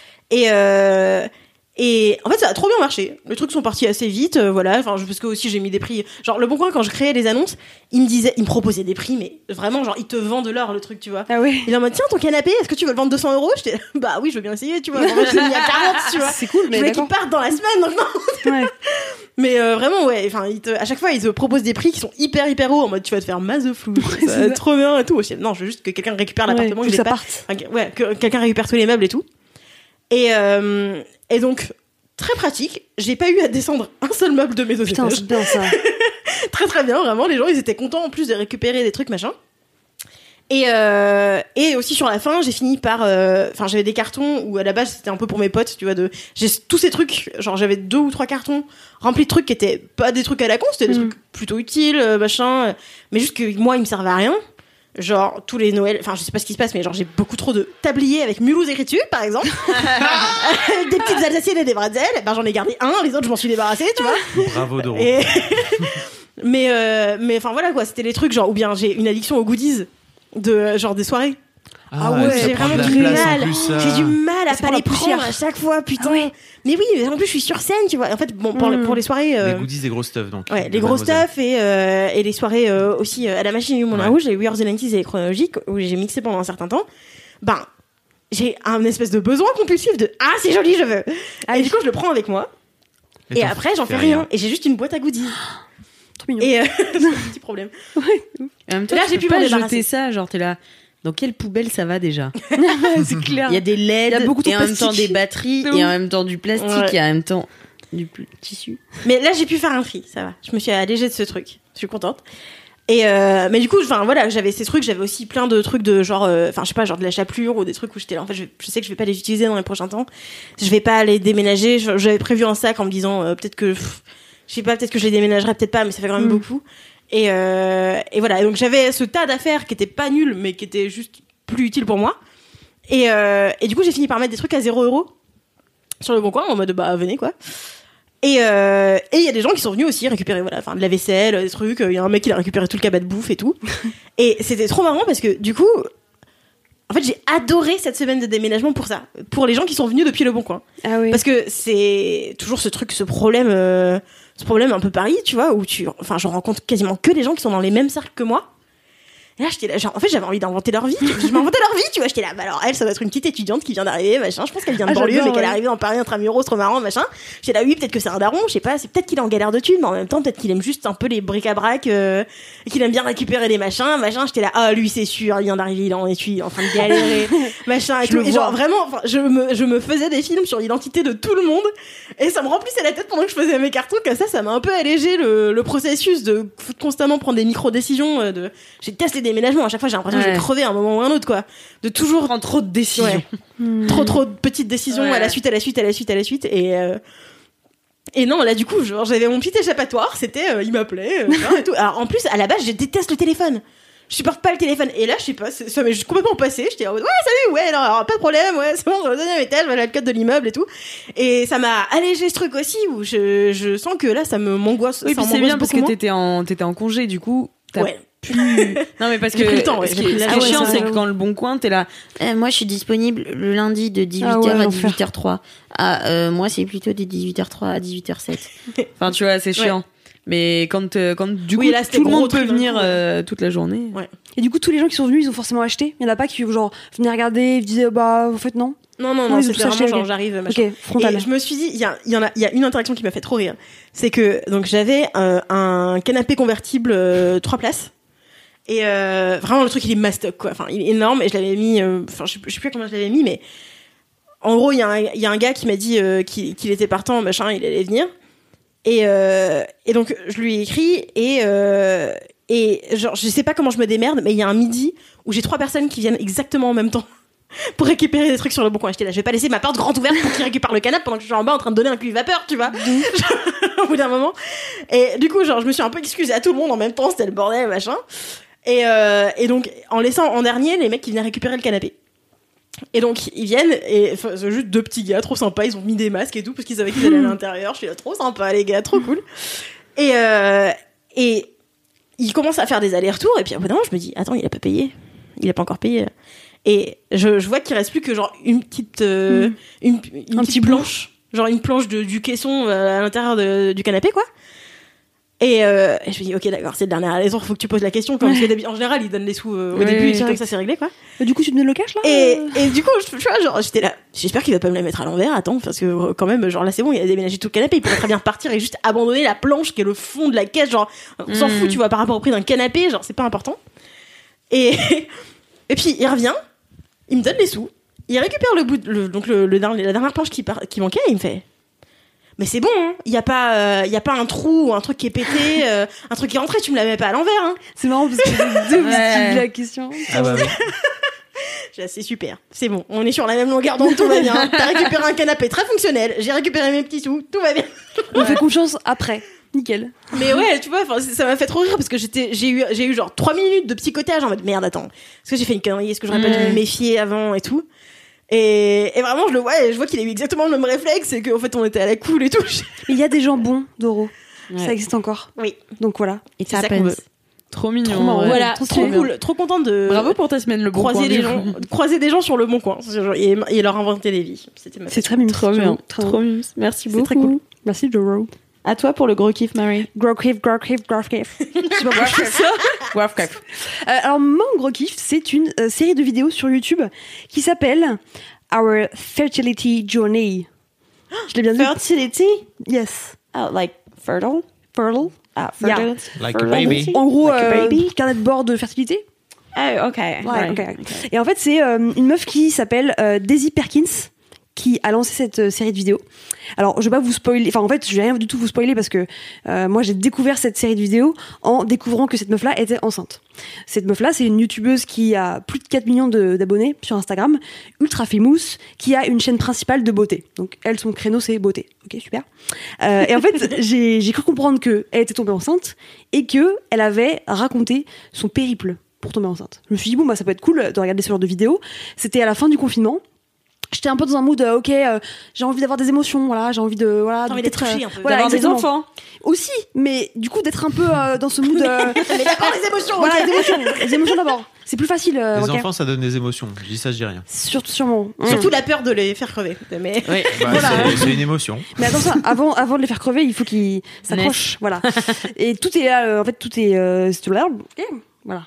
Et en fait, ça a trop bien marché. Les trucs sont partis assez vite, voilà. Parce que aussi, j'ai mis des prix. Genre, le bon coin, quand je créais les annonces, il me proposait des prix, mais vraiment, genre, il te vend de l'or, le truc, tu vois. Ah ouais. Il est en mode, tiens, ton canapé, est-ce que tu veux le vendre 200 €? J'étais, bah oui, je veux bien essayer, tu vois. En fait, je l'ai mis à 40, tu vois. C'est cool, mais. Je voulais qu'il parte dans la semaine, donc non. Ouais. Mais vraiment, ouais, à chaque fois, ils te proposent des prix qui sont hyper hauts, en mode, tu vas te faire masse de flou. Ça va être trop bien et tout. Non, je veux juste que quelqu'un récupère l'appartement, que j'ai pas. Ouais, que quelqu'un récupère tous les meubles et tout. Et donc, très pratique, j'ai pas eu à descendre un seul meuble de mes 2 étages. Putain, c'est bien ça. Très très bien, vraiment, les gens ils étaient contents en plus de récupérer des trucs machin. Et aussi sur la fin, j'ai fini par j'avais des cartons où à la base c'était un peu pour mes potes, tu vois, j'ai tous ces trucs, genre j'avais 2 ou 3 cartons remplis de trucs qui étaient pas des trucs à la con, c'était des trucs plutôt utiles, machin, mais juste que moi ils me servaient à rien. Genre tous les Noëls, je sais pas ce qui se passe, mais genre j'ai beaucoup trop de tabliers avec Mulhouse écrit dessus, par exemple, avec des petites alsaciennes et des bretzels. J'en ai gardé un, les autres je m'en suis débarrassée, tu vois. Bravo Doro. Mais voilà quoi, c'était les trucs genre, ou bien j'ai une addiction aux goodies de genre des soirées. Ah ouais, j'ai vraiment du mal. J'ai du mal à c'est pas pour les la poussière prendre à chaque fois, putain. Ah ouais. Mais oui, en plus je suis sur scène, tu vois. En fait, pour les soirées. Les goodies des gros stuff donc. Ouais, les gros stuff et les soirées aussi à la machine du Moulin Rouge, les We Are the 90s et les chronologiques où j'ai mixé pendant un certain temps. J'ai un espèce de besoin compulsif de c'est joli, je veux. Et du coup, je le prends avec moi. Et après, j'en fais rien. Et j'ai juste une boîte à goodies. Trop mignon. Et c'est un petit problème. En même temps, là, j'ai pu pas jeter ça, genre t'es là. Dans quelle poubelle ça va déjà? C'est clair. Il y a des LED, Il y a beaucoup de et en même plastique. temps des batteries, et en même temps du plastique, et en même temps du tissu. Mais là, j'ai pu faire un tri, ça va. Je me suis allégée de ce truc. Je suis contente. Mais du coup, voilà, j'avais ces trucs, j'avais aussi plein de trucs de genre, je sais pas, genre de la chapelure ou des trucs où j'étais là. En fait, je sais que je vais pas les utiliser dans les prochains temps. Je vais pas les déménager. J'avais prévu un sac en me disant, peut-être que, je sais pas, peut-être que je les déménagerai, peut-être pas, mais ça fait quand même beaucoup. Et voilà. Et donc, j'avais ce tas d'affaires qui étaient pas nuls, mais qui étaient juste plus utiles pour moi. Et du coup, j'ai fini par mettre des trucs à 0 € sur le bon coin, en mode, venez, quoi. Et il y a des gens qui sont venus aussi récupérer de la vaisselle, des trucs. Il y a un mec qui a récupéré tout le cabas de bouffe et tout. Et c'était trop marrant parce que du coup, en fait, j'ai adoré cette semaine de déménagement pour ça, pour les gens qui sont venus depuis Le Bon Coin. Ah oui. Parce que c'est toujours ce problème un peu Paris, tu vois, où je rencontre quasiment que des gens qui sont dans les mêmes cercles que moi. Et là, j'étais là, genre, en fait, j'avais envie d'inventer leur vie. Je m'inventais leur vie, tu vois. J'étais là, bah alors, elle, ça doit être une petite étudiante qui vient d'arriver, machin. Je pense qu'elle vient de banlieue, mais qu'elle est arrivée dans Paris intramuros, trop marrant, machin. J'étais là, oui, peut-être que c'est un daron, je sais pas, c'est peut-être qu'il est en galère de thunes, mais en même temps, peut-être qu'il aime juste un peu les bric-à-brac, et qu'il aime bien récupérer les machins, machin. J'étais là, ah, lui, c'est sûr, il vient d'arriver, il est en étui, il est en train de galérer, machin, et tout. Et genre, vraiment, je me faisais des films sur l'identité de tout le monde, et ça me remplissait la tête pendant que je faisais mes cartons, comme ça m'a un peu allégé le processus de constamment prendre des micro-décisions, je déteste les déménagements, à chaque fois, j'ai l'impression que je vais crever à un moment ou un autre, quoi. De toujours prendre trop de décisions. Ouais. Trop de petites décisions à la suite. Et non, là, du coup, genre, j'avais mon petit échappatoire, c'était, il m'appelait, et tout. Alors, en plus, à la base, je déteste le téléphone. Je supporte pas le téléphone. Et là, je sais pas, ça m'est juste complètement passé. J'étais en mode, ouais, salut, ouais, non, alors, pas de problème, ouais, c'est bon, sur le deuxième étage, voilà le code de l'immeuble et tout. Et ça m'a allégé ce truc aussi, où je sens que là, ça m'angoisse. Oui, puis c'est bien parce que t'étais en congé, du coup. Ouais. Non mais parce que le temps, ce qui est chiant c'est que quand Le Bon Coin t'es là moi je suis disponible le lundi de 18h à 18h03 moi c'est plutôt de 18h03 à 18h07 enfin tu vois c'est chiant mais quand du coup là, tout le monde peut venir toute la journée et du coup tous les gens qui sont venus ils ont forcément acheté, il y en a pas qui genre venaient regarder, ils disaient bah en fait non c'était vraiment genre j'arrive machin. Frontal. Et je me suis dit il y a une interaction qui m'a fait trop rire, c'est que donc j'avais un canapé convertible 3 places. Et vraiment le truc il est mastoc quoi, enfin il est énorme et je l'avais mis je sais plus comment je l'avais mis, mais en gros il y a un gars qui m'a dit qu'il était partant machin, il allait venir et donc je lui ai écrit et genre je sais pas comment je me démerde, mais il y a un midi où j'ai 3 personnes qui viennent exactement en même temps pour récupérer des trucs sur Le Bon Coin. J'étais là, je vais pas laisser ma porte grande ouverte pour qu'ils récupèrent le canapé pendant que je suis en bas en train de donner un cuve-vapeur, tu vois. Au bout d'un moment. Et du coup, genre, je me suis un peu excusée à tout le monde en même temps, c'était le bordel, machin. Et donc, en laissant en dernier les mecs qui venaient récupérer le canapé. Et donc, ils viennent, et c'est juste 2 petits gars, trop sympas, ils ont mis des masques et tout, parce qu'ils savaient qu'ils allaient à l'intérieur. Je suis là, trop sympa, les gars, trop cool. Et ils commencent à faire des allers-retours, et puis à un moment, je me dis, attends, il a pas payé. Il a pas encore payé. Et je vois qu'il reste plus que genre une petite une petite planche, genre une planche du caisson à l'intérieur du canapé quoi. Et je me dis ok d'accord, c'est le dernier aller-retour, faut que tu poses la question comme en général ils donnent les sous au début et comme ça c'est réglé quoi. Et du coup tu te donnes le cash là et du coup tu vois genre j'étais là, j'espère qu'il va pas me la mettre à l'envers, attends parce que quand même genre là c'est bon, il a déménagé tout le canapé, il pourrait très bien repartir et juste abandonner la planche qui est le fond de la caisse, genre on s'en fout tu vois par rapport au prix d'un canapé, genre c'est pas important. Et puis il revient, il me donne les sous, il récupère la dernière planche qui manquait et il me fait mais c'est bon, hein, y a pas un trou ou un truc qui est pété, un truc qui est rentré, tu me la mets pas à l'envers hein. C'est marrant parce que j'ai deux la question. Ah bah oui. C'est super, c'est bon, on est sur la même longueur donc tout va bien. T'as récupéré un canapé très fonctionnel, j'ai récupéré mes petits sous, tout va bien. On fait confiance après. Nickel. Mais ouais, tu vois, ça m'a fait trop rire parce que j'ai eu genre 3 minutes de psychotage en mode merde, attends, est-ce que j'ai fait une connerie, est-ce que j'aurais pas dû me méfier avant et tout. Et vraiment, je vois qu'il a eu exactement le même réflexe et qu'en fait on était à la cool et tout. Il y a des gens bons, Doro. Ouais. Ça existe encore. Oui. Donc voilà. Et ça qu'on veut. Trop mignon. Trop voilà, trop cool. Trop contente de. Bravo pour ta semaine Le Bon Coin. Croiser des gens sur Le Bon Coin et leur inventer des vies. C'est très mignon. Trop bien. Trop mignon. Merci beaucoup. C'est très cool. Merci Doro. À toi pour le gros kiff, Marie. Gros kiff. Je sais pas pourquoi je fais ça. Gros kiff. Alors mon gros kiff, c'est une série de vidéos sur YouTube qui s'appelle Our Fertility Journey. Je l'ai bien dit. Fertility? Yes. Oh, like fertile? Fertile. Ah, fertile. Yeah. Like a baby. En gros, carnet de bord de fertilité. Oh, ok. Ouais, okay. Et en fait, c'est une meuf qui s'appelle Daisy Perkins qui a lancé cette série de vidéos. Alors, je vais pas vous spoiler, enfin en fait, je vais rien du tout vous spoiler parce que moi j'ai découvert cette série de vidéos en découvrant que cette meuf-là était enceinte. Cette meuf-là, c'est une youtubeuse qui a plus de 4 millions d'abonnés sur Instagram, ultra famous, qui a une chaîne principale de beauté. Donc elle, son créneau, c'est beauté. Ok, super. Et en fait, j'ai cru comprendre qu'elle était tombée enceinte et qu'elle avait raconté son périple pour tomber enceinte. Je me suis dit, bon, bah ça peut être cool de regarder ce genre de vidéos. C'était à la fin du confinement. j'étais un peu dans un mood j'ai envie d'avoir des émotions, voilà, j'ai envie de d'être touché un peu, d'avoir des enfants aussi, mais du coup d'être un peu dans ce mood mais d'abord les émotions. Voilà, les émotions d'abord, c'est plus facile. Les enfants, ça donne des émotions, je dis ça, je dis rien. Sûrement la peur de les faire crever, mais oui. C'est une émotion. Mais attends, ça, avant de les faire crever, il faut qu'ils s'accrochent, voilà. Et tout est là, en fait, tout est voilà.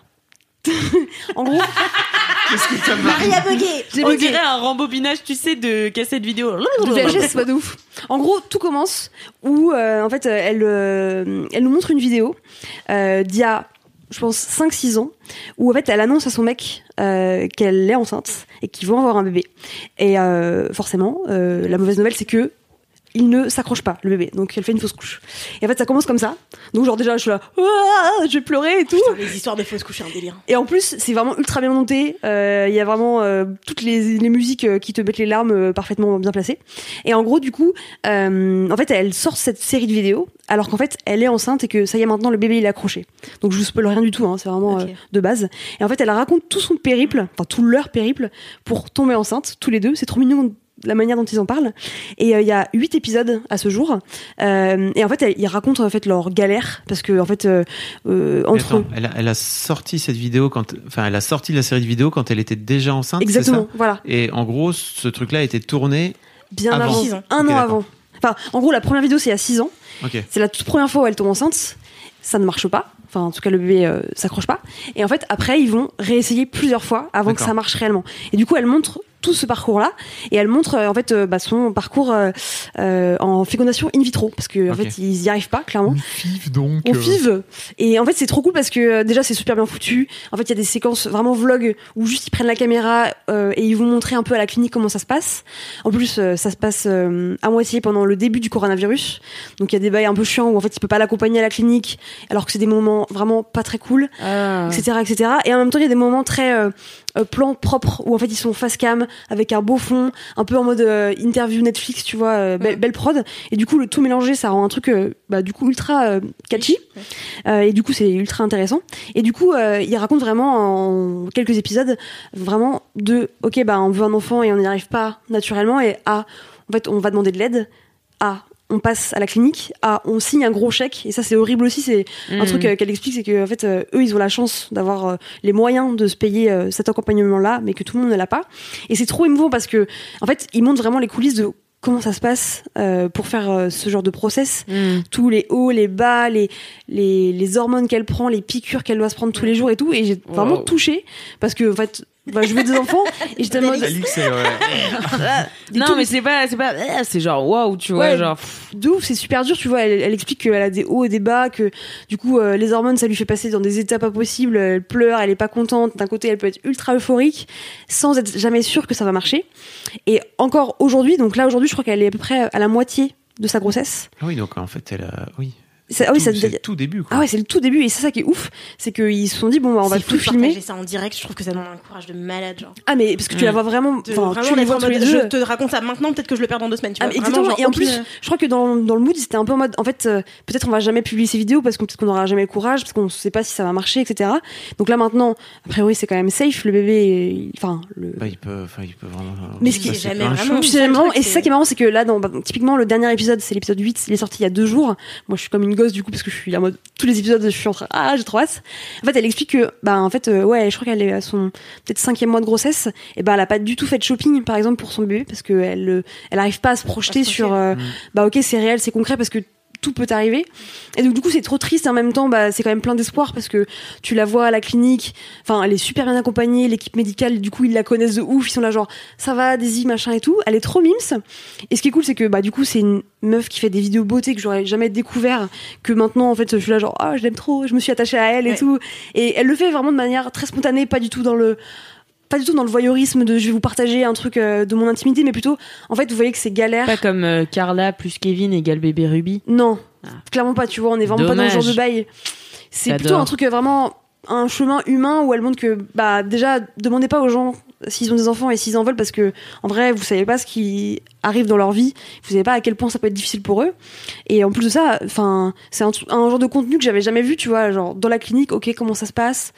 En gros, qu'est-ce que t'as Marie a bugué. On dirait un rembobinage, tu sais, de cassette vidéo. De VHS, c'est pas de ouf. En gros, tout commence où, en fait, elle nous montre une vidéo d'il y a, je pense, 5-6 ans, où en fait, elle annonce à son mec qu'elle est enceinte et qu'ils vont avoir un bébé. Et forcément, la mauvaise nouvelle, c'est que il ne s'accroche pas, le bébé. Donc elle fait une fausse couche. Et en fait, ça commence comme ça. Donc genre déjà, je suis là, je vais pleurer et tout. Putain, les histoires de fausses couches, c'est un délire. Et en plus, c'est vraiment ultra bien monté. Il y a vraiment toutes les musiques qui te mettent les larmes parfaitement bien placées. Et en gros, du coup, en fait, elle sort cette série de vidéos alors qu'en fait, elle est enceinte et que ça y est, maintenant, le bébé, il est accroché. Donc je vous spoil rien du tout, hein, c'est vraiment de base. Et en fait, elle raconte tout son périple, enfin tout leur périple pour tomber enceinte, tous les deux. C'est trop mignon la manière dont ils en parlent. Et il y a 8 épisodes à ce jour. Et en fait, ils racontent en fait leur galère parce que en fait entre elle a sorti cette vidéo elle a sorti la série de vidéos quand elle était déjà enceinte. Exactement, c'est ça voilà. Et en gros, ce truc-là a été tourné bien avant, un an avant. Enfin, en gros, la première vidéo c'est il y a 6 ans. Okay. C'est la toute première fois où elle tombe enceinte. Ça ne marche pas. Enfin, en tout cas, le bébé s'accroche pas. Et en fait, après, ils vont réessayer plusieurs fois avant que ça marche réellement. Et du coup, elle montre tout ce parcours-là et elle montre en fait son parcours en fécondation in vitro parce que en fait ils y arrivent pas clairement. On FIV et en fait c'est trop cool parce que déjà c'est super bien foutu. En fait il y a des séquences vraiment vlog où juste ils prennent la caméra et ils vont montrer un peu à la clinique comment ça se passe. En plus ça se passe à moitié pendant le début du coronavirus, donc il y a des bails un peu chiants où en fait il peut pas l'accompagner à la clinique alors que c'est des moments vraiment pas très cool, etc. Et en même temps il y a des moments très plan propre où en fait ils sont face cam avec un beau fond un peu en mode interview Netflix, tu vois, belle prod, et du coup le tout mélangé ça rend un truc du coup ultra catchy, et du coup c'est ultra intéressant, et du coup il raconte vraiment en quelques épisodes vraiment de on veut un enfant et on n'y arrive pas naturellement, et en fait on va demander de l'aide, on passe à la clinique, on signe un gros chèque, et ça c'est horrible aussi, c'est un truc qu'elle explique, c'est que en fait eux ils ont la chance d'avoir les moyens de se payer cet accompagnement là, mais que tout le monde ne l'a pas, et c'est trop émouvant parce que en fait ils montrent vraiment les coulisses de comment ça se passe pour faire ce genre de process, tous les hauts, les bas, les hormones qu'elle prend, les piqûres qu'elle doit se prendre tous les jours et tout, et j'ai vraiment touchée parce que en fait je veux des enfants et j'étais en mode non mais c'est pas c'est genre waouh, tu vois, genre de ouf, c'est super dur, tu vois. Elle explique qu'elle a des hauts et des bas, que du coup les hormones ça lui fait passer dans des états pas possibles, elle pleure, elle est pas contente, d'un côté elle peut être ultra euphorique sans être jamais sûre que ça va marcher, et encore aujourd'hui, donc là aujourd'hui je crois qu'elle est à peu près à la moitié de sa grossesse. Ah oui, donc en fait elle a c'est le tout début, quoi. Ah ouais, c'est le tout début, et c'est ça qui est ouf, c'est qu'ils se sont dit on va tout filmer. C'est ça en direct, je trouve que ça demande un courage de malade, genre. Ah mais parce que tu la vois vraiment, tu les vois tous les deux. Je te raconte ça maintenant, peut-être que je le perds dans 2 semaines, tu vois. Exactement. Vraiment, et en plus, je crois que dans le mood, c'était un peu en mode, en fait, peut-être on va jamais publier ces vidéos parce qu'on n'aura jamais le courage, parce qu'on sait pas si ça va marcher, etc. Donc là maintenant, a priori c'est quand même safe, le bébé, il peut vraiment. Mais ce qui est jamais vraiment, et c'est ça qui est marrant, c'est que là, typiquement le dernier épisode, c'est l'épisode 8, il est sorti il y a 2 jours. Moi je suis comme une gosse du coup parce que je suis en mode tous les épisodes je suis en train j'ai trop hâte. En fait elle explique que en fait je crois qu'elle est à son peut-être 5e mois de grossesse, et elle a pas du tout fait de shopping par exemple pour son bébé parce que elle arrive pas à se projeter sur c'est réel, c'est concret, parce que tout peut arriver. Et donc du coup c'est trop triste, et en même temps c'est quand même plein d'espoir parce que tu la vois à la clinique, enfin elle est super bien accompagnée, l'équipe médicale du coup ils la connaissent de ouf, ils sont là genre ça va Daisy machin et tout, elle est trop mimes. Et ce qui est cool c'est que du coup c'est une meuf qui fait des vidéos beauté que j'aurais jamais découvert, que maintenant en fait je suis là genre je l'aime trop, je me suis attachée à elle et tout, et elle le fait vraiment de manière très spontanée, pas du tout dans le voyeurisme de je vais vous partager un truc de mon intimité, mais plutôt en fait vous voyez que c'est galère, pas comme Carla plus Kevin égale bébé Ruby. Non, clairement pas, tu vois, on est vraiment pas dans ce genre de bail. C'est plutôt un truc vraiment un chemin humain où elle montre que bah déjà demandez pas aux gens s'ils ont des enfants et s'ils en veulent, parce que en vrai vous savez pas ce qui arrive dans leur vie, vous savez pas à quel point ça peut être difficile pour eux. Et en plus de ça, enfin c'est un genre de contenu que j'avais jamais vu, tu vois, genre dans la clinique, ok, comment ça se passe,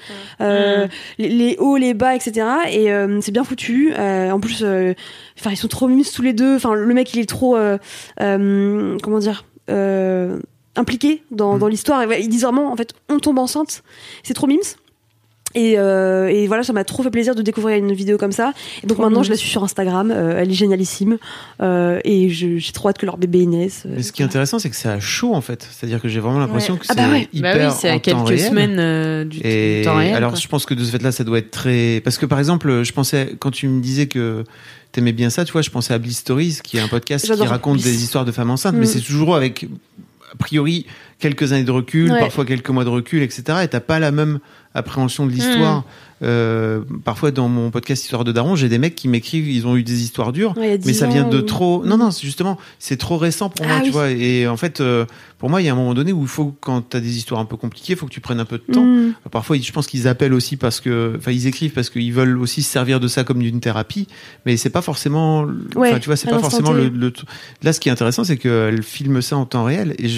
les hauts, les bas, etc. Et c'est bien foutu. En plus, enfin ils sont trop mimes tous les deux. Enfin le mec il est trop comment dire, impliqué dans l'histoire. Et ils disent vraiment en fait on tombe enceinte, c'est trop mimes. Et voilà, ça m'a trop fait plaisir de découvrir une vidéo comme ça. Et donc maintenant, je la suis sur Instagram. Elle est génialissime. Et j'ai trop hâte que leur bébé naisse. Mais ce qui est intéressant, c'est que c'est à chaud en fait. C'est-à-dire que j'ai vraiment l'impression que c'est hyper c'est à quelques semaines du temps réel. Alors je pense que de ce fait-là, ça doit être très. Parce que par exemple, je pensais quand tu me disais que t'aimais bien ça, tu vois, je pensais à Bliss Stories, qui est un podcast qui raconte des histoires de femmes enceintes, mais c'est toujours avec a priori quelques années de recul, parfois quelques mois de recul, etc. Et t'as pas la même appréhension de l'histoire. Parfois dans mon podcast Histoire de Daron, j'ai des mecs qui m'écrivent, ils ont eu des histoires dures, mais ça vient de trop. Non, c'est justement, c'est trop récent pour moi, tu vois. Et en fait, pour moi, il y a un moment donné où il faut, quand t'as des histoires un peu compliquées, il faut que tu prennes un peu de temps. Parfois, je pense qu'ils appellent aussi parce que, enfin, ils écrivent parce qu'ils veulent aussi se servir de ça comme d'une thérapie, mais c'est pas forcément. Enfin, tu vois, c'est pas forcément le. Là, ce qui est intéressant, c'est qu'elle filme ça en temps réel, et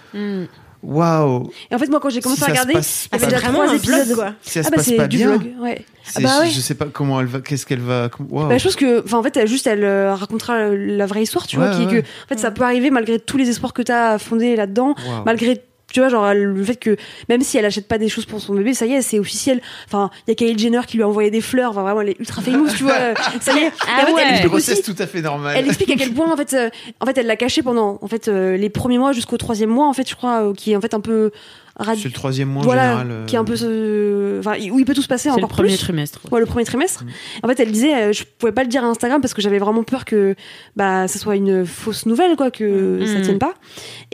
waouh! Et en fait, moi, quand j'ai commencé à regarder, il y avait vraiment 3 épisodes, quoi. Si ça se passe pas bien. Vlog, ouais. Je sais pas comment elle va, qu'est-ce qu'elle va. Wow. Bah, je pense que, enfin, en fait, elle racontera la vraie histoire, tu vois, qui est que, en fait, ça peut arriver malgré tous les espoirs que t'as fondés là-dedans, malgré, tu vois, genre, le fait que, même si elle achète pas des choses pour son bébé, ça y est, c'est officiel. Enfin, il y a Kylie Jenner qui lui a envoyé des fleurs, enfin, vraiment, elle est ultra famous, tu vois. Ça y est. Elle explique aussi, tout à fait normal. Elle explique à quel point, en fait, elle l'a caché pendant, en fait, les premiers mois jusqu'au 3e mois, en fait, je crois, qui est, en fait, un peu, c'est le 3e mois en général, qui est un peu enfin où il peut tout se passer encore plus. Le premier trimestre. Ouais, le premier trimestre. En fait, elle disait, je pouvais pas le dire à Instagram parce que j'avais vraiment peur que ça soit une fausse nouvelle, quoi, que ça tienne pas.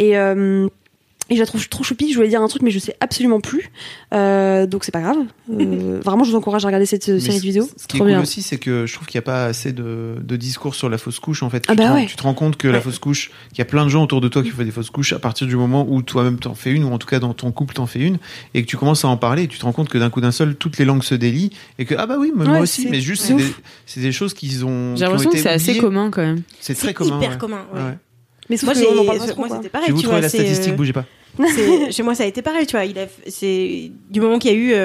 Et je la trouve trop choupie. Je voulais dire un truc, mais je sais absolument plus. Donc c'est pas grave. Vraiment, je vous encourage à regarder cette série de vidéos. Ce qui est cool aussi, c'est que je trouve qu'il n'y a pas assez de discours sur la fausse couche. En fait, tu te rends compte que la fausse couche, qu'il y a plein de gens autour de toi qui font des fausses couches à partir du moment où toi-même t'en fais une, ou en tout cas dans ton couple t'en fais une, et que tu commences à en parler, et tu te rends compte que d'un coup d'un seul, toutes les langues se délient, et que moi aussi, mais juste c'est des choses qu'ils ont. J'ai l'impression que c'est assez commun quand même. C'est très commun. Hyper commun. Ouais. Mais moi, c'était pareil. Vous trouvez la statistique, bougez pas. Chez moi, ça a été pareil, tu vois. C'est du moment qu'il y a eu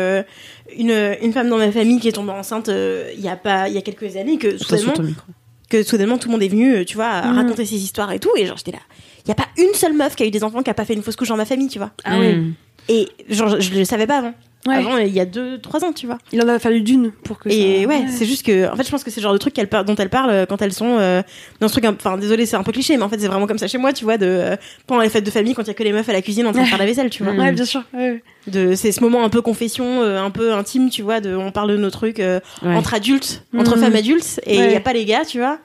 une femme dans ma famille qui est tombée enceinte il y a quelques années que soudainement tout le monde est venu, tu vois, à raconter ses histoires et tout. Et genre, j'étais là. Il y a pas une seule meuf qui a eu des enfants qui a pas fait une fausse couche dans ma famille, tu vois. Ah oui. Et genre, je le savais pas avant. Ouais. Avant, il y a 2-3 ans, tu vois. Il en a fallu d'une pour que c'est juste que, en fait, je pense que c'est le genre de truc dont elle parle quand elles sont dans ce truc, enfin, désolé, c'est un peu cliché, mais en fait, c'est vraiment comme ça chez moi, tu vois, pendant les fêtes de famille, quand il y a que les meufs à la cuisine en train de faire la vaisselle, tu vois. Ouais, bien sûr. Ouais. C'est ce moment un peu confession, un peu intime, tu vois, on parle de nos trucs entre adultes, entre femmes adultes, et il y a pas les gars, tu vois.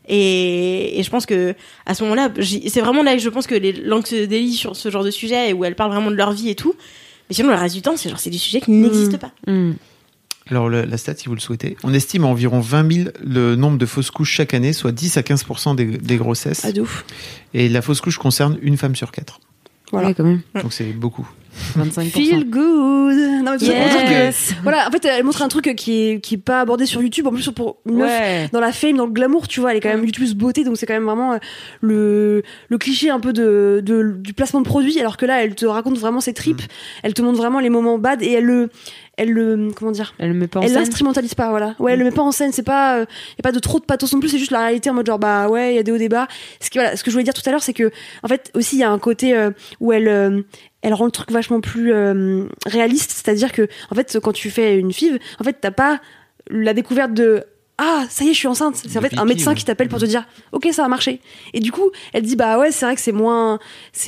Et je pense que à ce moment-là, c'est vraiment là que je pense que les langues se délient sur ce genre de sujet, et où elles parlent vraiment de leur vie et tout. Mais sinon, le reste du temps, c'est des sujets qui n'existent pas. Alors, la stat, si vous le souhaitez, on estime à environ 20 000 le nombre de fausses couches chaque année, soit 10 à 15% des grossesses. Ah, de ouf. Et la fausse couche concerne une femme sur 4. Voilà, quand même. Donc, c'est beaucoup. 25%. Feel good. Non, mais yes. Voilà, en fait, elle montre un truc qui est pas abordé sur YouTube. En plus, pour une meuf dans la fame, dans le glamour, tu vois, elle est quand même youtubeuse beauté, donc c'est quand même vraiment le cliché un peu du placement de produit. Alors que là, elle te raconte vraiment ses tripes. Elle te montre vraiment les moments bad et elle le comment dire, elle le met pas en scène, elle l'instrumentalise pas, voilà. Elle le met pas en scène, c'est pas y a pas de trop de pathos non plus, c'est juste la réalité en mode genre il y a des hauts débats. Ce que je voulais dire tout à l'heure, c'est que en fait aussi il y a un côté où elle rend le truc vachement plus réaliste, c'est-à-dire que en fait quand tu fais une FIV, en fait t'as pas la découverte de ça y est, je suis enceinte. C'est en fait un médecin qui t'appelle pour te dire ok, ça va marcher. Et du coup elle dit c'est vrai que c'est moins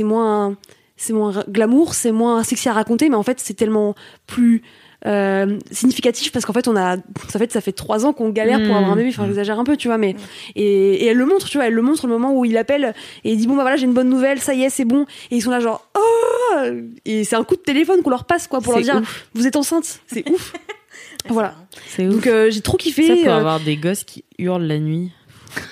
glamour, c'est moins sexy à raconter, mais en fait c'est tellement plus significatif parce qu'en fait ça fait 3 ans qu'on galère pour avoir un bébé, enfin j'exagère un peu, tu vois, mais et elle le montre, tu vois, elle le montre le moment où il appelle et il dit bon voilà, j'ai une bonne nouvelle, ça y est, c'est bon, et ils sont là genre et c'est un coup de téléphone qu'on leur passe, quoi, pour leur dire vous êtes enceinte, c'est ouf. Voilà, c'est ouf. Donc j'ai trop kiffé. Ça peut avoir des gosses qui hurlent la nuit.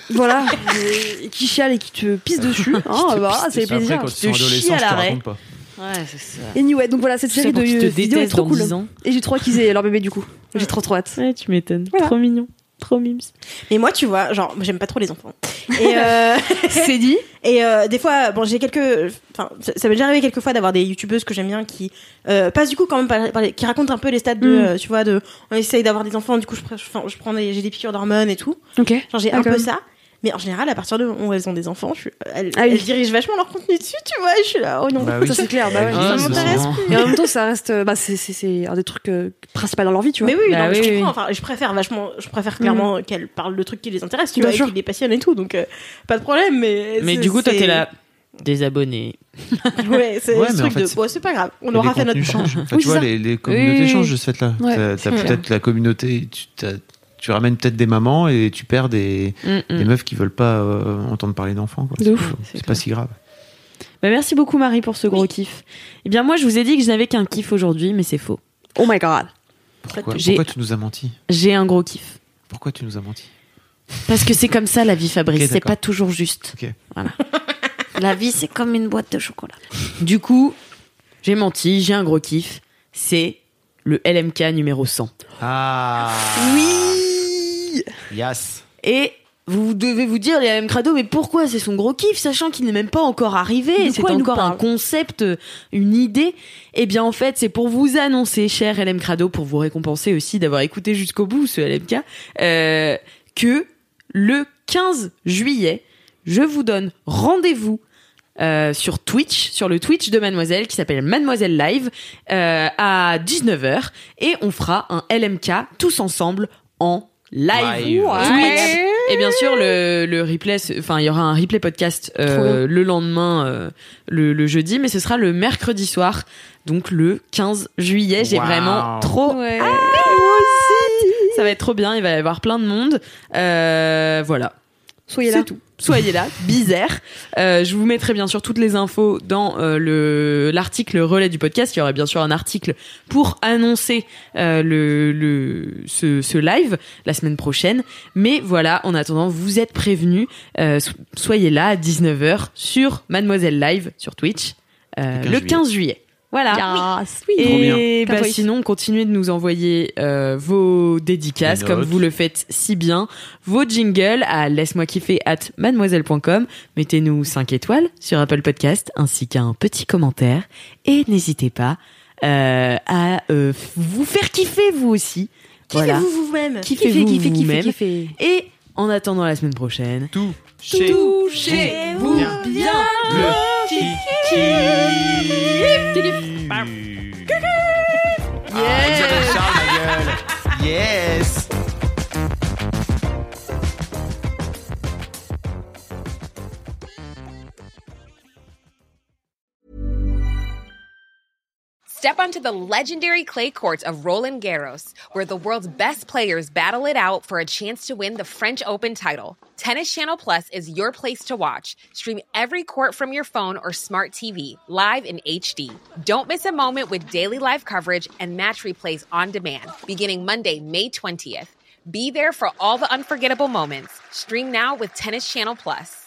Voilà, et qui chialent et qui te pissent dessus. Ça fait plaisir. Après, quand tu es adolescent, je te raconte pas. Ouais, c'est ça. Anyway, donc voilà, cette série de vidéos est trop cool. Et j'ai trop hâte qu'ils aient leur bébé du coup. J'ai trop hâte. Ouais, tu m'étonnes. Voilà. Trop mignon. Trop mimes. Et moi, tu vois, genre, j'aime pas trop les enfants. Et c'est dit. Et des fois, bon, j'ai enfin, ça m'est déjà arrivé quelques fois d'avoir des youtubeuses que j'aime bien qui passent du coup quand même qui racontent un peu les stades de, tu vois, on essaye d'avoir des enfants, du coup, j'ai des piqûres d'hormones et tout. Ok. Genre, j'ai un peu ça. Mais en général, à partir de où elles ont des enfants, elles dirigent vachement leur contenu dessus, tu vois. Et je suis là, oh non, bah oui. Ça c'est clair. Bah ouais. Ça m'intéresse plus. Et en même temps, ça reste, c'est un des trucs principaux dans leur vie, tu vois. Mais oui, bah non, je comprends. Enfin, je préfère clairement qu'elles parlent de trucs qui les intéressent, tu vois, et qui les passionnent et tout. Donc, pas de problème. Mais du coup, toi, t'es là. Des abonnés. Ouais, c'est le truc de. Bon, c'est pas grave. On aura fait notre change. Enfin, tu vois, les communautés changent de ce fait-là. T'as peut-être la communauté. Tu ramènes peut-être des mamans et tu perds des meufs qui veulent pas entendre parler d'enfants. Quoi. C'est pas si grave. Bah, merci beaucoup Marie pour ce gros kiff. Eh bien moi je vous ai dit que je n'avais qu'un kiff aujourd'hui, mais c'est faux. Oh my god. Pourquoi tu nous as menti ? J'ai un gros kiff. Pourquoi tu nous as menti ? Parce que c'est comme ça la vie, Fabrice. Okay, c'est pas toujours juste. Okay. Voilà. La vie c'est comme une boîte de chocolat. Du coup, j'ai menti, j'ai un gros kiff. C'est le LMK numéro 100. Ah oui. Yes. Et vous devez vous dire, les LM Crado, mais pourquoi c'est son gros kiff, sachant qu'il n'est même pas encore arrivé, c'est encore un concept, une idée. Eh bien, en fait, c'est pour vous annoncer, cher LM Crado, pour vous récompenser aussi d'avoir écouté jusqu'au bout ce LMK, que le 15 juillet, je vous donne rendez-vous sur Twitch, sur le Twitch de Mademoiselle qui s'appelle Mademoiselle Live à 19h et on fera un LMK tous ensemble en live. Twitch. Et bien sûr le replay, enfin il y aura un replay podcast le lendemain, le jeudi, mais ce sera le mercredi soir, donc le 15 juillet. J'ai vraiment trop moi aussi. Ça va être trop bien, il va y avoir plein de monde. Voilà. Soyez là. C'est tout. Soyez là, bizarre. Je vous mettrai bien sûr toutes les infos dans l'article relais du podcast. Il y aura bien sûr un article pour annoncer ce live la semaine prochaine. Mais voilà, en attendant, vous êtes prévenus. Soyez là à 19h sur Mademoiselle Live sur Twitch le 15 juillet. Voilà. Et sinon, continuez de nous envoyer vos dédicaces comme vous le faites si bien, vos jingles à laisse-moi kiffer @mademoiselle.com. Mettez-nous 5 étoiles sur Apple Podcast ainsi qu'un petit commentaire et n'hésitez pas à vous faire kiffer vous aussi. Kiffez-vous vous-même. Kiffez-vous vous-même. Et en attendant la semaine prochaine, touchez-vous bien le Isabelle Charles, ma gueule. Yes. Step onto the legendary clay courts of Roland Garros, where the world's best players battle it out for a chance to win the French Open title. Tennis Channel Plus is your place to watch. Stream every court from your phone or smart TV, live in HD. Don't miss a moment with daily live coverage and match replays on demand, beginning Monday, May 20th. Be there for all the unforgettable moments. Stream now with Tennis Channel Plus.